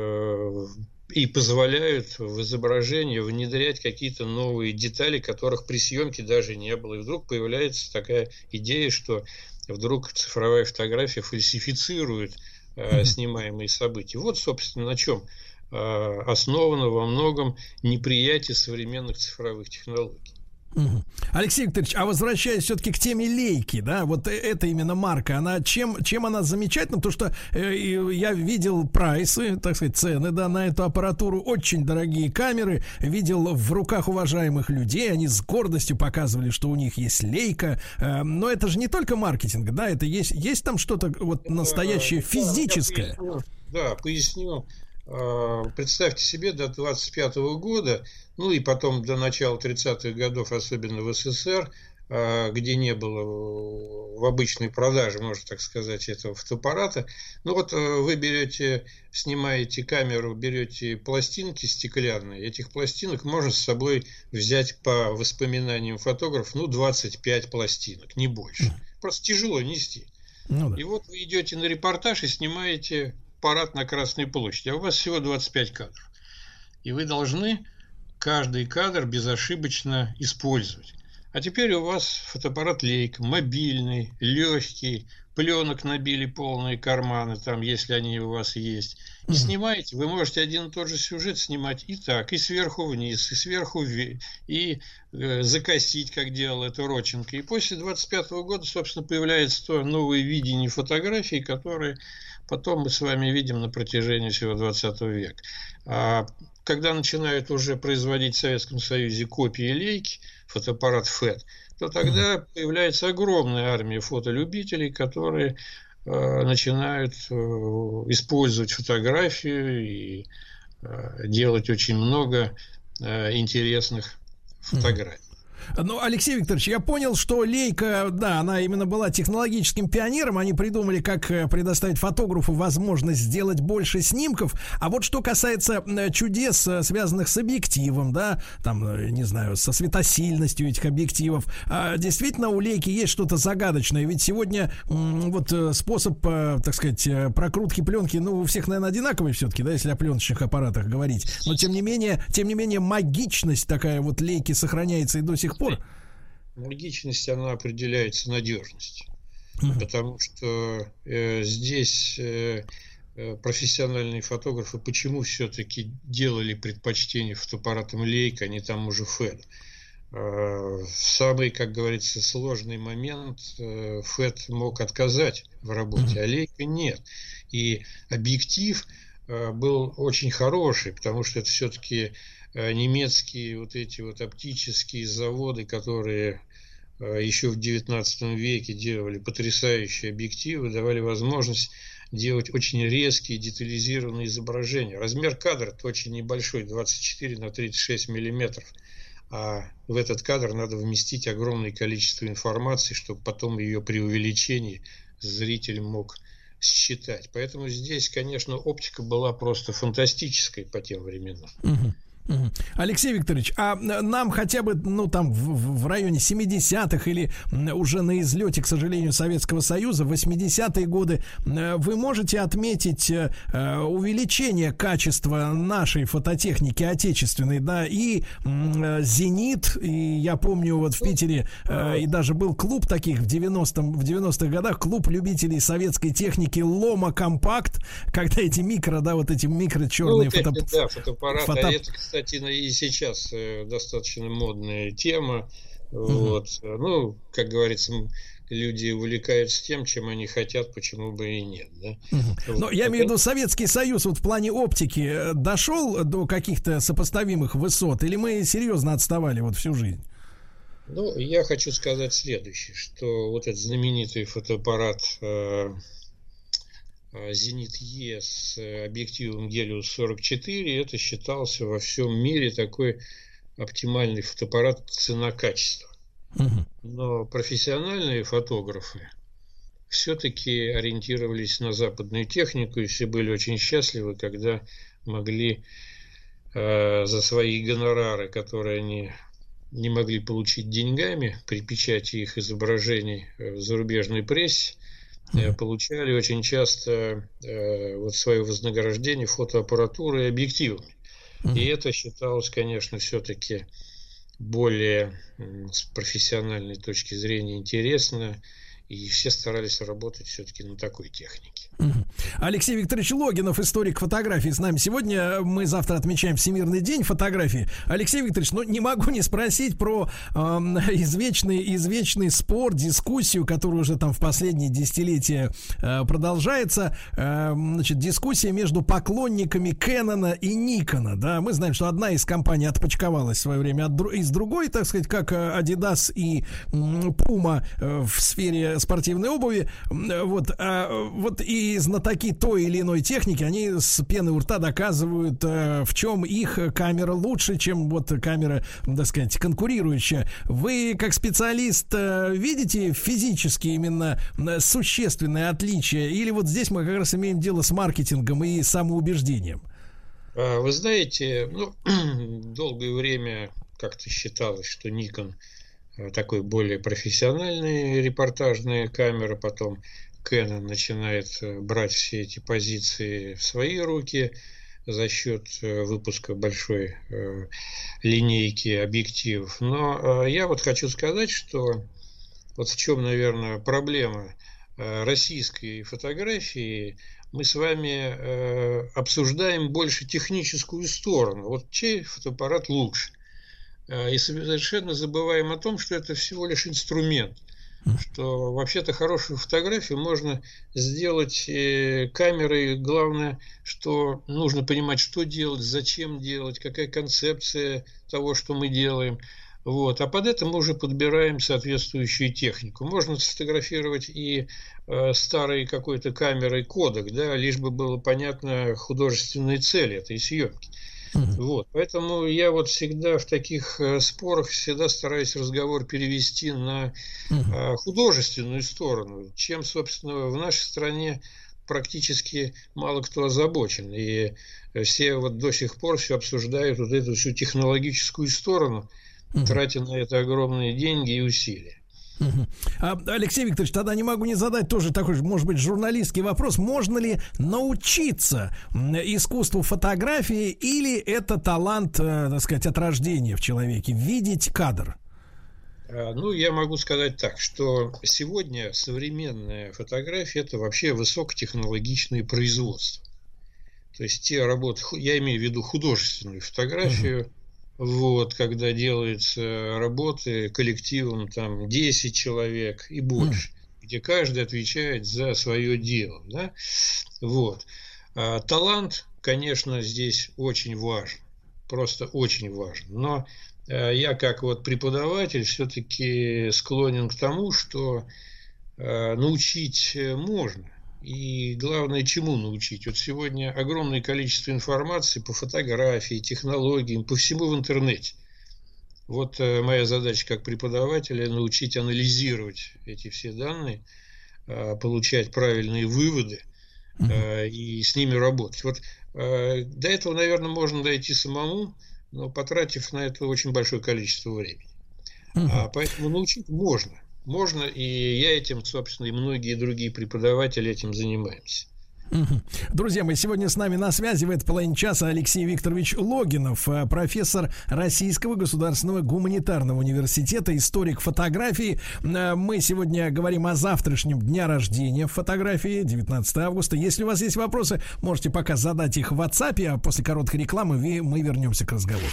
и позволяют в изображение внедрять какие-то новые детали, которых при съемке даже не было. И вдруг появляется такая идея, что вдруг цифровая фотография фальсифицирует снимаемые события. Вот, собственно, на чем основано во многом неприятие современных цифровых технологий. Угу. Алексей Викторович, а возвращаясь все-таки к теме лейки, да, вот это именно марка, она чем, чем она замечательна? Потому что э, я видел прайсы, так сказать, цены, да, на эту аппаратуру, очень дорогие камеры, видел в руках уважаемых людей, они с гордостью показывали, что у них есть лейка, э, но это же не только маркетинг, да, это есть, есть там что-то вот настоящее физическое. Да, поясню. Представьте себе, до двадцать пятого года, ну и потом до начала тридцатых годов, особенно в СССР, где не было в обычной продаже, можно так сказать, этого фотоаппарата. Ну вот вы берете, снимаете камеру, берете пластинки стеклянные, этих пластинок можно с собой взять по воспоминаниям фотографов, ну двадцать пять пластинок, не больше. Просто тяжело нести. Ну, да. И вот вы идете на репортаж и снимаете парад на Красной площади, а у вас всего двадцать пять кадров. И вы должны каждый кадр безошибочно использовать. А теперь у вас фотоаппарат лейка, мобильный, легкий, пленок набили полные карманы, там, если они у вас есть. И mm-hmm. снимаете, вы можете один и тот же сюжет снимать и так, и сверху вниз, и сверху вверх, и э, закосить, как делал это Родченко. И после двадцать пятого года, собственно, появляется то новое видение фотографий, которые потом мы с вами видим на протяжении всего двадцатого века. А когда начинают уже производить в Советском Союзе копии лейки, фотоаппарат ФЭТ, то тогда mm-hmm. появляется огромная армия фотолюбителей, которые э, начинают э, использовать фотографию и э, делать очень много э, интересных фотографий. Ну, Алексей Викторович, я понял, что лейка, да, она именно была технологическим пионером. Они придумали, как предоставить фотографу возможность сделать больше снимков. А вот что касается чудес, связанных с объективом, да, там, не знаю, со светосильностью этих объективов, действительно у лейки есть что-то загадочное. Ведь сегодня вот способ, так сказать, прокрутки пленки, ну, у всех, наверное, одинаковый все-таки, да, если о пленочных аппаратах говорить. Но, тем не менее, тем не менее, магичность такая вот лейки сохраняется и до сих пор. Магичность, она определяется надежностью. Mm-hmm. Потому что э, здесь э, профессиональные фотографы почему все-таки делали предпочтение фотоаппаратам лейка, а не там уже ФЭТ. Э, в самый, как говорится, сложный момент э, ФЭТ мог отказать в работе, mm-hmm. а лейка нет. И объектив э, был очень хороший, потому что это все-таки немецкие вот эти вот оптические заводы, которые еще в девятнадцатом веке делали потрясающие объективы, давали возможность делать очень резкие детализированные изображения. Размер кадра очень небольшой, двадцать четыре на тридцать шесть миллиметров. а в этот кадр надо вместить огромное количество информации, чтобы потом ее при увеличении зритель мог считать. Поэтому здесь, конечно, оптика была просто фантастической по тем временам. Угу. Алексей Викторович, а нам хотя бы, ну, там, в, в районе семидесятых или уже на излете, к сожалению, Советского Союза, в восьмидесятые годы, вы можете отметить увеличение качества нашей фототехники отечественной, да, и «Зенит», и я помню, вот в Питере и даже был клуб таких в девяностом, в девяностых годах, клуб любителей советской техники «Лома Компакт», когда эти микро, да, вот эти микро-черные ну, фото... да, фотоаппараты, фото... а это, кстати, и сейчас э, достаточно модная тема. Uh-huh. Вот. Ну, как говорится, люди увлекаются тем, чем они хотят, почему бы и нет. Да? Uh-huh. Вот. Но я имею в виду, Советский Союз вот в плане оптики дошел до каких-то сопоставимых высот, или мы серьезно отставали вот всю жизнь? Ну, я хочу сказать следующее, что вот этот знаменитый фотоаппарат э, «Зенит Е» с объективом Гелиос сорок четыре, это считался во всем мире такой оптимальный фотоаппарат цена-качество. Uh-huh. Но профессиональные фотографы все-таки ориентировались на западную технику, и все были очень счастливы, когда могли э, за свои гонорары, которые они не могли получить деньгами при печати их изображений в зарубежной прессе, получали очень часто э, вот свое вознаграждение фотоаппаратурой и объективами. Mm-hmm. И это считалось, конечно, все-таки более э, с профессиональной точки зрения интересно, и все старались работать все-таки на такой технике. Mm-hmm. Алексей Викторович Логинов, историк фотографии, с нами сегодня. Мы завтра отмечаем Всемирный день фотографии. Алексей Викторович, ну не могу не спросить про э, извечный, извечный спор, дискуссию, которая уже там в последние десятилетия э, продолжается. Э, значит, дискуссия между поклонниками Кэнона и Никона. Да? Мы знаем, что одна из компаний отпочковалась в свое время от, из другой, так сказать, как Adidas и Puma э, в сфере спортивной обуви. Вот, а, вот и знатоки той или иной техники, они с пены у рта доказывают, в чем их камера лучше, чем вот камера, так сказать, конкурирующая. Вы, как специалист, видите физически именно существенное отличие? Или вот здесь мы как раз имеем дело с маркетингом и самоубеждением? Вы знаете, ну, долгое время как-то считалось, что Nikon такой более профессиональная репортажная камера, потом Canon начинает брать все эти позиции в свои руки за счет выпуска большой э, линейки объективов. Но э, я вот хочу сказать, что вот в чем, наверное, проблема э, российской фотографии. Мы с вами э, обсуждаем больше техническую сторону. Вот чей фотоаппарат лучше? И совершенно забываем о том, что это всего лишь инструмент. Что вообще-то хорошую фотографию можно сделать камерой. Главное, что нужно понимать, что делать, зачем делать, какая концепция того, что мы делаем. Вот. А под это мы уже подбираем соответствующую технику. Можно сфотографировать и э, старой какой-то камерой кодек, да, лишь бы было понятно художественные цели этой съемки. Вот. Поэтому я вот всегда в таких э, спорах всегда стараюсь разговор перевести на э, художественную сторону, чем, собственно, в нашей стране практически мало кто озабочен. И все вот до сих пор все обсуждают вот эту всю технологическую сторону, тратя на это огромные деньги и усилия. Uh-huh. А, Алексей Викторович, тогда не могу не задать тоже такой, может быть, журналистский вопрос. Можно ли научиться искусству фотографии, или это талант, так сказать, от рождения в человеке, видеть кадр? Ну, я могу сказать так, что сегодня современная фотография — это вообще высокотехнологичное производство. То есть те работы, я имею в виду художественную фотографию, uh-huh. Вот, когда делаются работы коллективом там десять человек и больше, mm. где каждый отвечает за свое дело, да? Вот. А талант, конечно, здесь очень важен, просто очень важен. Но а, я как вот преподаватель все-таки склонен к тому, что а, научить можно. И главное, чему научить? Вот сегодня огромное количество информации по фотографии, технологиям, по всему в интернете. Вот э, моя задача как преподавателя научить анализировать эти все данные, э, получать правильные выводы э, и с ними работать. Вот э, до этого, наверное, можно дойти самому, но потратив на это очень большое количество времени. Uh-huh. А, поэтому научить можно. Можно, и я этим, собственно, и многие другие преподаватели этим занимаемся. Друзья мои, сегодня с нами на связи в этой половине часа Алексей Викторович Логинов, профессор Российского государственного гуманитарного университета, историк фотографии. Мы сегодня говорим о завтрашнем дне рождения фотографии, девятнадцатого августа. Если у вас есть вопросы, можете пока задать их в WhatsApp, а после короткой рекламы мы вернемся к разговору.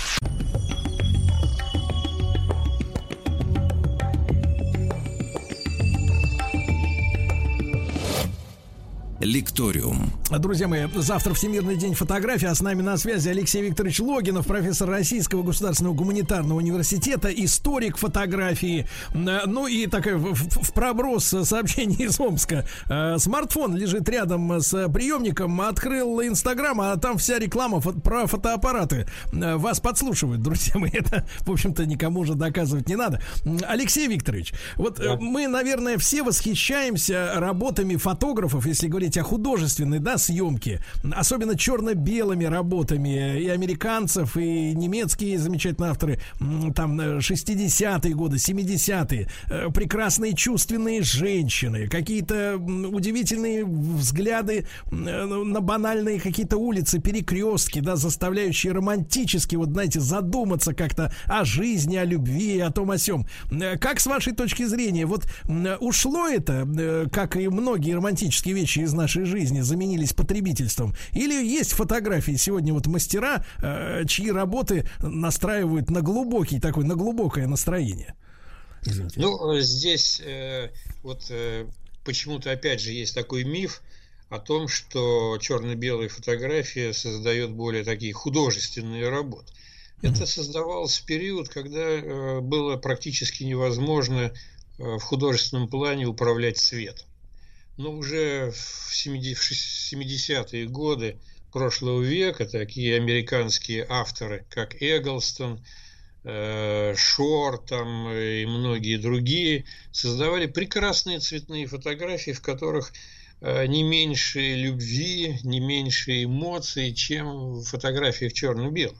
Лекториум. Друзья мои, завтра Всемирный день фотографии, а с нами на связи Алексей Викторович Логинов, профессор Российского государственного гуманитарного университета, историк фотографии. Ну и такая в, в проброс сообщений из Омска. Смартфон лежит рядом с приемником, открыл Инстаграм, а там вся реклама фо- про фотоаппараты. Вас подслушивают, друзья мои. Это, в общем-то, никому уже доказывать не надо. Алексей Викторович, вот да. мы, наверное, все восхищаемся работами фотографов, если говорить о художественной, да, съемке, особенно черно-белыми работами и американцев, и немецкие замечательные авторы, там, шестидесятые годы, семидесятые, прекрасные чувственные женщины, какие-то удивительные взгляды на банальные какие-то улицы, перекрестки, да, заставляющие романтически, вот, знаете, задуматься как-то о жизни, о любви, о том, о сём. Как, с вашей точки зрения, вот ушло это, как и многие романтические вещи из нашей жизни, заменились потребительством? Или есть фотографии сегодня вот мастера, э, чьи работы настраивают на глубокий такой, на глубокое настроение? Извините. Ну, здесь э, вот э, почему-то опять же есть такой миф о том, что черно-белая фотография создает более такие художественные работы. Mm-hmm. Это создавалось в период, когда э, было практически невозможно э, в художественном плане управлять цветом. Но уже в семидесятые годы прошлого века такие американские авторы, как Эглстон, э, Шор там, и многие другие, создавали прекрасные цветные фотографии, в которых э, не меньше любви, не меньше эмоций, чем в фотографиях черно-белых.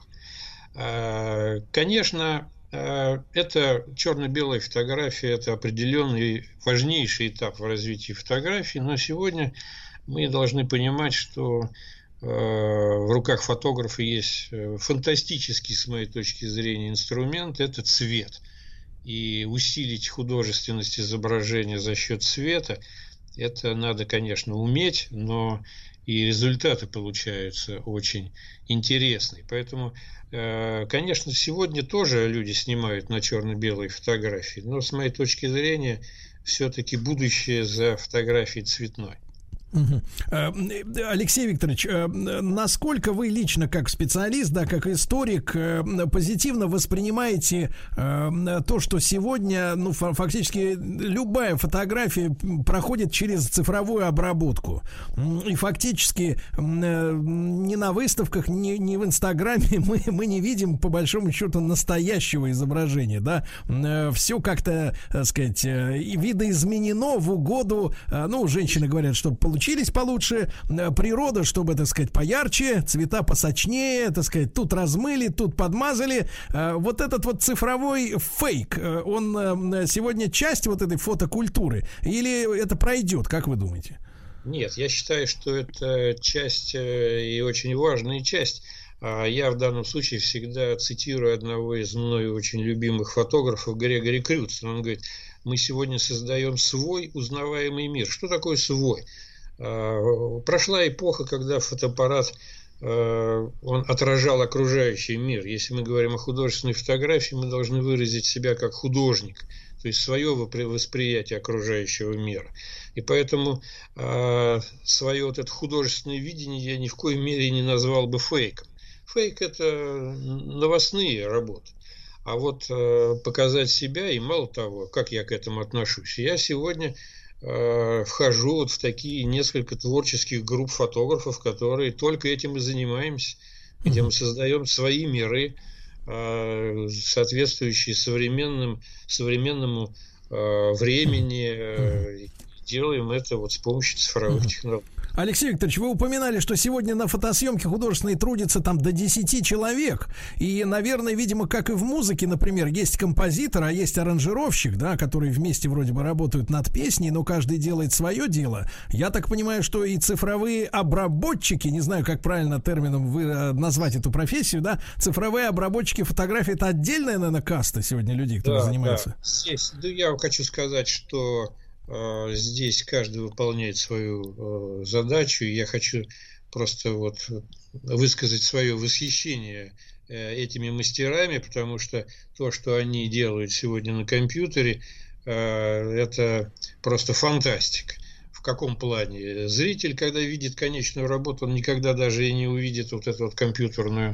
Э, конечно, это черно-белая фотография, это определенный важнейший этап в развитии фотографии, но сегодня мы должны понимать, что в руках фотографа есть фантастический, с моей точки зрения, инструмент – это цвет. И усилить художественность изображения за счет цвета – это надо, конечно, уметь, но и результаты получаются очень интересные. Поэтому, конечно, сегодня тоже люди снимают на черно-белые фотографии, но, с моей точки зрения, все-таки будущее за фотографией цветной. Угу. Алексей Викторович, насколько вы лично как специалист, да, как историк, позитивно воспринимаете то, что сегодня, ну, фактически любая фотография проходит через цифровую обработку, и фактически ни на выставках, ни, ни в Инстаграме мы, мы не видим, по большому счету, настоящего изображения, да, все как-то, так сказать, видоизменено в угоду, ну, женщины говорят, что получилось Учились получше, природа, чтобы, так сказать, поярче, цвета посочнее, так сказать, тут размыли, тут подмазали. Вот этот вот цифровой фейк, он сегодня часть вот этой фотокультуры? Или это пройдет, как вы думаете? Нет, я считаю, что это часть и очень важная часть. Я в данном случае всегда цитирую одного из мною очень любимых фотографов, Грегори Крюцена. Он говорит: мы сегодня создаем свой узнаваемый мир. Что такое свой? Прошла эпоха, когда фотоаппарат он отражал окружающий мир. Если мы говорим о художественной фотографии, мы должны выразить себя как художник, то есть свое восприятие окружающего мира. И поэтому свое вот это художественное видение я ни в коей мере не назвал бы фейком. Фейк – это новостные работы. А вот показать себя, и мало того, как я к этому отношусь, я сегодня вхожу вот в такие несколько творческих групп фотографов, которые только этим и занимаемся, где мы создаем свои миры, соответствующие современным, современному времени. Делаем это вот с помощью цифровых технологий. Алексей Викторович, вы упоминали, что сегодня на фотосъемке художественной трудится там до десяти человек. И, наверное, видимо, как и в музыке, например, есть композитор, а есть аранжировщик, да, которые вместе вроде бы работают над песней, но каждый делает свое дело. Я так понимаю, что и цифровые обработчики, не знаю, как правильно термином вы, назвать эту профессию, да, цифровые обработчики фотографий — это отдельная, наверное, каста сегодня людей, которые да, занимаются. Да. Здесь, да, я хочу сказать, что здесь каждый выполняет свою э, задачу. Я хочу просто вот высказать свое восхищение э, этими мастерами, потому что то, что они делают сегодня на компьютере, э, это просто фантастика. В каком плане? Зритель, когда видит конечную работу, он никогда даже и не увидит вот эту вот компьютерную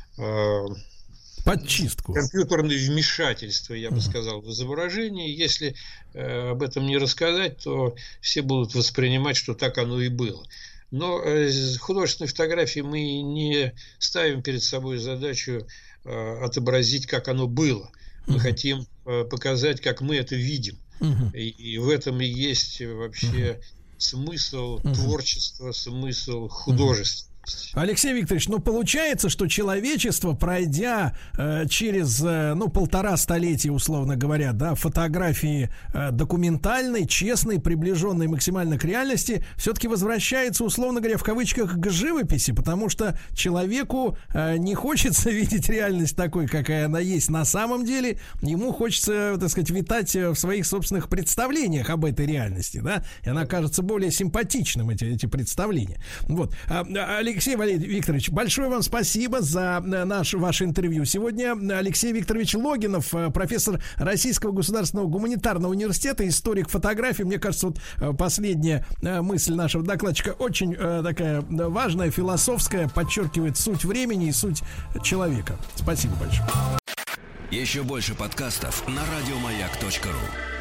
э, подчистку. Компьютерное вмешательство, я бы сказал, в изображении. Если э, об этом не рассказать, то все будут воспринимать, что так оно и было. Но э, художественной фотографии мы не ставим перед собой задачу э, отобразить, как оно было. Мы uh-huh. хотим э, показать, как мы это видим. Uh-huh. И, и в этом и есть вообще uh-huh. смысл uh-huh. творчества, смысл художества. Алексей Викторович, ну получается, что человечество, пройдя э, через, э, ну, полтора столетия, условно говоря, да, фотографии э, документальной, честной, приближенной максимально к реальности, все-таки возвращается, условно говоря, в кавычках, к живописи, потому что человеку э, не хочется видеть реальность такой, какая она есть на самом деле, ему хочется, так сказать, витать в своих собственных представлениях об этой реальности, да, и она кажется более симпатичным, эти, эти представления. Вот. Алексей Викторович, большое вам спасибо за наш, ваше интервью. Сегодня Алексей Викторович Логинов, профессор Российского государственного гуманитарного университета, историк фотографии. Мне кажется, вот последняя мысль нашего докладчика очень такая важная, философская, подчеркивает суть времени и суть человека. Спасибо большое. Еще больше подкастов на радиомаяк точка ру.